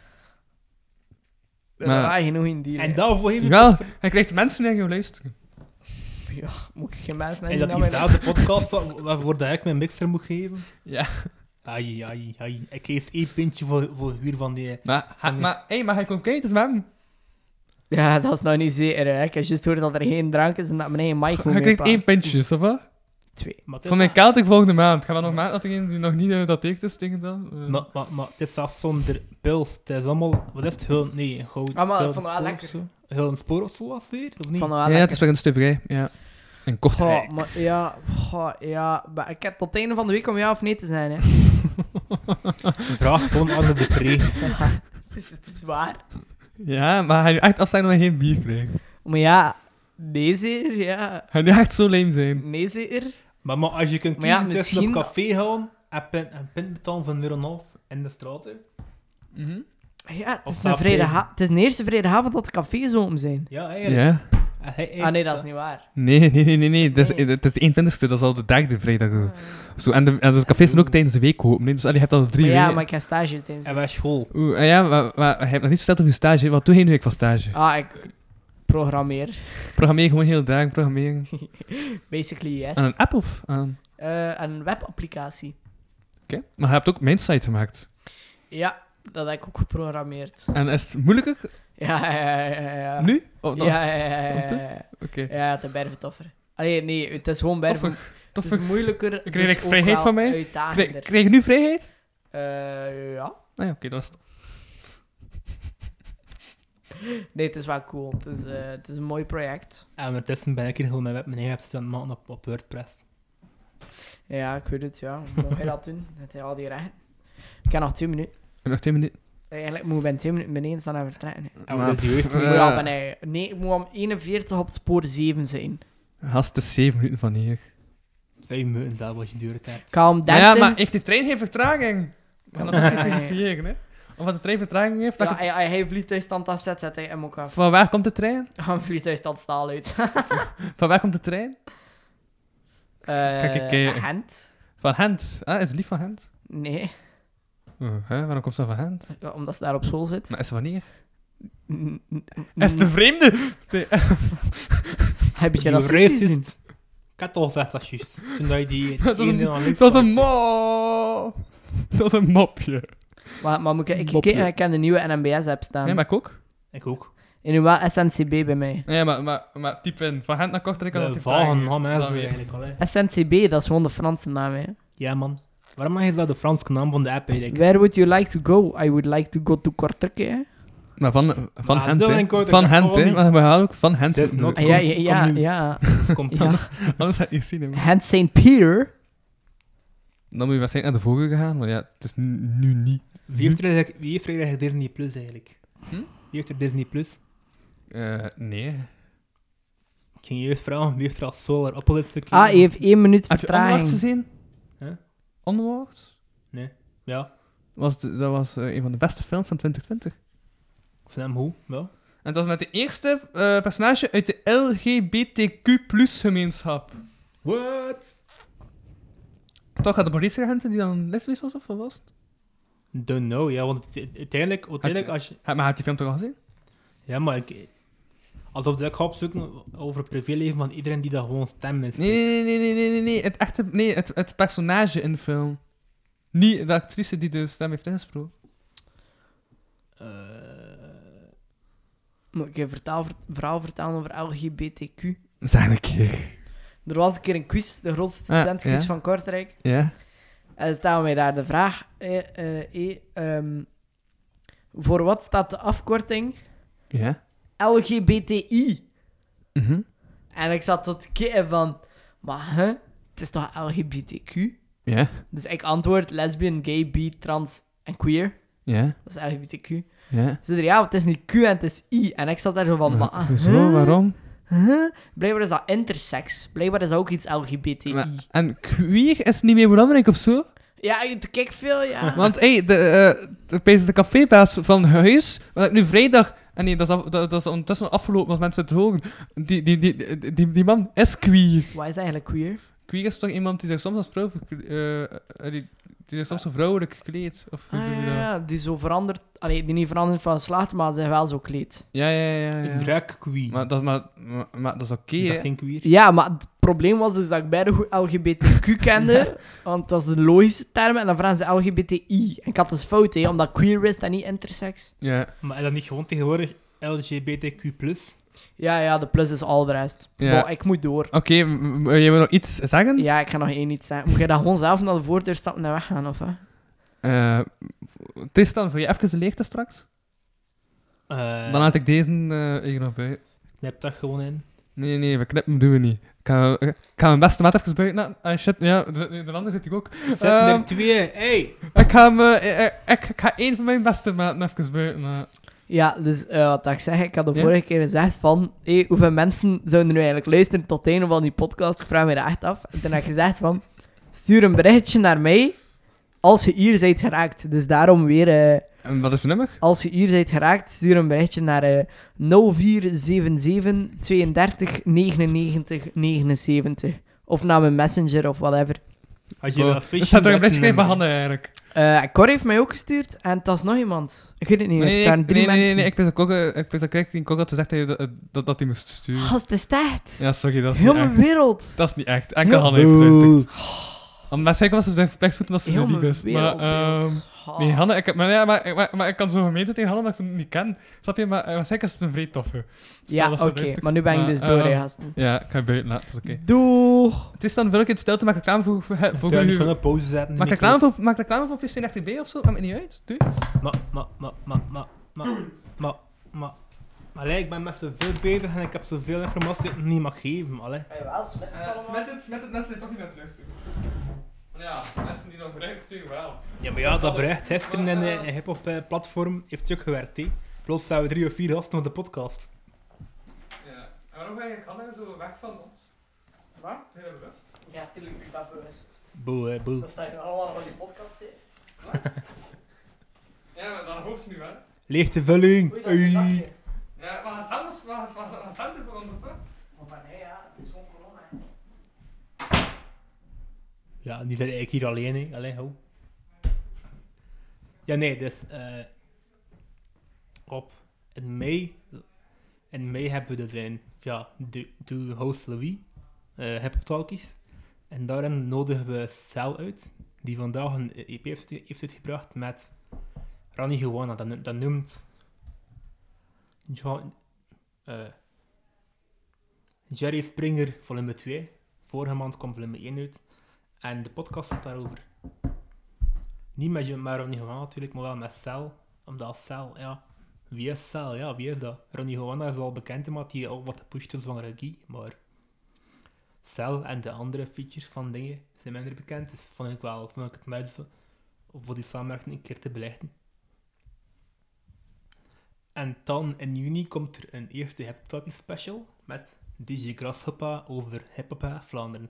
Dan maar- ga je nog in die. En daarvoor heb je... Wel, hij krijgt mensen naar je luisteren. Ja, moet ik geen mensen En naar dat mijn... diezelfde podcast waarvoor dat ik mijn mixer moet geven. Ja. Ai. Ik kreeg 1 pintje voor huur van die... Maar hij komt kijken met hem. Ja, dat is nou niet zeker, hè. Ik heb juist gehoord dat er geen drank is en dat mijn eigen mic moet Hij krijgt meepakken. 1 pintje, of wat? 2. Maar het is Van mijn wel- Celtic volgende maand. Gaan we nog maand dat degene die nog niet dat tekent is tegen dan? Maar het is zelfs zonder pils. Het is allemaal... Wat is het? Heel... Nee, goud. Ah, maar heel ik vond het wel spoor lekker. of zo. Heel een spoor of zo was het hier, of niet? Van wel Ja, het lekker. is toch een stuiverij. Ja. En kort. Goh, maar ja, maar ik heb tot het einde van de week om ja of nee te zijn, hè. Vraag gewoon aan de Depree. Het is waar. Ja, maar hij nu echt afstaan dat hij geen bier krijgt. Maar ja, nee zeker, ja. Hij nu echt zo lame zijn. Nee zeker. Maar als je kunt Maar ja, kiezen tussen op misschien- café gaan en pint betalen van €1,5 in de straat, hè. Ja, Of het is een eerste vrijdagavond dat de cafés open zijn. Ja, eigenlijk. Ja. Ah nee, dat is niet waar. Nee. Het is de 21ste, dat is al de derde vrijdag. Zo, en de cafés zijn ook tijdens de week open. Nee, dus je hebt al 3 Maar weken. ja, maar ik heb stage tijdens. En bij school. Ja, maar je hebt nog niet verteld over je stage. Wat doe je nu eigenlijk van stage? Ah, ik programmeer. Programmeer gewoon heel dagen programmeren. Basically, yes. Aan een app of aan... Een webapplicatie. Oké. Maar je hebt ook mijn site gemaakt. Ja, dat heb ik ook geprogrammeerd. En is het moeilijker Ja. nu? Oh, dan? Ja. toen? Oké. Ja, het is berven toffer. Allee, nee, het is gewoon berven. Het Toffig. is moeilijker. Krijg ik dus ook vrijheid wel van mij? uitdagender. Krijg je nu vrijheid? Ja. Ah ja, oké, dat is het. Nee, het is wel cool. Het is een mooi project. En ondertussen ben ik hier gewoon mijn eigen website aan het maken op WordPress. Ja, ik weet het, ja. Mocht je dat doen? Het is al die rechten. Ik heb nog 2 minuten. Ik heb nog 2 minuten. Eigenlijk moet ik binnen 2 minuten beneden staan en vertrekken. Hè. En Maar- wat is juist? Ja, nee, ik moet om 41 op spoor 7 zijn. Gast, het is 7 minuten van hier. 5 minuten, dat was je duur tijd. Ik ga om 30. Maar ja, maar heeft die trein geen vertraging? We gaan dat ook even Ja. verifiëren, hè. Omdat de trein vertraging heeft, dat Ja, hij heeft vliegtuigstand afzet, zet hij hem ook af. Van waar komt de trein? Gaan vliegtuigstand staal uit. Van waar komt de trein? Kijk, Gent? Van Gent. Ah, is het lief van Gent? Nee, Waarom komt ze van Gent? ja, omdat ze daar op school zit. Maar is ze wanneer? Mm. Is het de vreemde? Nee. Heb je Die racistisch racist. gezien? Ik had al gezegd, dat is juist. Toen dat je die Dat is ene aan links Dat is een pakte. Dat is een mopje. Maar moet ik Mopje. kijken, ik ken de nieuwe NMBS-app staan. Nee, maar ik ook. Ik ook. En nu wel SNCB bij mij. Nee, maar type in. Van Gent naar Kortrijk kan dat De die vragen vagen heeft. gaan Dan mensen weer. eigenlijk al, hè. SNCB, dat is gewoon de Franse naam, hè. Ja, man. Waarom mag je dat de Franse naam van de app eigenlijk? Where would you like to go? I would like to go to Kortrijk, hè. Maar van Maar Gent, dat hè. denk ik ook, Van dat Gent, kan hè. niet. Maar we gaan ook van Gent. That is not- Ah, ja. Kom Ja. Anders ga je niet zien, hè. Gent St. Peter. Dan moet je waarschijnlijk naar de vorige gaan, maar ja, het is nu niet. Wie heeft er eigenlijk Disney Plus eigenlijk? Hm? Wie heeft er Disney Plus? Nee. Ik ging je juist vragen, wie heeft er als Solar Opposites gekeken? Ah, hij heeft 1 minuut Heb je Onwards vertraging. gezien? Huh? Onwards? Ja, Dat was een van de beste films van 2020. ik vind hem goed, ja. En dat was met de eerste personage uit de LGBTQ+-gemeenschap. What? Toch had de politieagenten die dan lesbisch was, of wat was het? Don't know, ja, want uiteindelijk als je... Maar had die film toch al gezien? Ja, maar alsof ik ga opzoeken over het privéleven van iedereen die daar gewoon stem in spreekt. Nee. Het personage in de film. Niet de actrice die de stem heeft ingesproken. Moet ik een verhaal vertellen over LGBTQ? Zeg een keer. Er was een keer een quiz, de grootste studentenquiz ja. van Kortrijk. Ja? En stellen wij daar de vraag... voor wat staat de afkorting Ja? LGBTI? Mhm. En ik zat tot te kijken van... Maar het is toch LGBTQ? Ja? Dus ik antwoord lesbian, gay, bi, trans en queer. Ja? Dat is LGBTQ. Ja? Ze zeiden, ja, het is niet Q en het is I. En ik zat daar zo van... Maar, Hoezo? Waarom? Blijkbaar is dat intersex. Blijkbaar is dat ook iets LGBTI. Maar, en queer is niet meer belangrijk of zo? Ja, te kijk veel, ja. Want de cafébaas van huis, wat ik nu vrijdag... En nee, dat is ondertussen ondertussen als mensen het horen. Die man is queer. Wat is eigenlijk queer? Queer is toch iemand die zich soms als vrouw... die zich soms zo vrouwelijk kleedt? Of hoe doe je dat? Ja, die zo verandert... Allee, die niet verandert van geslacht, maar zich wel zo kleedt. Ja. Een drag queen. Maar dat is oké, Is dat hè? geen queer? Ja, maar het probleem was dus dat ik beide goed LGBTQ kende, want dat is de logische term, en dan vragen ze LGBTI. En ik had dus fout, hè, omdat queer is en niet intersex. Ja. Maar is dat niet gewoon tegenwoordig LGBTQ+? Ja, de plus is al de rest. Ja. Bon, ik moet door. Oké, je wil nog iets zeggen? Ja, ik ga nog één iets zeggen. Moet je dat gewoon zelf naar de voordeur stappen en weggaan, of hè? Tristan, wil je even de leegte straks? Dan laat ik deze hier nog bij. Knip dat gewoon in. Nee, we knippen doen we niet. Ik ga mijn beste maat even buiten laten. Ah, shit, ja, de ander zit hier ook. Zet er 2, hey! Ik ga één van mijn beste maten even buiten laten. Ja, dus wat ik zeg, ik had de vorige keer gezegd van, hoeveel mensen zouden er nu eigenlijk luisteren tot het einde van die podcast? Ik vraag me dat echt af. En toen heb ik gezegd van, stuur een berichtje naar mij als je hier bent geraakt. Dus daarom weer... En wat is het nummer? Als je hier bent geraakt, stuur een berichtje naar 0477 32 99 79. Of naar mijn messenger of whatever. Als je dat Er staat er een berichtje bij van Hanne eigenlijk. Cor heeft mij ook gestuurd en het was nog iemand. Ik weet het niet. Het waren 3 mensen. Nee, ik wist dat Kok had gezegd dat hij moest sturen. Gast, het is tijd. Ja, sorry, dat is Heel niet mijn echt. wereld. Dat is niet echt. Enkel Hanne heeft geluisterd. Maar zeker was ze zijn verplicht als ze Heel lief mijn is. Maar, wereldbeeld. nee, Hanne, maar ik kan zo gemeten tegen Hanne dat ik ze niet ken. Snap je? Maar zeker is het een vrij toffe. Stel Ja, dat ze oké. luistert. Maar nu ben ik dus door, hè, gasten. Ja, ik ga je buiten laten, dat is oké. Doeg. Tristan, wil ik in stilte maken reclame voor Kan je u? gewoon een pauze zetten? Maak reclame voor PlayStation RTB of zo? Maakt me niet uit. Doe het. Maar ik ben met zoveel bezig en ik heb zoveel informatie dat ik niet mag geven. Allee. Smet het mensen die toch niet aan het luisteren. Ja, mensen die nog bericht sturen wel. Ja, maar ja, dat bericht gisteren in een hip-hop-platform heeft ook gewerkt, hè. Plots staan we 3 of 4 gasten op de podcast. Ja. En waarom ga je Hanne zo weg van ons? Wat? Heel bewust. Ja, natuurlijk ben ik dat bewust. Boe. Dat staat nu allemaal op die podcast, hè. Ja, maar dan hoort ze nu wel. Leegtevulling. Oei, dat is een zakje. Ja, maar gaan ze voor ons op, hè? Maar nee, ja, het is gewoon corona, hè. Ja, die zijn eigenlijk hier alleen, hè. Allee, hou. Ja, nee, dus... In mei hebben we dus de host Louis, Hip-Hop Talkies. En daarin nodigen we Cel uit, die vandaag een EP heeft uitgebracht met Rani Juana. Dat noemt... Jerry Springer, volume 2. Vorige maand kwam volume 1 uit. En de podcast gaat daarover. Niet met Ronnie Juana natuurlijk, maar wel met Cel. Omdat Cel, ja... Wie is Cel? Ja, wie is dat? Ronnie Juana is al bekend, omdat hij al wat gepusht is van Regie. Maar... Cel en de andere features van dingen zijn minder bekend. Dus vond ik het leuk voor die samenwerking een keer te belichten. En dan in juni komt er een eerste Hip Talk special met DJ Grasshopper over hip-hop Vlaanderen.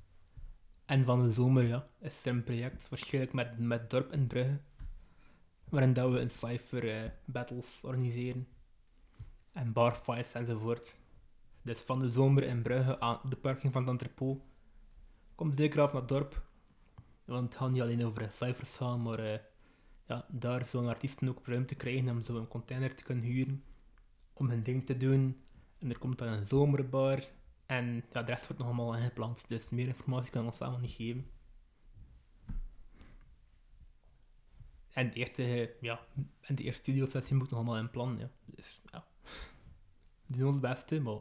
En van de zomer, ja, is er een project, waarschijnlijk met Dorp en Brugge, waarin dat we een cypher battles organiseren. En barfights enzovoort. Dus van de zomer in Brugge aan de parking van het entrepot. Kom zeker af naar het dorp. Want het gaat niet alleen over cyphers gaan, maar daar zullen artiesten ook ruimte krijgen om zo een container te kunnen huren. Om hun ding te doen. En er komt dan een zomerbar. En de rest wordt nog allemaal ingepland. Dus meer informatie kan ik ons allemaal niet geven. En de eerste studiosessie moet nog allemaal in plan. Ja. Dus ja, we doen ons beste, maar...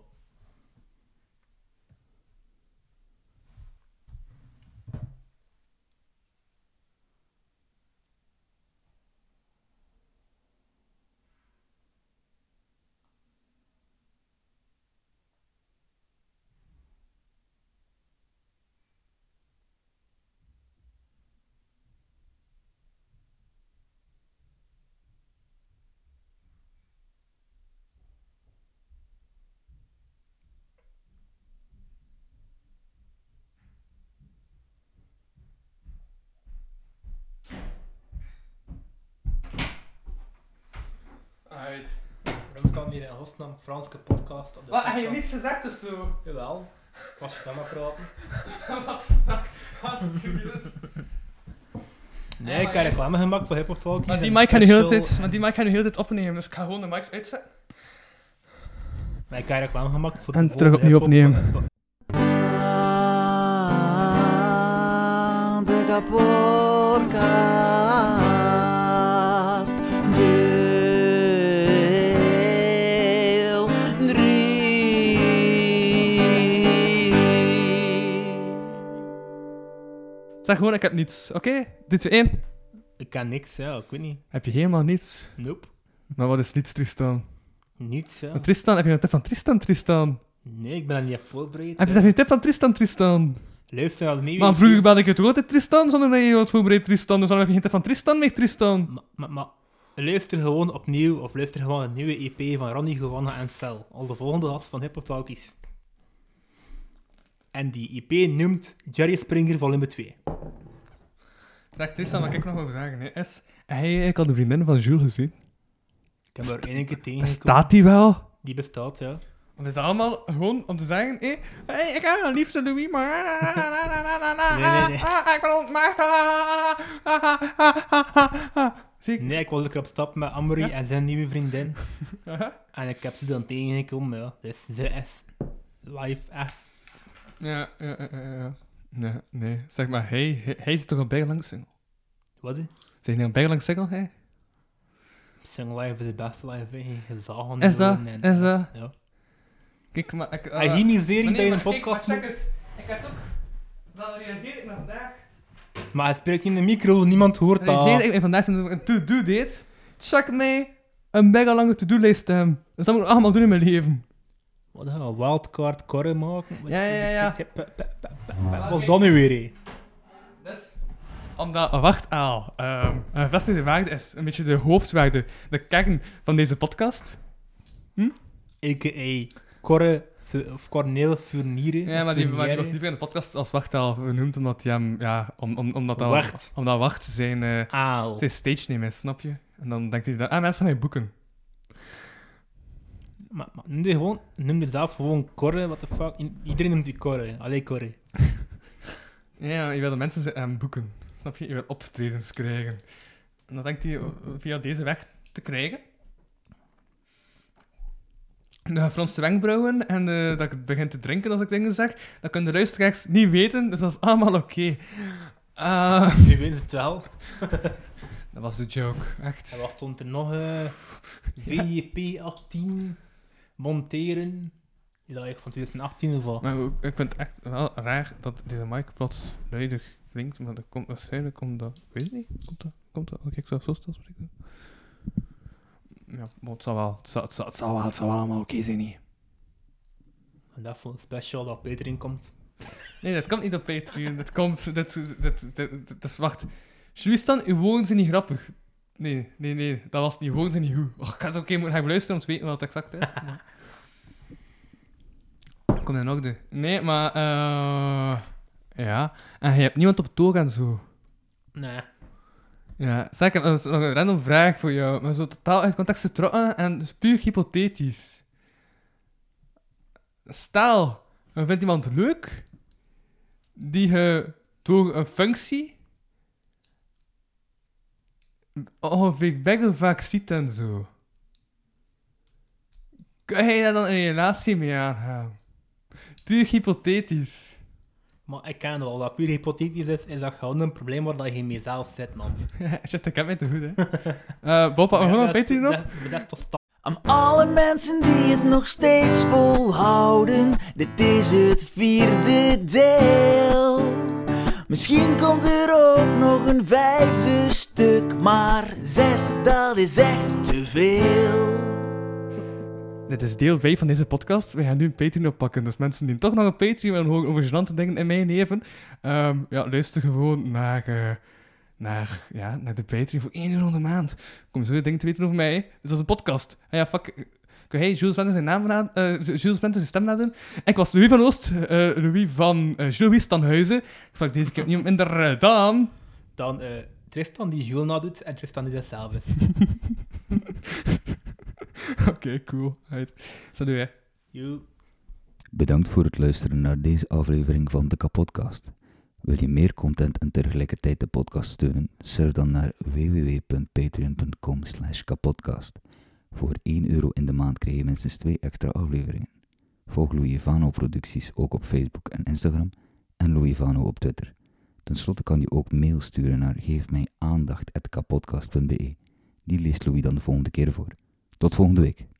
Waarom staat hier in godsnaam Franse podcast op de Wat, heb podcast? je niets gezegd of zo? Jawel. Ik was je dan maar praten. Wat de fuck? Wat is serieus? Nee, ik heb reclame gemaakt voor Hip Hop Talkies. Maar die en mic gaat nu heel de special- tijd opnemen, dus ik ga gewoon de mics uitzetten. Maar ik heb reclame gemaakt voor En de terug volgende opnieuw Hip Hop- opnemen. De kapotkast. Deel 3. Zeg gewoon, ik heb niets. Oké? Dit is 1. Ik kan niks, ja, ik weet niet. Heb je helemaal niets? Nope. Maar wat is niets, Tristan? Niets, ja. En Tristan, heb je een tip van Tristan? Nee, ik ben er niet op voorbereid. Heb je een tip van Tristan? Luister naar de nieuwe... Maar vroeger belde ik het ook altijd Tristan, zonder dat je wat voorbereid Tristan. Dus dan heb je geen tip van Tristan meer, Tristan. Maar luister gewoon opnieuw, of luister gewoon een nieuwe EP van Ronnie Giovanna en Cel. Al de volgende gast van Hip Hop Talkies. En die EP noemt Jerry Springer volume 2. Zeg Tristan, wat ik nog wil zeggen, hè, is... Heb je eigenlijk al de vriendin van Jules gezien? Ik heb er één keer tegengekomen. Bestaat die wel? Die bestaat, ja. Want het is allemaal gewoon om te zeggen, hey, ik ga een liefste Louis, maar... Nee. Ik ben ontmaagd. Zie ik? Nee, ik was lekker op stap met Amory Ja? en zijn nieuwe vriendin. Aha. En ik heb ze dan tegengekomen, ja. Dus ze is live echt. Ja. Nee, zeg maar, hij is toch een bijgelang single? Wat is Zeg je een bijgelang single, hij? Sing live is de beste live, hè. Gezagen. Is dat? en- Is dat? Ja. Kijk, maar... Hij hier niet zeer maar dat je een maar kijk, podcast maar moet... check het. Ik heb ook... Dan reageer ik nog vandaag. Maar hij spreekt niet in de micro, niemand hoort Reageer dat. ik vandaag een to-do date. Check mij een mega lange to-do-lijst te hebben. Dus dat moet ik allemaal doen in mijn leven. Wat gaan we een wildcard korren maken? Ja. Wat was dat nu weer, hè? Dus, omdat, wacht al, vestigde waarde is een beetje de hoofdwaarde, de kern van deze podcast. A.k.a. Corre of Corneel Furnieren. Ja, maar die was liever in de podcast als Wachtaal genoemd, omdat hij hem, omdat Wacht zijn Aal. stage name is, snap je? En dan denkt hij dat, mensen gaan boeken. Maar noem je zelf gewoon Corre, what the fuck? Iedereen noemt die Corre. Allee, Corre. Ja, je wil de mensen boeken, snap je? Je wil optredens krijgen. En dan denkt hij via deze weg te krijgen. De gefronste wenkbrauwen en dat ik begin te drinken als ik dingen zeg, dat kunnen de luisteraars niet weten, dus dat is allemaal oké. Nu weten ze het wel. Dat was de joke, echt. En wat stond er nog? VJP 18 monteren. Is dat eigenlijk van 2018 of wat? Maar ik vind het echt wel raar dat deze mic plots luider klinkt, maar dat komt waarschijnlijk omdat... Weet ik niet, komt dat? Kijk, ik zou zo stil spreken. Ja, maar het zal wel allemaal oké zijn, niet? En dat voor een special dat Peter in komt. Nee, dat komt niet op Patreon. Dat komt... Dat is... Wacht. Tristan, uw woorden zijn niet grappig. Nee. Dat was niet. Woorden zijn niet goed. Oh, ik ga het oké moeten gaan beluisteren om te weten wat het exact is. Maar... Kom in orde. Nee, maar... Ja. En je hebt niemand op toog en zo. Nee. Ja, zeg, ik heb nog een random vraag voor jou, maar zo totaal uit context getrokken en dus puur hypothetisch. Stel, je vindt iemand leuk die je door een functie ongeveer best wel vaak ziet en zo. Kun je daar dan een relatie mee aangaan? Puur hypothetisch. Maar ik ken wel, dat puur hypothetisch is dat gewoon een probleem waar dat je mee zelf zit, man. Shit, ik heb mij te goed, hè. Bob, had nog een beetje op? Dat is toch sta- Aan alle mensen die het nog steeds volhouden, dit is het 4e deel. Misschien komt er ook nog een 5e stuk, maar 6, dat is echt te veel. Dit is deel 5 van deze podcast. We gaan nu een Patreon oppakken. Dus mensen die toch nog een Patreon willen horen over gênante dingen in mijn leven, luister gewoon naar de Patreon voor €1 in de maand. Kom zo je dingen te weten over mij. Dit was een podcast. Ja, fuck. Hey, Jules Bente zijn naam Jules Bente zijn stem nadoen. Ik was Louis van Oost. Louis van Jules Stanhuizen. Ik sprak deze keer opnieuw minder dan... Dan Tristan die Jules nadoet en Tristan die dat zelf is. Oké, cool. Right. Salut, hè. You. Bedankt voor het luisteren naar deze aflevering van de Kapodcast. Wil je meer content en tegelijkertijd de podcast steunen? Surf dan naar www.patreon.com/kapodcast. Voor €1 in de maand krijg je minstens 2 extra afleveringen. Volg Louis Vano producties ook op Facebook en Instagram en Louis Vano op Twitter. Ten slotte kan je ook mail sturen naar geefmijaandacht@kapodcast.be. Die leest Louis dan de volgende keer voor. Tot volgende week.